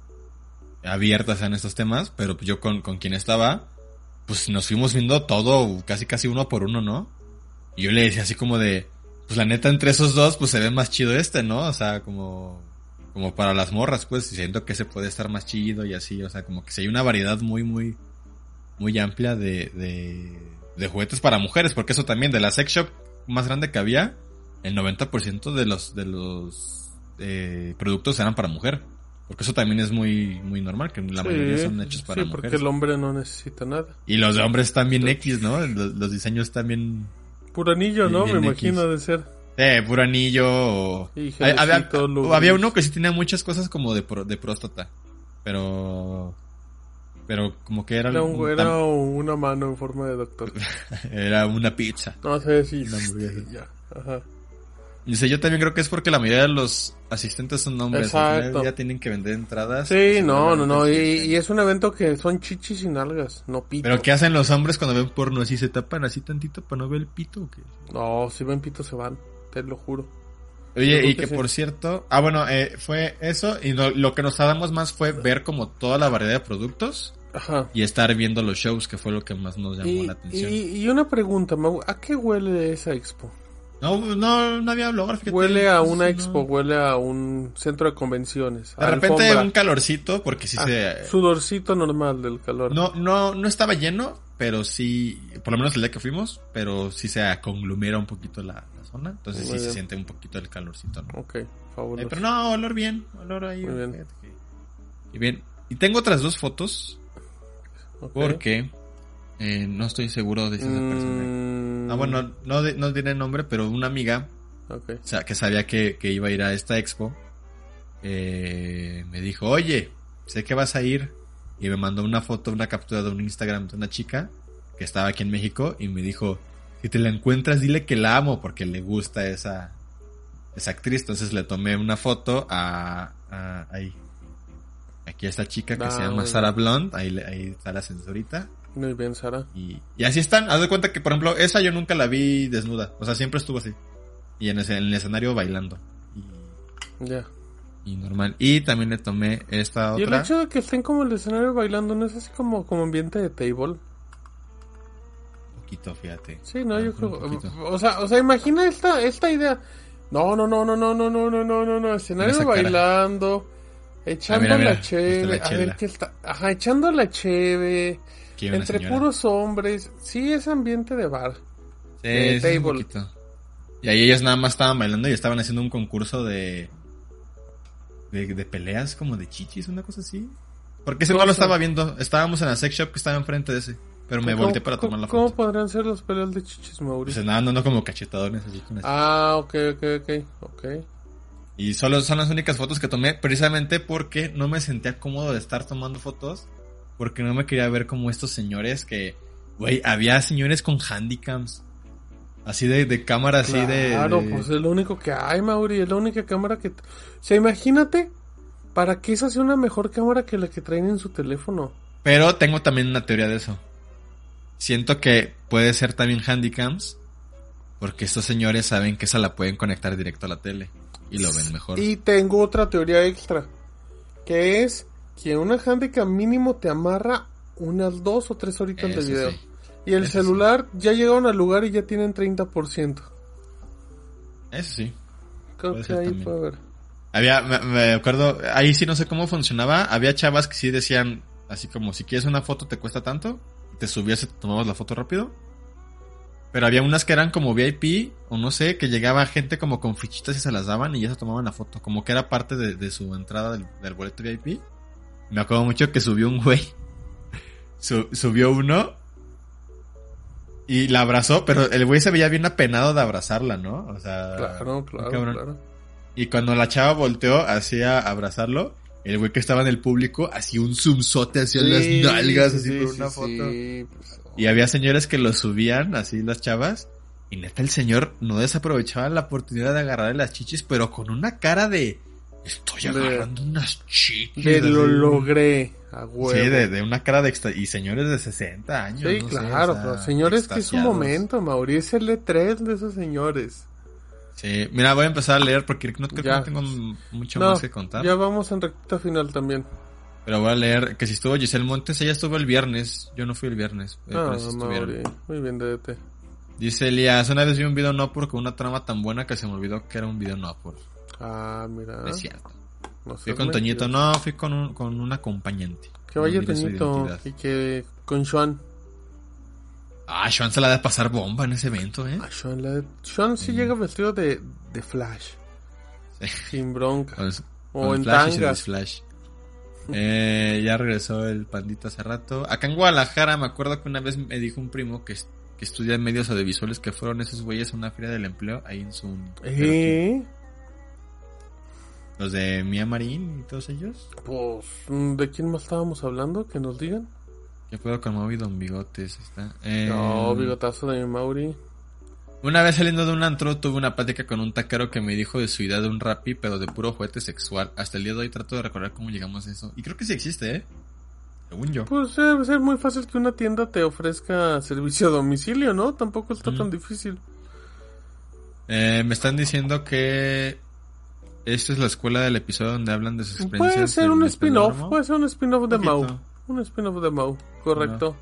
abiertas sean estos temas, pero pues yo con, con quien estaba, pues nos fuimos viendo todo casi casi uno por uno, ¿no? Y yo le decía así como de, pues la neta entre esos dos, pues se ve más chido este, ¿no? O sea, como, como para las morras, pues, y siento que se puede estar más chido y así, o sea, como que si hay una variedad muy, muy, muy amplia de, de, de juguetes para mujeres, porque eso también, de la sex shop más grande que había, el noventa por ciento de los, de los, eh, productos eran para mujer. Porque eso también es muy, muy normal, que la Sí, mayoría son hechos para sí, mujeres. porque el hombre no necesita nada. Y los de hombres están bien X, ¿no? Los, los diseños están bien... Puro anillo, ¿no? Bien Me X. imagino de ser. Eh, puro anillo o... Y Hay- había, gelecito, luz. o había uno que sí tenía muchas cosas como de, pro- de próstata. Pero... Pero como que era... Era, un- un era tam- una mano en forma de doctor. era una pizza. No sé si... Una hamburguesa. Ya, ajá. Dice, yo también creo que es porque la mayoría de los asistentes son hombres. Al Exacto. final ya tienen que vender entradas. Sí, no, no, no. Y, Seguramente sí. y es un evento que son chichis y nalgas, no pito. Pero ¿qué hacen los hombres cuando ven porno? ¿Así se tapan así tantito para no ver el pito o qué? No, si ven pito se van, te lo juro. Oye, Yo creo y que que sí. por cierto... Ah, bueno, eh, fue eso. Y lo, lo que nos tardamos más fue ver como toda la variedad de productos. Ajá. Y estar viendo los shows, que fue lo que más nos llamó Y, la atención. y, y una pregunta, Mau, ¿a qué huele esa expo? No, no, no había olor. fíjate. Huele a Pues, una no. expo, huele a un centro de convenciones. De a repente alfombra. un calorcito, porque sí Ah, se... sudorcito normal del calor. No, no, no estaba lleno, pero sí, por lo menos el día que fuimos, pero sí se conglomera un poquito la, la zona, entonces Muy sí se bien. siente un poquito el calorcito, ¿no? Ok, Eh, fabuloso. pero no, olor bien, olor ahí. Muy bien. fíjate que- Y bien, y tengo otras dos fotos, Ok. porque eh, no estoy seguro de si esa persona... Mm, Ah, bueno, no, de- no diré nombre, pero una amiga, ok. o sea, que sabía que, que iba a ir a esta expo, eh, me dijo, oye, sé que vas a ir, y me mandó una foto, una captura de un Instagram de una chica que estaba aquí en México, y me dijo, si te la encuentras, dile que la amo, porque le gusta esa, esa actriz. Entonces le tomé una foto a, a ahí, aquí a esta chica que Ah, se llama muy Sara bien. Blonde, ahí, le- ahí está la sensorita. Muy bien, Sara. Y, y así están. Haz de cuenta que, por ejemplo, esa yo nunca la vi desnuda. O sea, siempre estuvo así. Y en, ese- en el escenario bailando. Y, Ya. y normal. Y también le tomé esta Y el otra. hecho de que estén como en el escenario bailando, ¿no es así como, como ambiente de table? Un poquito, fíjate. Sí, no, Ah, yo un creo... poquito. O sea, o sea, imagina esta, esta idea. No, no, no, no, no, no, no, no, no, no, no. Escenario Esa cara. bailando. Echando mira, mira, la cheve. esta es la A ver chela. qué está... Ajá, echando la cheve. Aquí hay una Entre señora. puros hombres. Sí, es ambiente de bar. Sí, de sí, un table. poquito. Y ahí ellos nada más estaban bailando y estaban haciendo un concurso de... De, de peleas como de chichis, una cosa así. Porque ese no lo estaba viendo. Estábamos en la sex shop que estaba enfrente de ese. Pero me ¿Cómo- volteé para cómo- tomar la ¿Cómo foto. podrían ser los peleas de chichis, Pues Mauricio? andaban dando como cachetadones así con eso. Ah, ok, ok, ok, ok. Y solo son las únicas fotos que tomé, precisamente porque no me sentía cómodo de estar tomando fotos, porque no me quería ver como estos señores que, güey, había señores con handicaps, así de, de cámara, así de... Claro, de- pues es lo único que hay, Mauri, es la única cámara que... O sea, imagínate, ¿para qué esa sea una mejor cámara que la que traen en su teléfono? Pero tengo también una teoría de eso. Siento que puede ser también handicaps, porque estos señores saben que esa la pueden conectar directo a la tele, y lo ven mejor. Y tengo otra teoría extra, que es que una handicap mínimo te amarra unas dos o tres horitas Eso de video. sí. Y el Eso celular, ya llegaron al lugar y ya tienen treinta por ciento. Eso sí. Creo Puede que ser ahí también. puede haber. Había, me, me acuerdo, ahí sí no sé cómo funcionaba. Había chavas que sí decían, así como, si quieres una foto te cuesta tanto. Te subías y te tomabas la foto rápido. Pero había unas que eran como V I P, o no sé, que llegaba gente como con fichitas y se las daban y ya se tomaban la foto. Como que era parte de, de su entrada del, del boleto V I P. Me acuerdo mucho que subió un güey. Su, subió uno y la abrazó, pero el güey se veía bien apenado de abrazarla, ¿no? O sea, Claro, claro, cabrón. claro. Y cuando la chava volteó hacia abrazarlo, el güey que estaba en el público hacía un zoomzote hacia Sí, las nalgas, sí, así sí, por sí, una foto. sí, pues, Y había señores que lo subían, así las chavas. Y neta, el señor no desaprovechaba la oportunidad de agarrarle las chichis, pero con una cara de... Estoy De- agarrando unas chichis. de lo así. logré, a huevo. Sí, de, de una cara de... exta- Y señores de sesenta años. Sí, no sé, claro, o sea, pero señores, que es un extasiados. momento, Mauri, es el E tres de esos señores. Sí, mira, voy a empezar a leer porque no, creo que Ya. no tengo m- mucho No, más que contar. ya vamos en recta final también. Pero voy a leer que si estuvo Giselle Montes, ella estuvo el viernes. Yo no fui el viernes. eh, Ah, pero sí estuvieron. Mauri, muy bien, D D T. Dice Elías, una vez vi un video no por con una trama tan buena que se me olvidó que era un video no por. Ah, mira. No es cierto. No Fui seas con Toñito, mentiroso. no, fui con un, con un acompañante. Que vaya No olvide su Toñito identidad. y que con Sean. Ah, Sean se la de pasar bomba en ese evento, eh. Ah, Sean, la- Sean sí Mm. llega vestido de, de Flash. Sí. Sin bronca. Con, O con en Flash y sin tanga. disflash. Eh, ya regresó el pandito hace rato. Acá en Guadalajara me acuerdo que una vez me dijo un primo que, es- que estudia en medios audiovisuales que fueron esos güeyes a una feria del empleo ahí en su... ¿Eh? Los de Mía Marín y todos ellos. Pues, ¿de quién más estábamos hablando? Que nos digan. ¿Qué puedo con Maui Don Bigotes? Está. Eh, No, bigotazo de mi Mauri. Una vez saliendo de un antro tuve una plática con un taquero que me dijo de su idea de un rapi, pero de puro juguete sexual. Hasta el día de hoy trato de recordar cómo llegamos a eso. Y creo que sí existe, ¿eh? Según yo. Pues debe ser muy fácil que una tienda te ofrezca servicio a domicilio, ¿no? Tampoco está Mm. tan difícil. Eh, me están diciendo que esta es la escuela del episodio donde hablan de sus experiencias. Puede ser del un metalódromo. spin-off, puede ser un spin-off de Un Mau. poquito. Un spin-off de Mau, correcto.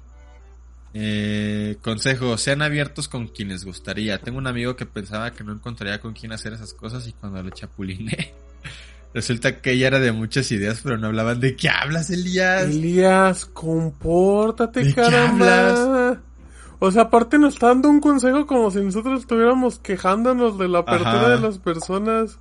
Eh, consejo, sean abiertos con quienes gustaría. Tengo un amigo que pensaba que no encontraría con quién hacer esas cosas y cuando le chapuliné, resulta que ella era de muchas ideas, pero no hablaban. ¿De qué hablas, Elías? Elías, compórtate, ¿De qué caramba. O sea, aparte nos está dando un consejo como si nosotros estuviéramos quejándonos de la apertura Ajá. de las personas.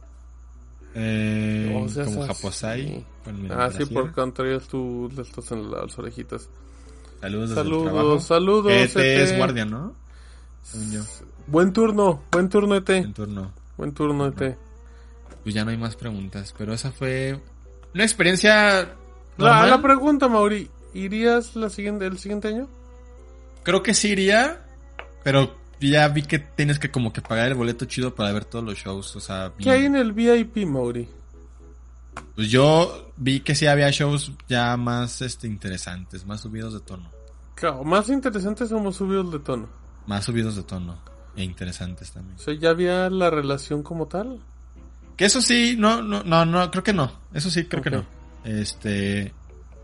Eh, O sea, como es Japosai. así. con mi Ah, sí, brasier. por contrarios tú le estás en las orejitas. Saludos desde el trabajo. Saludos, saludos, E T E T. es guardia, ¿no? Según yo, Buen turno, buen turno, E T. en turno. Buen turno, E T. Pues ya no hay más preguntas, pero esa fue una experiencia La, normal. la pregunta, Mauri, ¿irías la siguiente, el siguiente año? Creo que sí iría, pero ya vi que tienes que como que pagar el boleto chido para ver todos los shows, o sea, ¿Qué bien. hay en el V I P, Mauri? Pues yo vi que sí había shows ya más este interesantes, más subidos de tono, Claro, más interesantes somos subidos de tono. más subidos de tono e interesantes también. O sea, ¿ya había la relación como tal? Que eso sí, no, no, no, no, creo que no. Eso sí, creo Ok. que no. Este,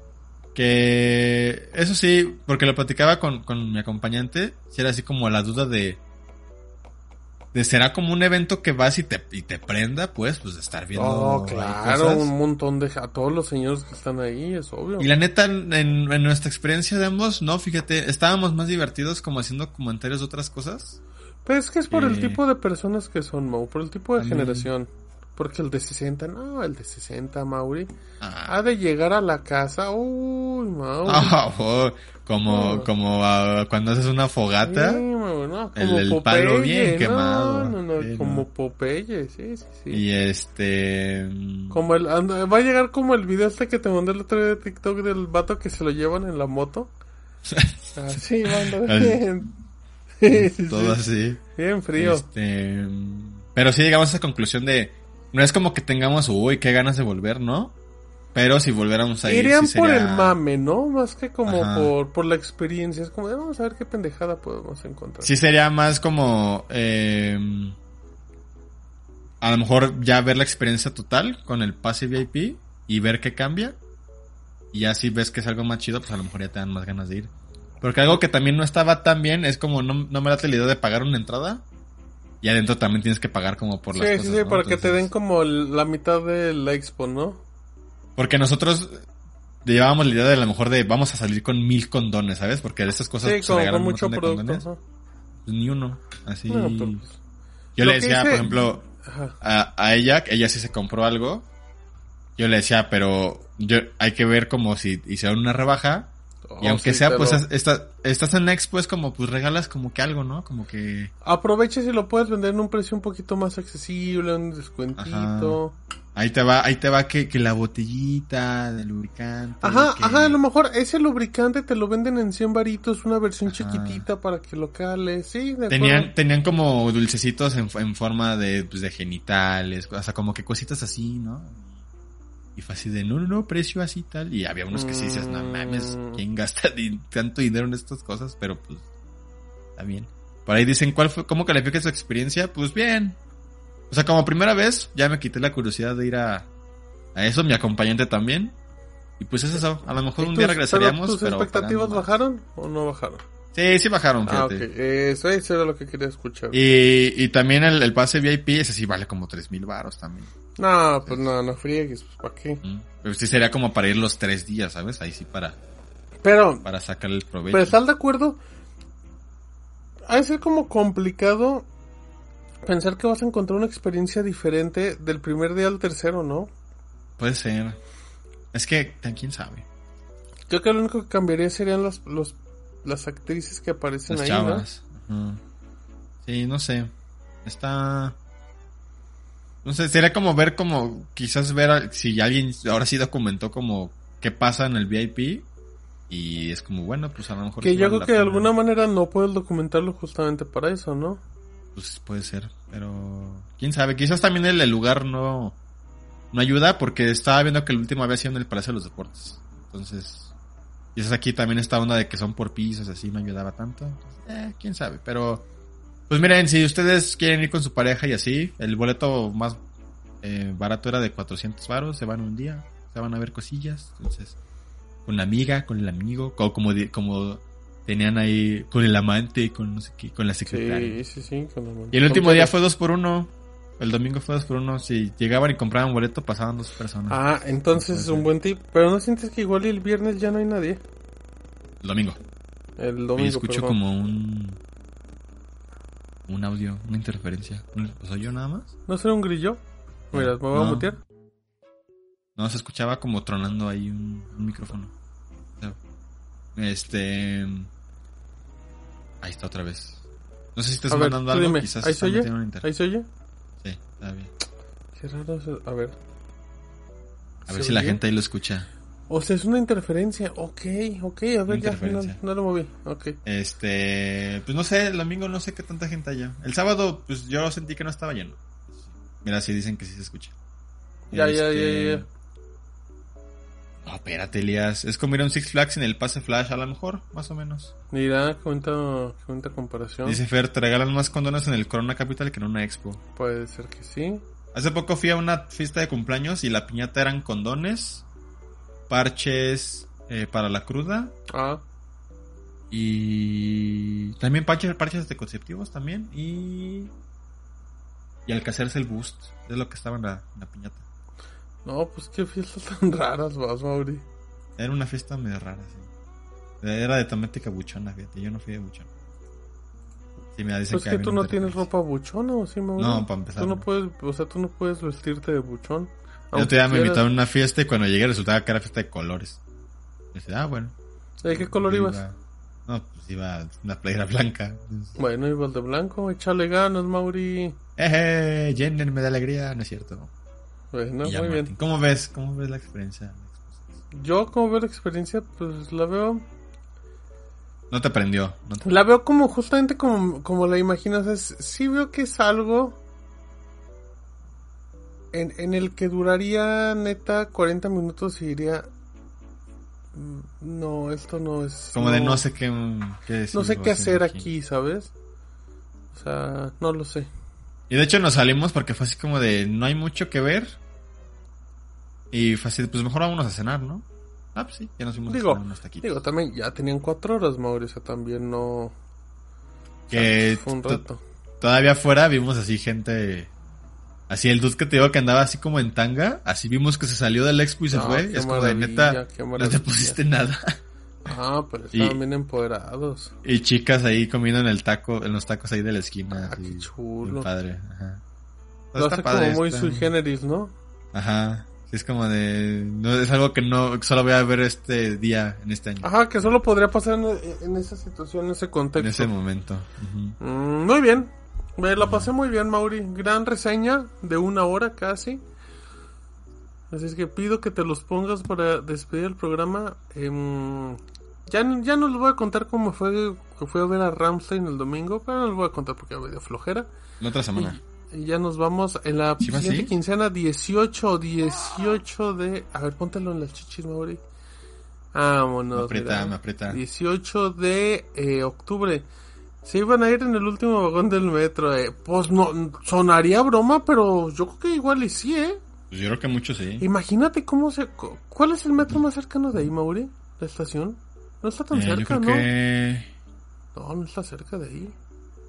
que eso sí, porque lo platicaba con, con mi acompañante, si era así como la duda de, de será como un evento que vas y te, y te prenda, pues, pues de estar viendo Oh, ahí claro, cosas. un montón de... A todos los señores que están ahí, es obvio. Y la neta, en, en nuestra experiencia de ambos, no, fíjate, estábamos más divertidos como haciendo comentarios de otras cosas. Pero es que es por el Eh. tipo de personas que son, Mau, por el tipo de También. generación. Porque el de sesenta, no, el de sesenta, Mauri, Ah, ha de llegar a la casa, uy, Mauri. ah, oh, como, Oh. como ah, cuando haces una fogata. Sí, Mauri, no, como El- el Popeye, palo bien no, quemado. No, no, Sí, como no. Popeye, sí, sí, sí. Y este... Como el, anda- va a llegar como el video este que te mandé el otro día de TikTok del vato que se lo llevan en la moto. Así, va a andar Así. bien. Sí, sí, todo sí. así. Bien frío. Este... Pero sí llegamos a esa conclusión de... No es como que tengamos, uy, qué ganas de volver, ¿no? Pero si volviéramos a ir, Irían sí por sería- el mame, ¿no? Más que como Ajá. por, por la experiencia. Es como de, vamos a ver qué pendejada podemos encontrar. Sí sería más como... Eh, a lo mejor ya ver la experiencia total con el pase V I P y ver qué cambia. Y ya si ves que es algo más chido, pues a lo mejor ya te dan más ganas de ir. Porque algo que también no estaba tan bien es como no, no me late la idea de pagar una entrada. Y adentro también tienes que pagar como por las sí, cosas, sí, sí, ¿no? para Entonces, que te den como el- la mitad de la expo, ¿no? Porque nosotros llevábamos la idea de a lo mejor de vamos a salir con mil condones, ¿sabes? Porque de estas cosas Sí, pues, se como regalan con un mucho montón de producto. condones. Ajá. Pues ni uno. Así. Bueno, pero, pues, Yo lo le que decía, hice- por ejemplo, Ajá. a, a ella, que ella sí se compró algo. Yo le decía, pero yo hay que ver como si hicieron una rebaja. Y Oh, aunque sí, sea, te pues lo- es- esta- estás en la expo, es como, pues regalas como que algo, ¿no? Como que... Aprovecha si lo puedes vender en un precio un poquito más accesible, un descuentito. Ahí te va, ahí te va que, que la botellita de lubricante. Ajá, que- ajá, a lo mejor ese lubricante te lo venden en cien varitos, una versión Ajá. chiquitita para que lo cales, sí, de Tenían, acuerdo. tenían como dulcecitos en, en forma de, pues, de genitales, o sea, como que cositas así, ¿no? Y fue así de, no, no, no, precio así tal. Y había unos que sí dices, no mames, Mm. ¿quién gasta di- tanto dinero en estas cosas? Pero pues, está bien. Por ahí dicen, ¿cuál fue, cómo califica su experiencia? Pues bien. O sea, como primera vez, ya me quité la curiosidad de ir a, a eso, mi acompañante también. Y pues es eso, a lo mejor ¿Y un tus- día regresaríamos, pero pero... ¿tus expectativas pagando más. bajaron o no bajaron? Sí, sí bajaron, Ah, fíjate. ok, eso, eso era lo que quería escuchar. Y, y también el, el pase V I P, ese sí vale como tres mil baros también. No, pues no, no friegues, pues ¿para qué? Mm. Pero sí sería como para ir los tres días, ¿sabes? Ahí sí para, Pero, para sacar el provecho. pero ¿estás de acuerdo? Ha de ser como complicado pensar que vas a encontrar una experiencia diferente del primer día al tercero, ¿no? Puede ser. Es que, ¿quién sabe? Creo que lo único que cambiaría serían las, los, las actrices que aparecen Las ahí, chavas. Ujú. Sí, no sé. Está... No sé, sería como ver como... Quizás ver a- si alguien ahora sí documentó como qué pasa en el V I P. Y es como, bueno, pues a lo ¿no? mejor... Que sí yo vale creo la que de pena. alguna manera no puedes documentarlo justamente para eso, ¿no? Pues puede ser, pero... ¿Quién sabe? Quizás también el, el lugar no... No ayuda porque estaba viendo que la última vez sido en el Palacio de los Deportes. Entonces... Quizás aquí también esta onda de que son por pisos, así no ayudaba tanto. Eh, quién sabe, pero... Pues miren, si ustedes quieren ir con su pareja y así, el boleto más eh, barato era de cuatrocientos varos, se van un día, se van a ver cosillas, entonces... Con la amiga, con el amigo, co- como, de- como tenían ahí, con el amante, con no sé qué, con la secretaria. Sí, sí, sí. Con la- Y el último con día todo. fue dos por uno. El domingo fue dos por uno. Si llegaban y compraban boleto, pasaban dos personas. Ah, entonces es un buen tip. Pero ¿no sientes que igual el viernes ya no hay nadie? El domingo. El Y domingo, escucho perdón. como un... Un audio, una interferencia. ¿O soy yo nada más? ¿No será un grillo? Mira, me voy a No. mutear. No, se escuchaba como tronando ahí un, un micrófono. O sea, Este... Ahí está otra vez. No sé si estás A ver, mandando tú algo. dime, Quizás ¿ahí se están oye? metiendo una inter- ¿Ahí se oye? Sí, está bien. Qué raro eso. A ver. A ver ¿Se si la oye? gente ahí lo escucha. O sea, es una interferencia. Ok, ok, a ver, ya. No, Interferencia. no lo moví. Ok. Este, pues no sé, el domingo no sé qué tanta gente haya. El sábado, pues yo sentí que no estaba lleno. Mira, si dicen que sí se escucha. Ya, ya, Este, ya, ya. No, espérate, Elías. Es como ir a un Six Flags en el pase flash, a lo mejor, más o menos. Mira, cuenta, cuenta comparación. Dice Fer, te regalan más condones en el Corona Capital que en una expo. Puede ser que sí. Hace poco fui a una fiesta de cumpleaños y la piñata eran condones, parches eh, para la cruda Ah, y también parches, parches anticonceptivos también y y al que hacerse el boost es lo que estaba en la, en la piñata. no, pues qué fiestas tan raras vas, Mauri. Era una fiesta medio rara, sí. Era de temática buchona, fíjate, yo no fui de buchona. Sí, me dicen Pues que había tú una no tienes interferencia. ropa buchona, ¿o sí, Mauri? No, para empezar, Tú no no. puedes, o sea, tú no puedes vestirte de buchón. El otro día me quieras. invitaron a una fiesta y cuando llegué resultaba que era fiesta de colores. Y dije, ah, bueno. ¿De qué color Yo ibas? iba- No, pues iba una playera blanca. Bueno, ibas de blanco, échale ganas, Mauri. Eh, llénenme de alegría, no es cierto. Bueno, Y ya, muy Martín, bien. ¿Cómo ves? ¿Cómo ves la experiencia? Yo, como veo la experiencia, pues la veo... No te prendió. No te- La veo como justamente como, como la imaginas. Es, sí veo que es algo en, en el que duraría neta cuarenta minutos y diría... "Mm, no, esto no es... Como de no sé qué, qué decir no sé o qué hacer hacer aquí, ¿sabes? O sea, no lo sé. Y de hecho nos salimos porque fue así como de no hay mucho que ver. Y fue así, pues mejor vámonos a cenar, ¿no? Ah, pues sí, ya nos fuimos Digo, a comer unos taquitos. digo, también ya tenían cuatro horas, Mauricio, también no... Que Fue un to- rato. todavía afuera vimos así gente... Así el dude que te digo que andaba así como en tanga, así vimos que se salió del expo y se Ah, fue. qué Es como de maravilla, neta, qué no maravilla. te pusiste nada. Ah, pero Y- estaban bien empoderados. Y chicas ahí comiendo en el taco, en los tacos ahí de la esquina. Ah, así, qué chulo. bien padre, ajá. Lo Está hace padre, como muy está- sui generis, ¿no? Ajá. Sí, es como de... No, es algo que no... que solo voy a ver este día, en este año. Ajá, que solo podría pasar en, en esa situación, en ese En contexto. ese momento. Ujú. Mm, muy bien. Me la pasé muy bien, Mauri. Gran reseña de una hora casi. Así es que pido que te los pongas para despedir el programa. Em, ya, ya no les voy a contar cómo fue que fue a ver a Rammstein el domingo, pero no les voy a contar porque me dio flojera. La otra semana. Y ya nos vamos en la ¿Sí va siguiente así? quincena, dieciocho, dieciocho de... A ver, póntelo en las chichis, Mauri. Vámonos. Me aprieta, mira. me aprieta. dieciocho de eh, octubre. Se iban a ir en el último vagón del metro. Eh. Pues no, sonaría broma, pero yo creo que igual y sí, ¿eh? Pues yo creo que muchos sí. Imagínate cómo se... cu- ¿Cuál es el metro más cercano de ahí, Mauri? ¿La estación? No está tan Eh, yo cerca, creo ¿no? que... No, no está cerca de ahí.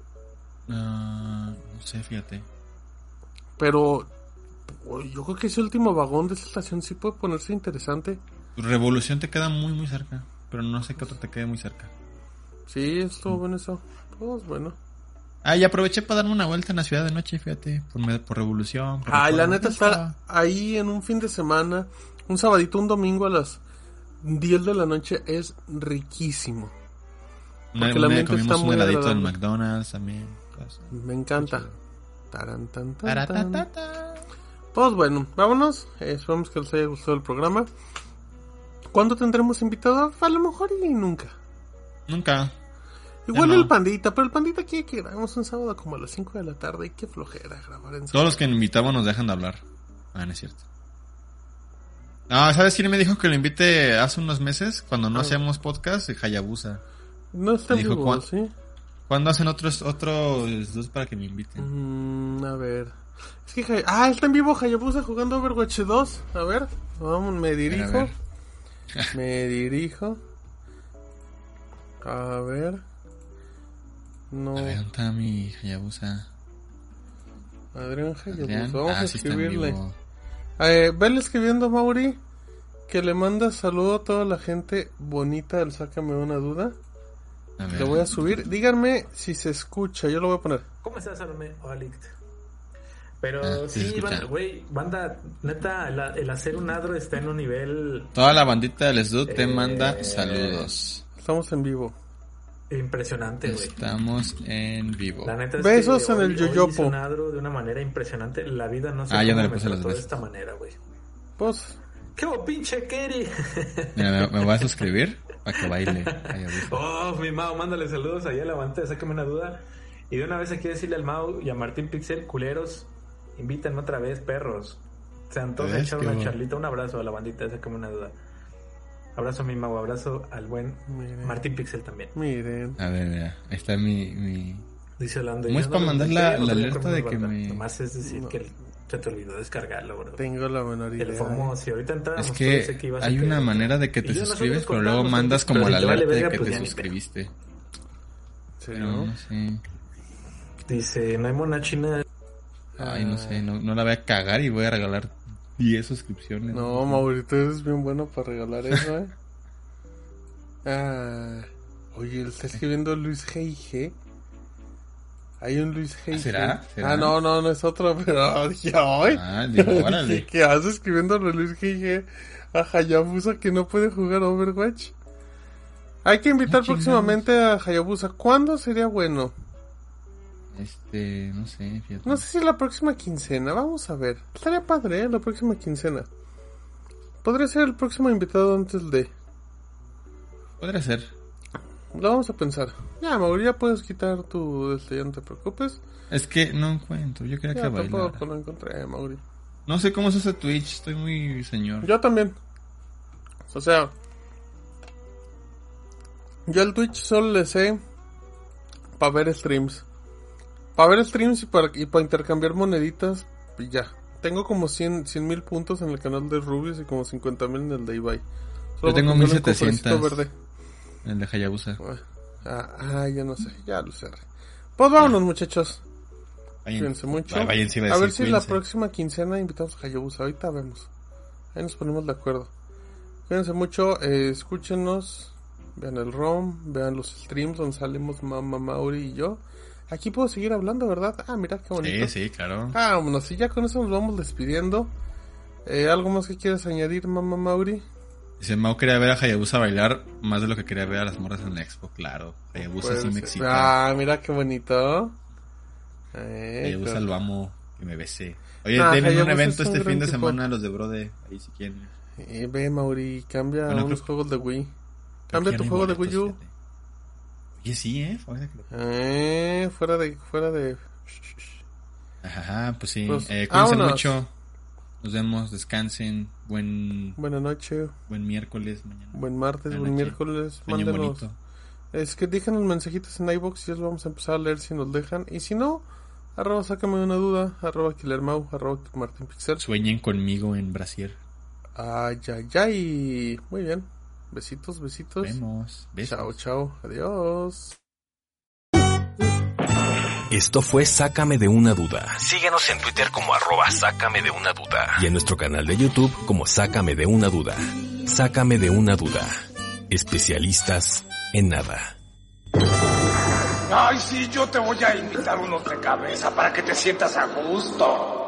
ah, no sé, fíjate. Pero uy, yo creo que ese último vagón de esa estación sí puede ponerse interesante. Revolución te queda muy, muy cerca. Pero no sé qué otro te quede muy cerca. Sí, estuvo bueno eso. Pues bueno. Ah, y aproveché para darme una vuelta en la ciudad de noche, fíjate. Por, me- por Revolución. por Ay, la Reforma. neta está ahí en un fin de semana, un sabadito, un domingo a las diez de la noche es riquísimo. Una- porque el una- ambiente comimos está un muy heladito en agradable. McDonald's también. Pues, Me encanta. Taran, tan, tan, tan. Taratatata. Pues bueno, vámonos. Eh, esperamos que les haya gustado el programa. ¿Cuándo tendremos invitado? A lo mejor y nunca. Nunca. Igual Ya no. el Pandita, pero el Pandita quiere que grabemos un sábado como a las cinco de la tarde. Y qué flojera grabar en Todos los que invitamos nos dejan de hablar. Ah, no es cierto. Ah, ¿sabes quién me dijo que lo invite hace unos meses? Cuando no Ah. hacíamos podcast, Hayabusa. No está Me dijo, vivo, ¿cuán- ¿sí? ¿Cuándo hacen otros otros dos para que me inviten? Mm, a ver. Es que Hay- ah, está en vivo Hayabusa jugando Overwatch dos. A ver, vamos, me dirijo. ver. Me dirijo. A ver. No, A ver, ¿dónde está mi Hayabusa? Adrián Adrián. Hayabusa. Vamos Ah, a sí está en escribirle. vivo. Eh, vele escribiendo, Mauri, que le manda saludo a toda la gente bonita del Sácame una duda. A ver. Lo voy a subir. Díganme si se escucha. Yo lo voy a poner. ¿Cómo estás, Salomé? Hola, Lict. Pero Ah, sí se sí, escucha. banda, güey, banda, neta, el, el hacer un adro está en un nivel Toda la bandita del Sdud te Eh, manda saludos. Estamos en vivo. impresionante, güey. Estamos en vivo. La neta es Besos que en hoy- el hoy yoyopo. hice un adro de una manera impresionante. La vida no se Ah, ya no cómo le me puse las trató de veces. esta manera, güey. Pues, ¡Qué bo pinche Kerry! Mira, me, me voy a suscribir para que baile Hayabusa. Oh, mi Mau, mándale saludos allá a la banda, sácame una duda. Y de una vez aquí decirle al Mau y a Martín Pixel, culeros, invítenme otra vez, perros. Se antoja ¿Ves? echar Qué una bueno. charlita, un abrazo a la bandita, sácame una duda. Abrazo a mi Mau, abrazo al buen miren. Martín Pixel también. Miren. A ver, mira, ahí está mi... mi... Dice Orlando. ¿Cómo yo es no para lo mandar intenté, la- no la sabía alerta cómo de es que guardar. me- Nomás es decir No. que se te olvidó descargarlo, bro. Tengo la menor idea. El FOMO, si ahorita entramos, Es todo sé que iba a ser hay que- una manera de que te Y yo, nosotros suscribes, pero luego contamos, mandas pero como si la te vale alerta de verga, que pues te ya ni suscribiste. Sí, Pero ¿no? no sé. Dice, no hay mona china. Ay, no sé, no, no la voy a cagar y voy a regalar diez suscripciones. No, Maurito, eres bien bueno para regalar eso, ¿eh? Ah, oye, le está escribiendo Luis G I G. Hay un Luis G I G. ¿Será? ¿Será? Ah, no, no, no es otro, pero dije, ¡ay! Ah, digo, órale. Dije, ¿qué hace escribiéndole Luis G I G a Hayabusa que no puede jugar Overwatch? Hay que invitar Ah, próximamente a Hayabusa. ¿Cuándo sería bueno? Este, no sé, fíjate. No sé si la próxima quincena, vamos a ver. Estaría padre, ¿eh? La próxima quincena. Podría ser el próximo invitado antes de... Podría ser. Lo vamos a pensar. Ya, Mauri, ya puedes quitar tu... Este, ya no te preocupes. Es que no encuentro, yo quería Ya que bailara. tampoco lo encontré, Mauri. No sé cómo se hace Twitch, estoy muy señor. Yo también. O sea... Yo el Twitch solo le sé... Para ver streams. Para ver streams y para, y para intercambiar moneditas. Y ya. Tengo como cien mil puntos en el canal de Rubius y como cincuenta mil en el de Ibai. Solo Yo tengo porque mil sale un setecientos. cofrecito verde. El de Hayabusa. Ah, ah, ya no sé, ya lo cerré. Pues vámonos, muchachos. Vayan, Cuídense mucho. va- vayan, sí, va a decir, ver si la cuídense. próxima quincena invitamos a Hayabusa. Ahorita vemos. Ahí nos ponemos de acuerdo. Cuídense mucho, eh, escúchenos. Vean el ROM, vean los streams donde salimos Mama Mauri y yo. Aquí puedo seguir hablando, ¿verdad? Ah, mira qué bonito. Sí, sí, claro. Ah, vámonos, y ya con eso nos vamos despidiendo. Eh, ¿Algo más que quieras añadir, Mama Mauri? Dice, Mau quería ver a Hayabusa bailar más de lo que quería ver a las morras en la expo. Claro, Hayabusa Puede sí me ser. excita. Ah, mira qué bonito. Eh, Hayabusa claro. lo amo, que me bese. Oye, Nah, tienen un Hayabusa evento es un este fin gran de tipo. semana, los de Brode. Ahí si quieren. Eh, ve, Mauri, cambia Bueno, unos creo- juegos de Wii. Creo Cambia que tu ya no hay juego de boletos, Wii U. fíjate. Oye, sí, ¿eh? Ahorita que lo- Eh, fuera de, fuera de... Ajá, pues sí. Pues, eh, cuídense vámonos. mucho. Nos vemos, descansen. Buen, Buena noche, buen miércoles mañana. buen martes, Buena buen noche. miércoles, Sueñen mándenos. bonito. Es que déjenos mensajitos en iVoox y los vamos a empezar a leer si nos dejan. Y si no, arroba sácame una duda, arroba killermau, arroba martinpixel. Sueñen conmigo en Brasier. Ay, ay, ay. Muy bien. Besitos, besitos. Vemos. Besos. Chao, chao. Adiós. Esto fue Sácame de una duda. Síguenos en Twitter como arroba Sácame de una duda. Y en nuestro canal de YouTube como Sácame de una duda. Sácame de una duda. Especialistas en nada. Ay, sí, yo te voy a invitar unos de cabeza para que te sientas a gusto.